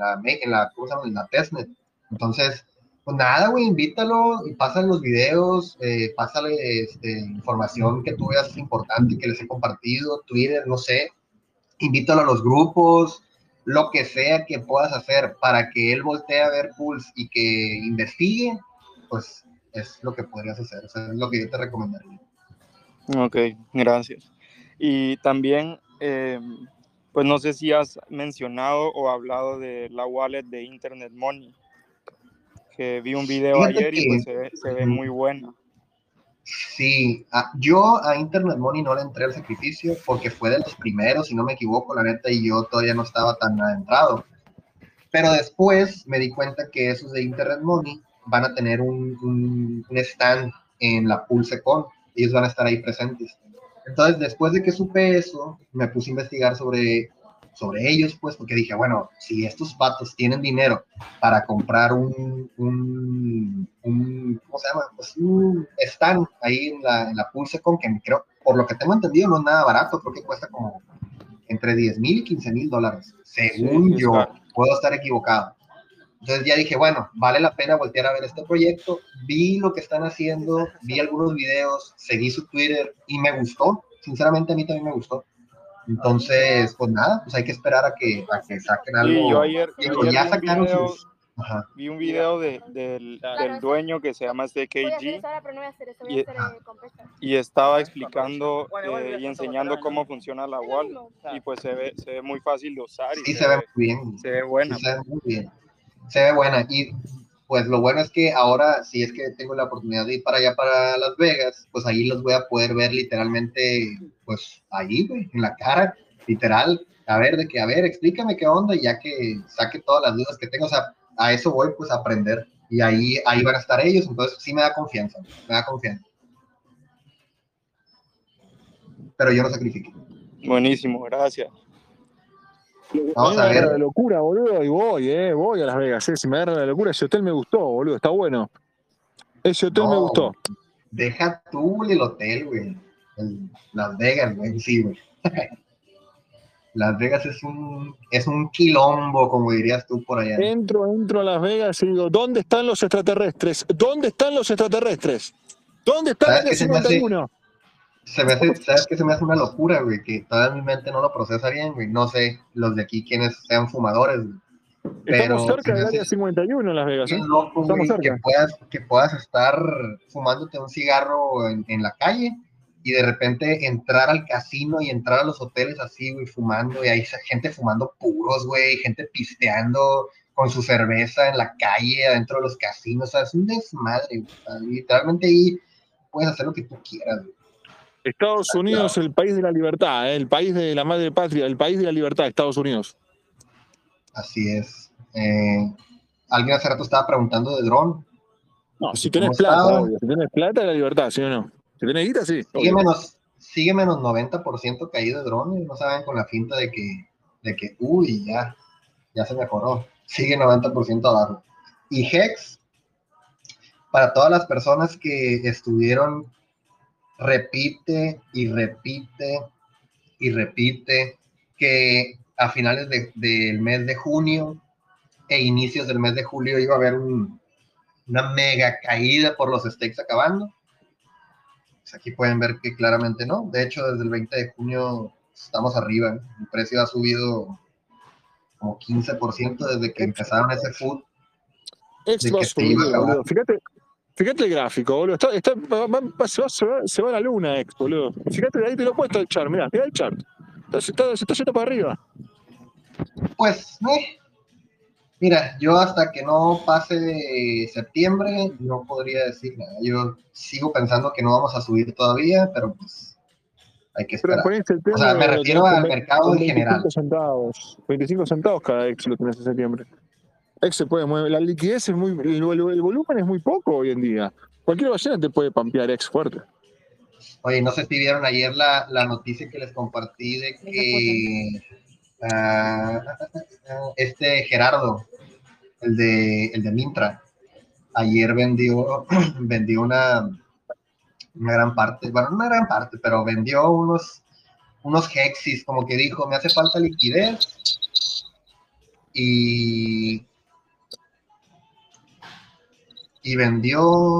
testnet. Entonces, pues nada, güey, invítalo y pásale los videos, pásale información que tú veas importante, que les he compartido, Twitter, no sé, invítalo a los grupos, lo que sea que puedas hacer para que él voltee a ver Pulse y que investigue, pues es lo que podrías hacer, o sea, es lo que yo te recomendaría.
Ok, gracias. Y también, pues no sé si has mencionado o hablado de la wallet de Internet Money, que vi un video ayer y pues se ve muy buena.
Sí, yo a Internet Money no le entré al sacrificio porque fue de los primeros, si no me equivoco, la neta, y yo todavía no estaba tan adentrado. Pero después me di cuenta que esos de Internet Money van a tener un stand en la PulseCon, ellos van a estar ahí presentes. Entonces, después de que supe eso, me puse a investigar sobre ellos, pues, porque dije, bueno, si estos patos tienen dinero para comprar un ¿cómo se llama? Pues un stand ahí en la PulseCon, que creo, por lo que tengo entendido, no es nada barato, creo que cuesta como entre $10,000 y $15,000, según yo, puedo estar equivocado. Entonces ya dije, bueno, vale la pena voltear a ver este proyecto, vi lo que están haciendo, vi algunos videos, seguí su Twitter y me gustó, sinceramente a mí también me gustó. Entonces, pues nada, pues hay que esperar a que saquen algo.
Sí, yo ayer
ya sacaron
vi un video del dueño que se llama KG y estaba explicando y enseñando cómo funciona la wallet y pues se ve muy fácil de usar.
Sí, se ve muy bien.
Se ve buena.
Sí, se ve muy bien. Se ve buena y pues lo bueno es que ahora, si es que tengo la oportunidad de ir para allá, para Las Vegas, pues ahí los voy a poder ver literalmente, pues ahí, güey, en la cara, literal, a ver, explícame qué onda, y ya que saque todas las dudas que tengo, o sea, a eso voy, pues a aprender, y ahí van a estar ellos, entonces sí me da confianza. Pero yo no sacrifico.
Buenísimo, gracias.
Vamos a ver. La locura, boludo, y voy a Las Vegas, si me agarra la locura, ese hotel me gustó, boludo, está bueno. Ese hotel me gustó.
Deja tú el hotel, güey. Las Vegas, güey, sí, güey. Las Vegas es un quilombo, como dirías tú por allá.
Entro a Las Vegas y digo, ¿dónde están los extraterrestres? ¿Dónde están los extraterrestres? ¿Dónde está el 51?
¿Sabes qué se me hace una locura, güey? Que todavía mi mente no lo procesa bien, güey. No sé los de aquí quienes sean fumadores, güey.
Estamos
Pero
cerca del área 51 en Las Vegas, ¿eh?
bien loco,
Estamos
güey,
cerca.
que puedas estar fumándote un cigarro en la calle y de repente entrar al casino y entrar a los hoteles así, güey, fumando, y hay gente fumando puros, güey, gente pisteando con su cerveza en la calle, adentro de los casinos, o sea, es un desmadre, güey. O sea, literalmente ahí puedes hacer lo que tú quieras, güey.
Estados Unidos, el país de la libertad, el país de la madre patria, el país de la libertad, Estados Unidos.
Así es. Alguien hace rato estaba preguntando de dron.
No, si tenés plata, obvio. Si tenés plata, es la libertad, ¿sí o no? Si tenés guita, sí.
Sigue menos 90% caído de dron, y no saben con la finta de que uy, ya se mejoró. Sigue 90% abajo. Y Hex, para todas las personas que estuvieron, repite y repite y repite que a finales del mes de junio e inicios del mes de julio iba a haber una mega caída por los stakes acabando. Pues aquí pueden ver que claramente no. De hecho, desde el 20 de junio estamos arriba. El precio ha subido como 15% desde que empezaron ese food.
De que se iba a acabar. Fíjate el gráfico, boludo. Se va a la luna, boludo. Fíjate, ahí te lo he puesto el chart. Mirá el chart. Se está yendo para arriba.
Pues, mira, yo hasta que no pase septiembre no podría decir nada. Yo sigo pensando que no vamos a subir todavía, pero pues hay que esperar. O sea, me refiero al mercado en general.
25 centavos cada ex lo tenés en septiembre. Ex se puede mover. La liquidez es muy... El volumen es muy poco hoy en día. Cualquier ballena te puede pampear ex fuerte.
Oye, no sé si vieron ayer la noticia que les compartí de que Gerardo, el de Mintra, ayer vendió una gran parte, bueno, no una gran parte, pero vendió unos hexis, como que dijo, me hace falta liquidez y vendió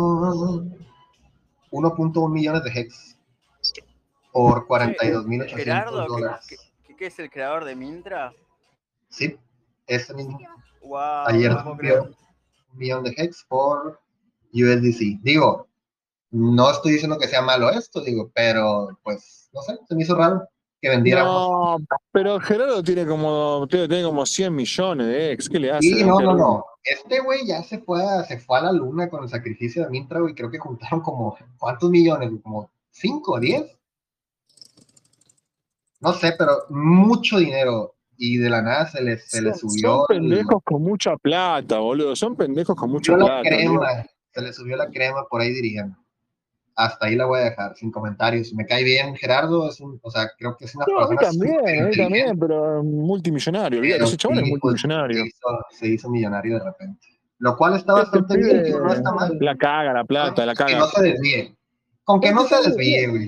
1.1 millones de hex por 42.800 dólares.
¿Qué es el creador de Mintra?
Sí, ese mismo.
Wow,
ayer vendió 1 millón de hex por USDC. Digo, no estoy diciendo que sea malo esto, pero pues, no sé, se me hizo raro que vendiera.
No, pero Gerardo tiene como 100 millones de ex. ¿Qué le hace?
Sí, no. Este güey ya se fue a la luna con el sacrificio de Mintra, güey. Creo que juntaron como, ¿cuántos millones? Como 5, 10. No sé, pero mucho dinero. Y de la nada se les subió.
Son pendejos con mucha plata, boludo. Son pendejos con mucha plata.
Se les subió la crema, por ahí dirían. Hasta ahí la voy a dejar, sin comentarios. Me cae bien Gerardo, creo que es una persona.
A mí también, pero multimillonario. Ese chabón es multimillonario.
Se hizo millonario de repente. Lo cual está bastante bien, no está mal.
La caga, la plata, la caga.
Que no se desvíe. Con que no se desvíe, güey.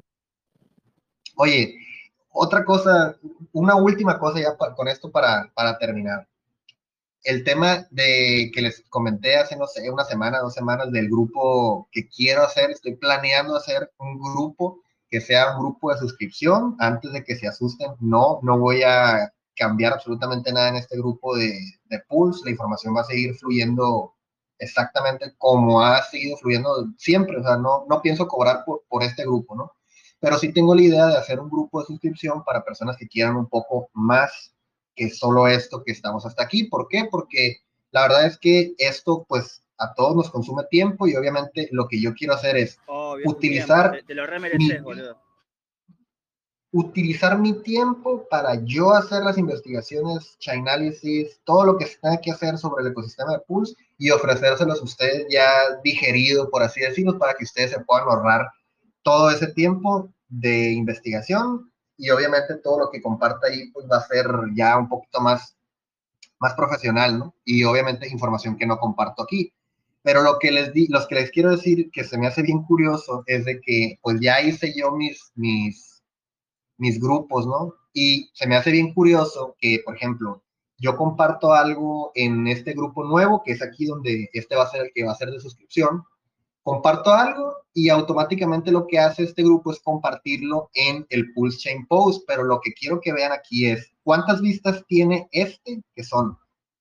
Oye, otra cosa, una última cosa ya con esto para terminar. El tema de que les comenté hace, no sé, una semana, 2 semanas, del grupo que quiero hacer, estoy planeando hacer un grupo que sea un grupo de suscripción. Antes de que se asusten, no voy a cambiar absolutamente nada en este grupo de Pulse. La información va a seguir fluyendo exactamente como ha seguido fluyendo siempre. O sea, no pienso cobrar por este grupo, ¿no? Pero sí tengo la idea de hacer un grupo de suscripción para personas que quieran un poco más que solo esto que estamos hasta aquí. ¿Por qué? Porque la verdad es que esto, pues, a todos nos consume tiempo, y obviamente lo que yo quiero hacer es utilizar...
Te lo remereces, boludo.
Utilizar mi tiempo para yo hacer las investigaciones, Chainalysis, todo lo que se tenga que hacer sobre el ecosistema de Pulse, y ofrecérselos a ustedes ya digerido, por así decirlo, para que ustedes se puedan ahorrar todo ese tiempo de investigación. Y obviamente todo lo que comparta ahí pues va a ser ya un poquito más profesional, ¿no? Y obviamente información que no comparto aquí. Pero lo que les quiero decir, que se me hace bien curioso, es de que pues ya hice yo mis grupos, ¿no? Y se me hace bien curioso que, por ejemplo, yo comparto algo en este grupo nuevo, que es aquí donde este va a ser el que va a ser de suscripción, comparto algo y automáticamente lo que hace este grupo es compartirlo en el Pulse Chain Post, pero lo que quiero que vean aquí es cuántas vistas tiene que son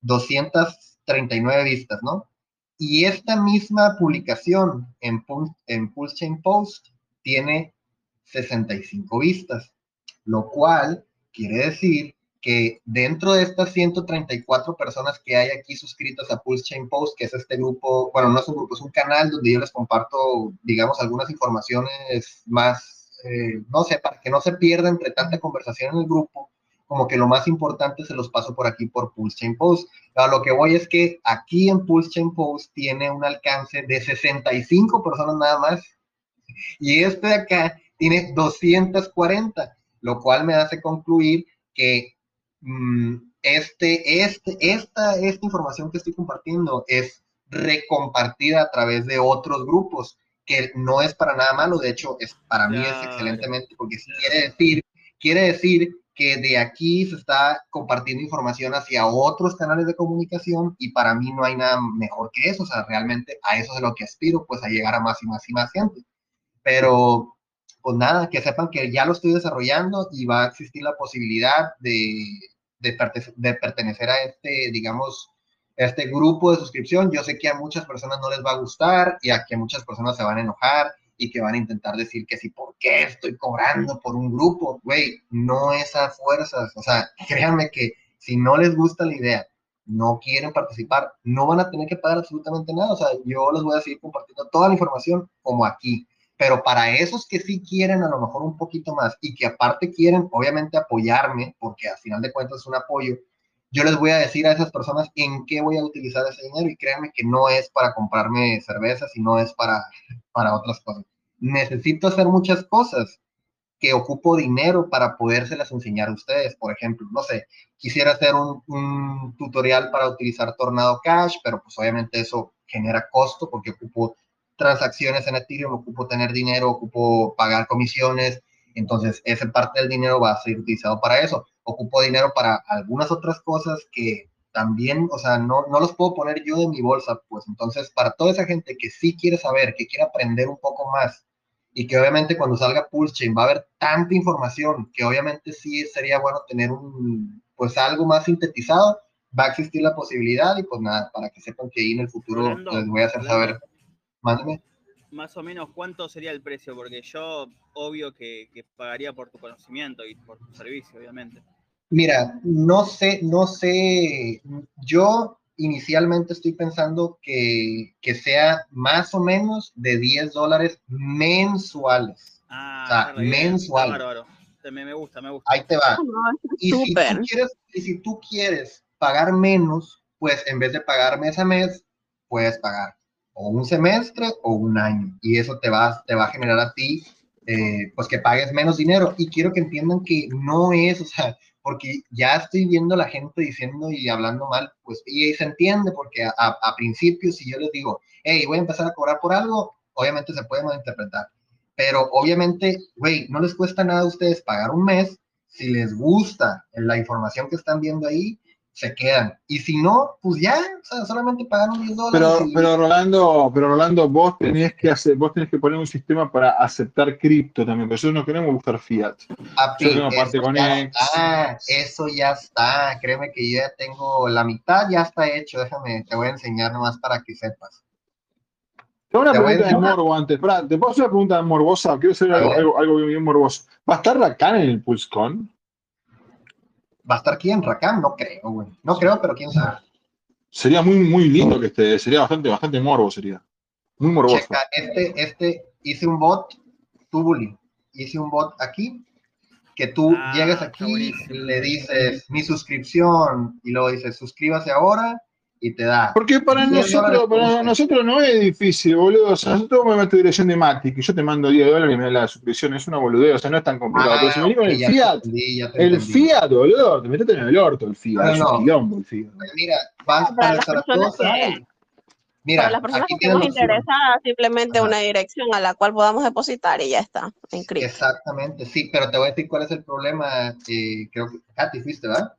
239 vistas, ¿no? Y esta misma publicación en Pulse Chain Post tiene 65 vistas, lo cual quiere decir que dentro de estas 134 personas que hay aquí suscritas a Pulse Chain Post, que es este grupo, bueno, no es un grupo, es un canal donde yo les comparto, digamos, algunas informaciones más, no sé, para que no se pierda entre tanta conversación en el grupo, como que lo más importante se los paso por aquí por Pulse Chain Post. A lo que voy es que aquí en Pulse Chain Post tiene un alcance de 65 personas nada más, y este de acá tiene 240, lo cual me hace concluir que esta información que estoy compartiendo es recompartida a través de otros grupos, que no es para nada malo, de hecho, para mí es excelentemente, porque quiere decir que de aquí se está compartiendo información hacia otros canales de comunicación, y para mí no hay nada mejor que eso, o sea, realmente a eso es lo que aspiro, pues a llegar a más y más y más gente. Pero, pues nada, que sepan que ya lo estoy desarrollando y va a existir la posibilidad de pertenecer a digamos, este grupo de suscripción. Yo sé que a muchas personas no les va a gustar y a que muchas personas se van a enojar y que van a intentar decir que sí, ¿por qué estoy cobrando por un grupo? Güey, no es a fuerzas. O sea, créanme que si no les gusta la idea, no quieren participar, no van a tener que pagar absolutamente nada. O sea, yo les voy a seguir compartiendo toda la información como aquí. Pero para esos que sí quieren a lo mejor un poquito más y que aparte quieren obviamente apoyarme, porque al final de cuentas es un apoyo, yo les voy a decir a esas personas en qué voy a utilizar ese dinero, y créanme que no es para comprarme cervezas y no es para otras cosas. Necesito hacer muchas cosas que ocupo dinero para podérselas enseñar a ustedes. Por ejemplo, no sé, quisiera hacer un tutorial para utilizar Tornado Cash, pero pues obviamente eso genera costo porque ocupo transacciones en Ethereum, ocupo tener dinero, ocupo pagar comisiones, entonces esa parte del dinero va a ser utilizado para eso. Ocupo dinero para algunas otras cosas que también, o sea, no los puedo poner yo de mi bolsa, pues entonces para toda esa gente que sí quiere saber, que quiere aprender un poco más, y que obviamente cuando salga Pulse Chain va a haber tanta información que obviamente sí sería bueno tener pues algo más sintetizado, va a existir la posibilidad, y pues nada, para que sepan que ahí en el futuro
Rolando,
les voy a hacer saber. Mándeme.
Más o menos, ¿cuánto sería el precio? Porque yo, obvio que pagaría por tu conocimiento y por tu servicio, obviamente.
Mira, no sé, yo inicialmente estoy pensando que sea más o menos de $10 mensuales. O sea, mensuales.
Bárbaro. Me gusta.
Ahí te va. Y si tú quieres pagar menos, pues en vez de pagar mes a mes, puedes pagar o un semestre o un año. Y eso te va a generar a ti, pues que pagues menos dinero. Y quiero que entiendan que no es, o sea, porque ya estoy viendo a la gente diciendo y hablando mal, pues, y se entiende, porque a principio, si yo les digo, hey, voy a empezar a cobrar por algo, obviamente se puede malinterpretar. Pero obviamente, güey, no les cuesta nada a ustedes pagar un mes. Si les gusta la información que están viendo ahí, se quedan. Y si no, pues ya, o sea, solamente pagan $10.
Pero Rolando, vos tenés que poner un sistema para aceptar cripto también, pero nosotros no queremos buscar fiat.
Eso ya está. Créeme que yo ya tengo la mitad, ya está hecho. Déjame, te voy a enseñar nomás para que sepas.
Tengo una pregunta de morbo antes. ¿Te puedo hacer una pregunta morbosa? Quiero hacer algo bien morboso. ¿Va a estar Rakan en el PulseCon?
¿Va a estar quién? ¿Rakan? No creo, güey. No creo, pero quién sabe.
Sería muy, muy lindo que esté. Sería bastante morbo, sería. Muy morboso.
Checa, hice un bot, Tubuli. Hice un bot aquí, que tú llegas aquí, le dices mi suscripción, y luego dices suscríbase ahora, y te da.
Porque para nosotros no es difícil, boludo. O sea, nosotros me meto dirección de Matic y yo te mando $10 y me da la suscripción. Es una boludez, o sea, no es tan complicado. Pero si me digo con el Fiat, boludo, te metes en el orto el Fiat. Es un quilombo el Fiat.
Mira, vas para Zaragoza. Mira,
para las personas que estemos interesadas, simplemente una dirección a la cual podamos depositar y ya está, en cripto.
Exactamente, sí, pero te voy a decir cuál es el problema. Creo que Katy fuiste, ¿verdad?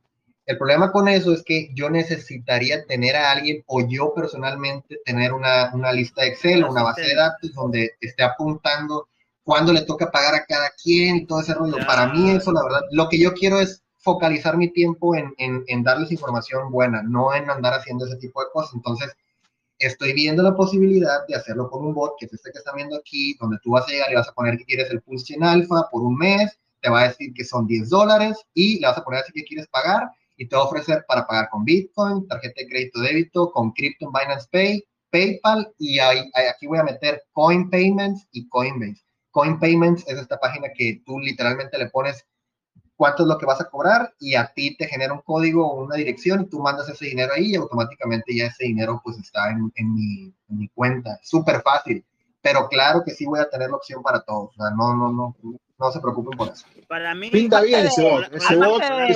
El problema con eso es que yo necesitaría tener a alguien o yo personalmente tener una lista de Excel o una base de datos donde esté apuntando cuándo le toca pagar a cada quien y todo ese rollo. Para mí eso, la verdad, lo que yo quiero es focalizar mi tiempo en darles información buena, no en andar haciendo ese tipo de cosas. Entonces, estoy viendo la posibilidad de hacerlo con un bot, que es este que están viendo aquí, donde tú vas a llegar y vas a poner que quieres el Pulse Chain Alpha por un mes, te va a decir que son $10 y le vas a poner así que quieres pagar y te va a ofrecer para pagar con Bitcoin, tarjeta de crédito débito, con Crypto, Binance Pay, PayPal y aquí voy a meter Coin Payments y Coinbase. Coin Payments es esta página que tú literalmente le pones cuánto es lo que vas a cobrar y a ti te genera un código o una dirección y tú mandas ese dinero ahí y automáticamente ya ese dinero pues está en mi cuenta. Súper fácil, pero claro que sí voy a tener la opción para todos. O sea, no se preocupen por eso.
Para mí
pinta bien ese bot.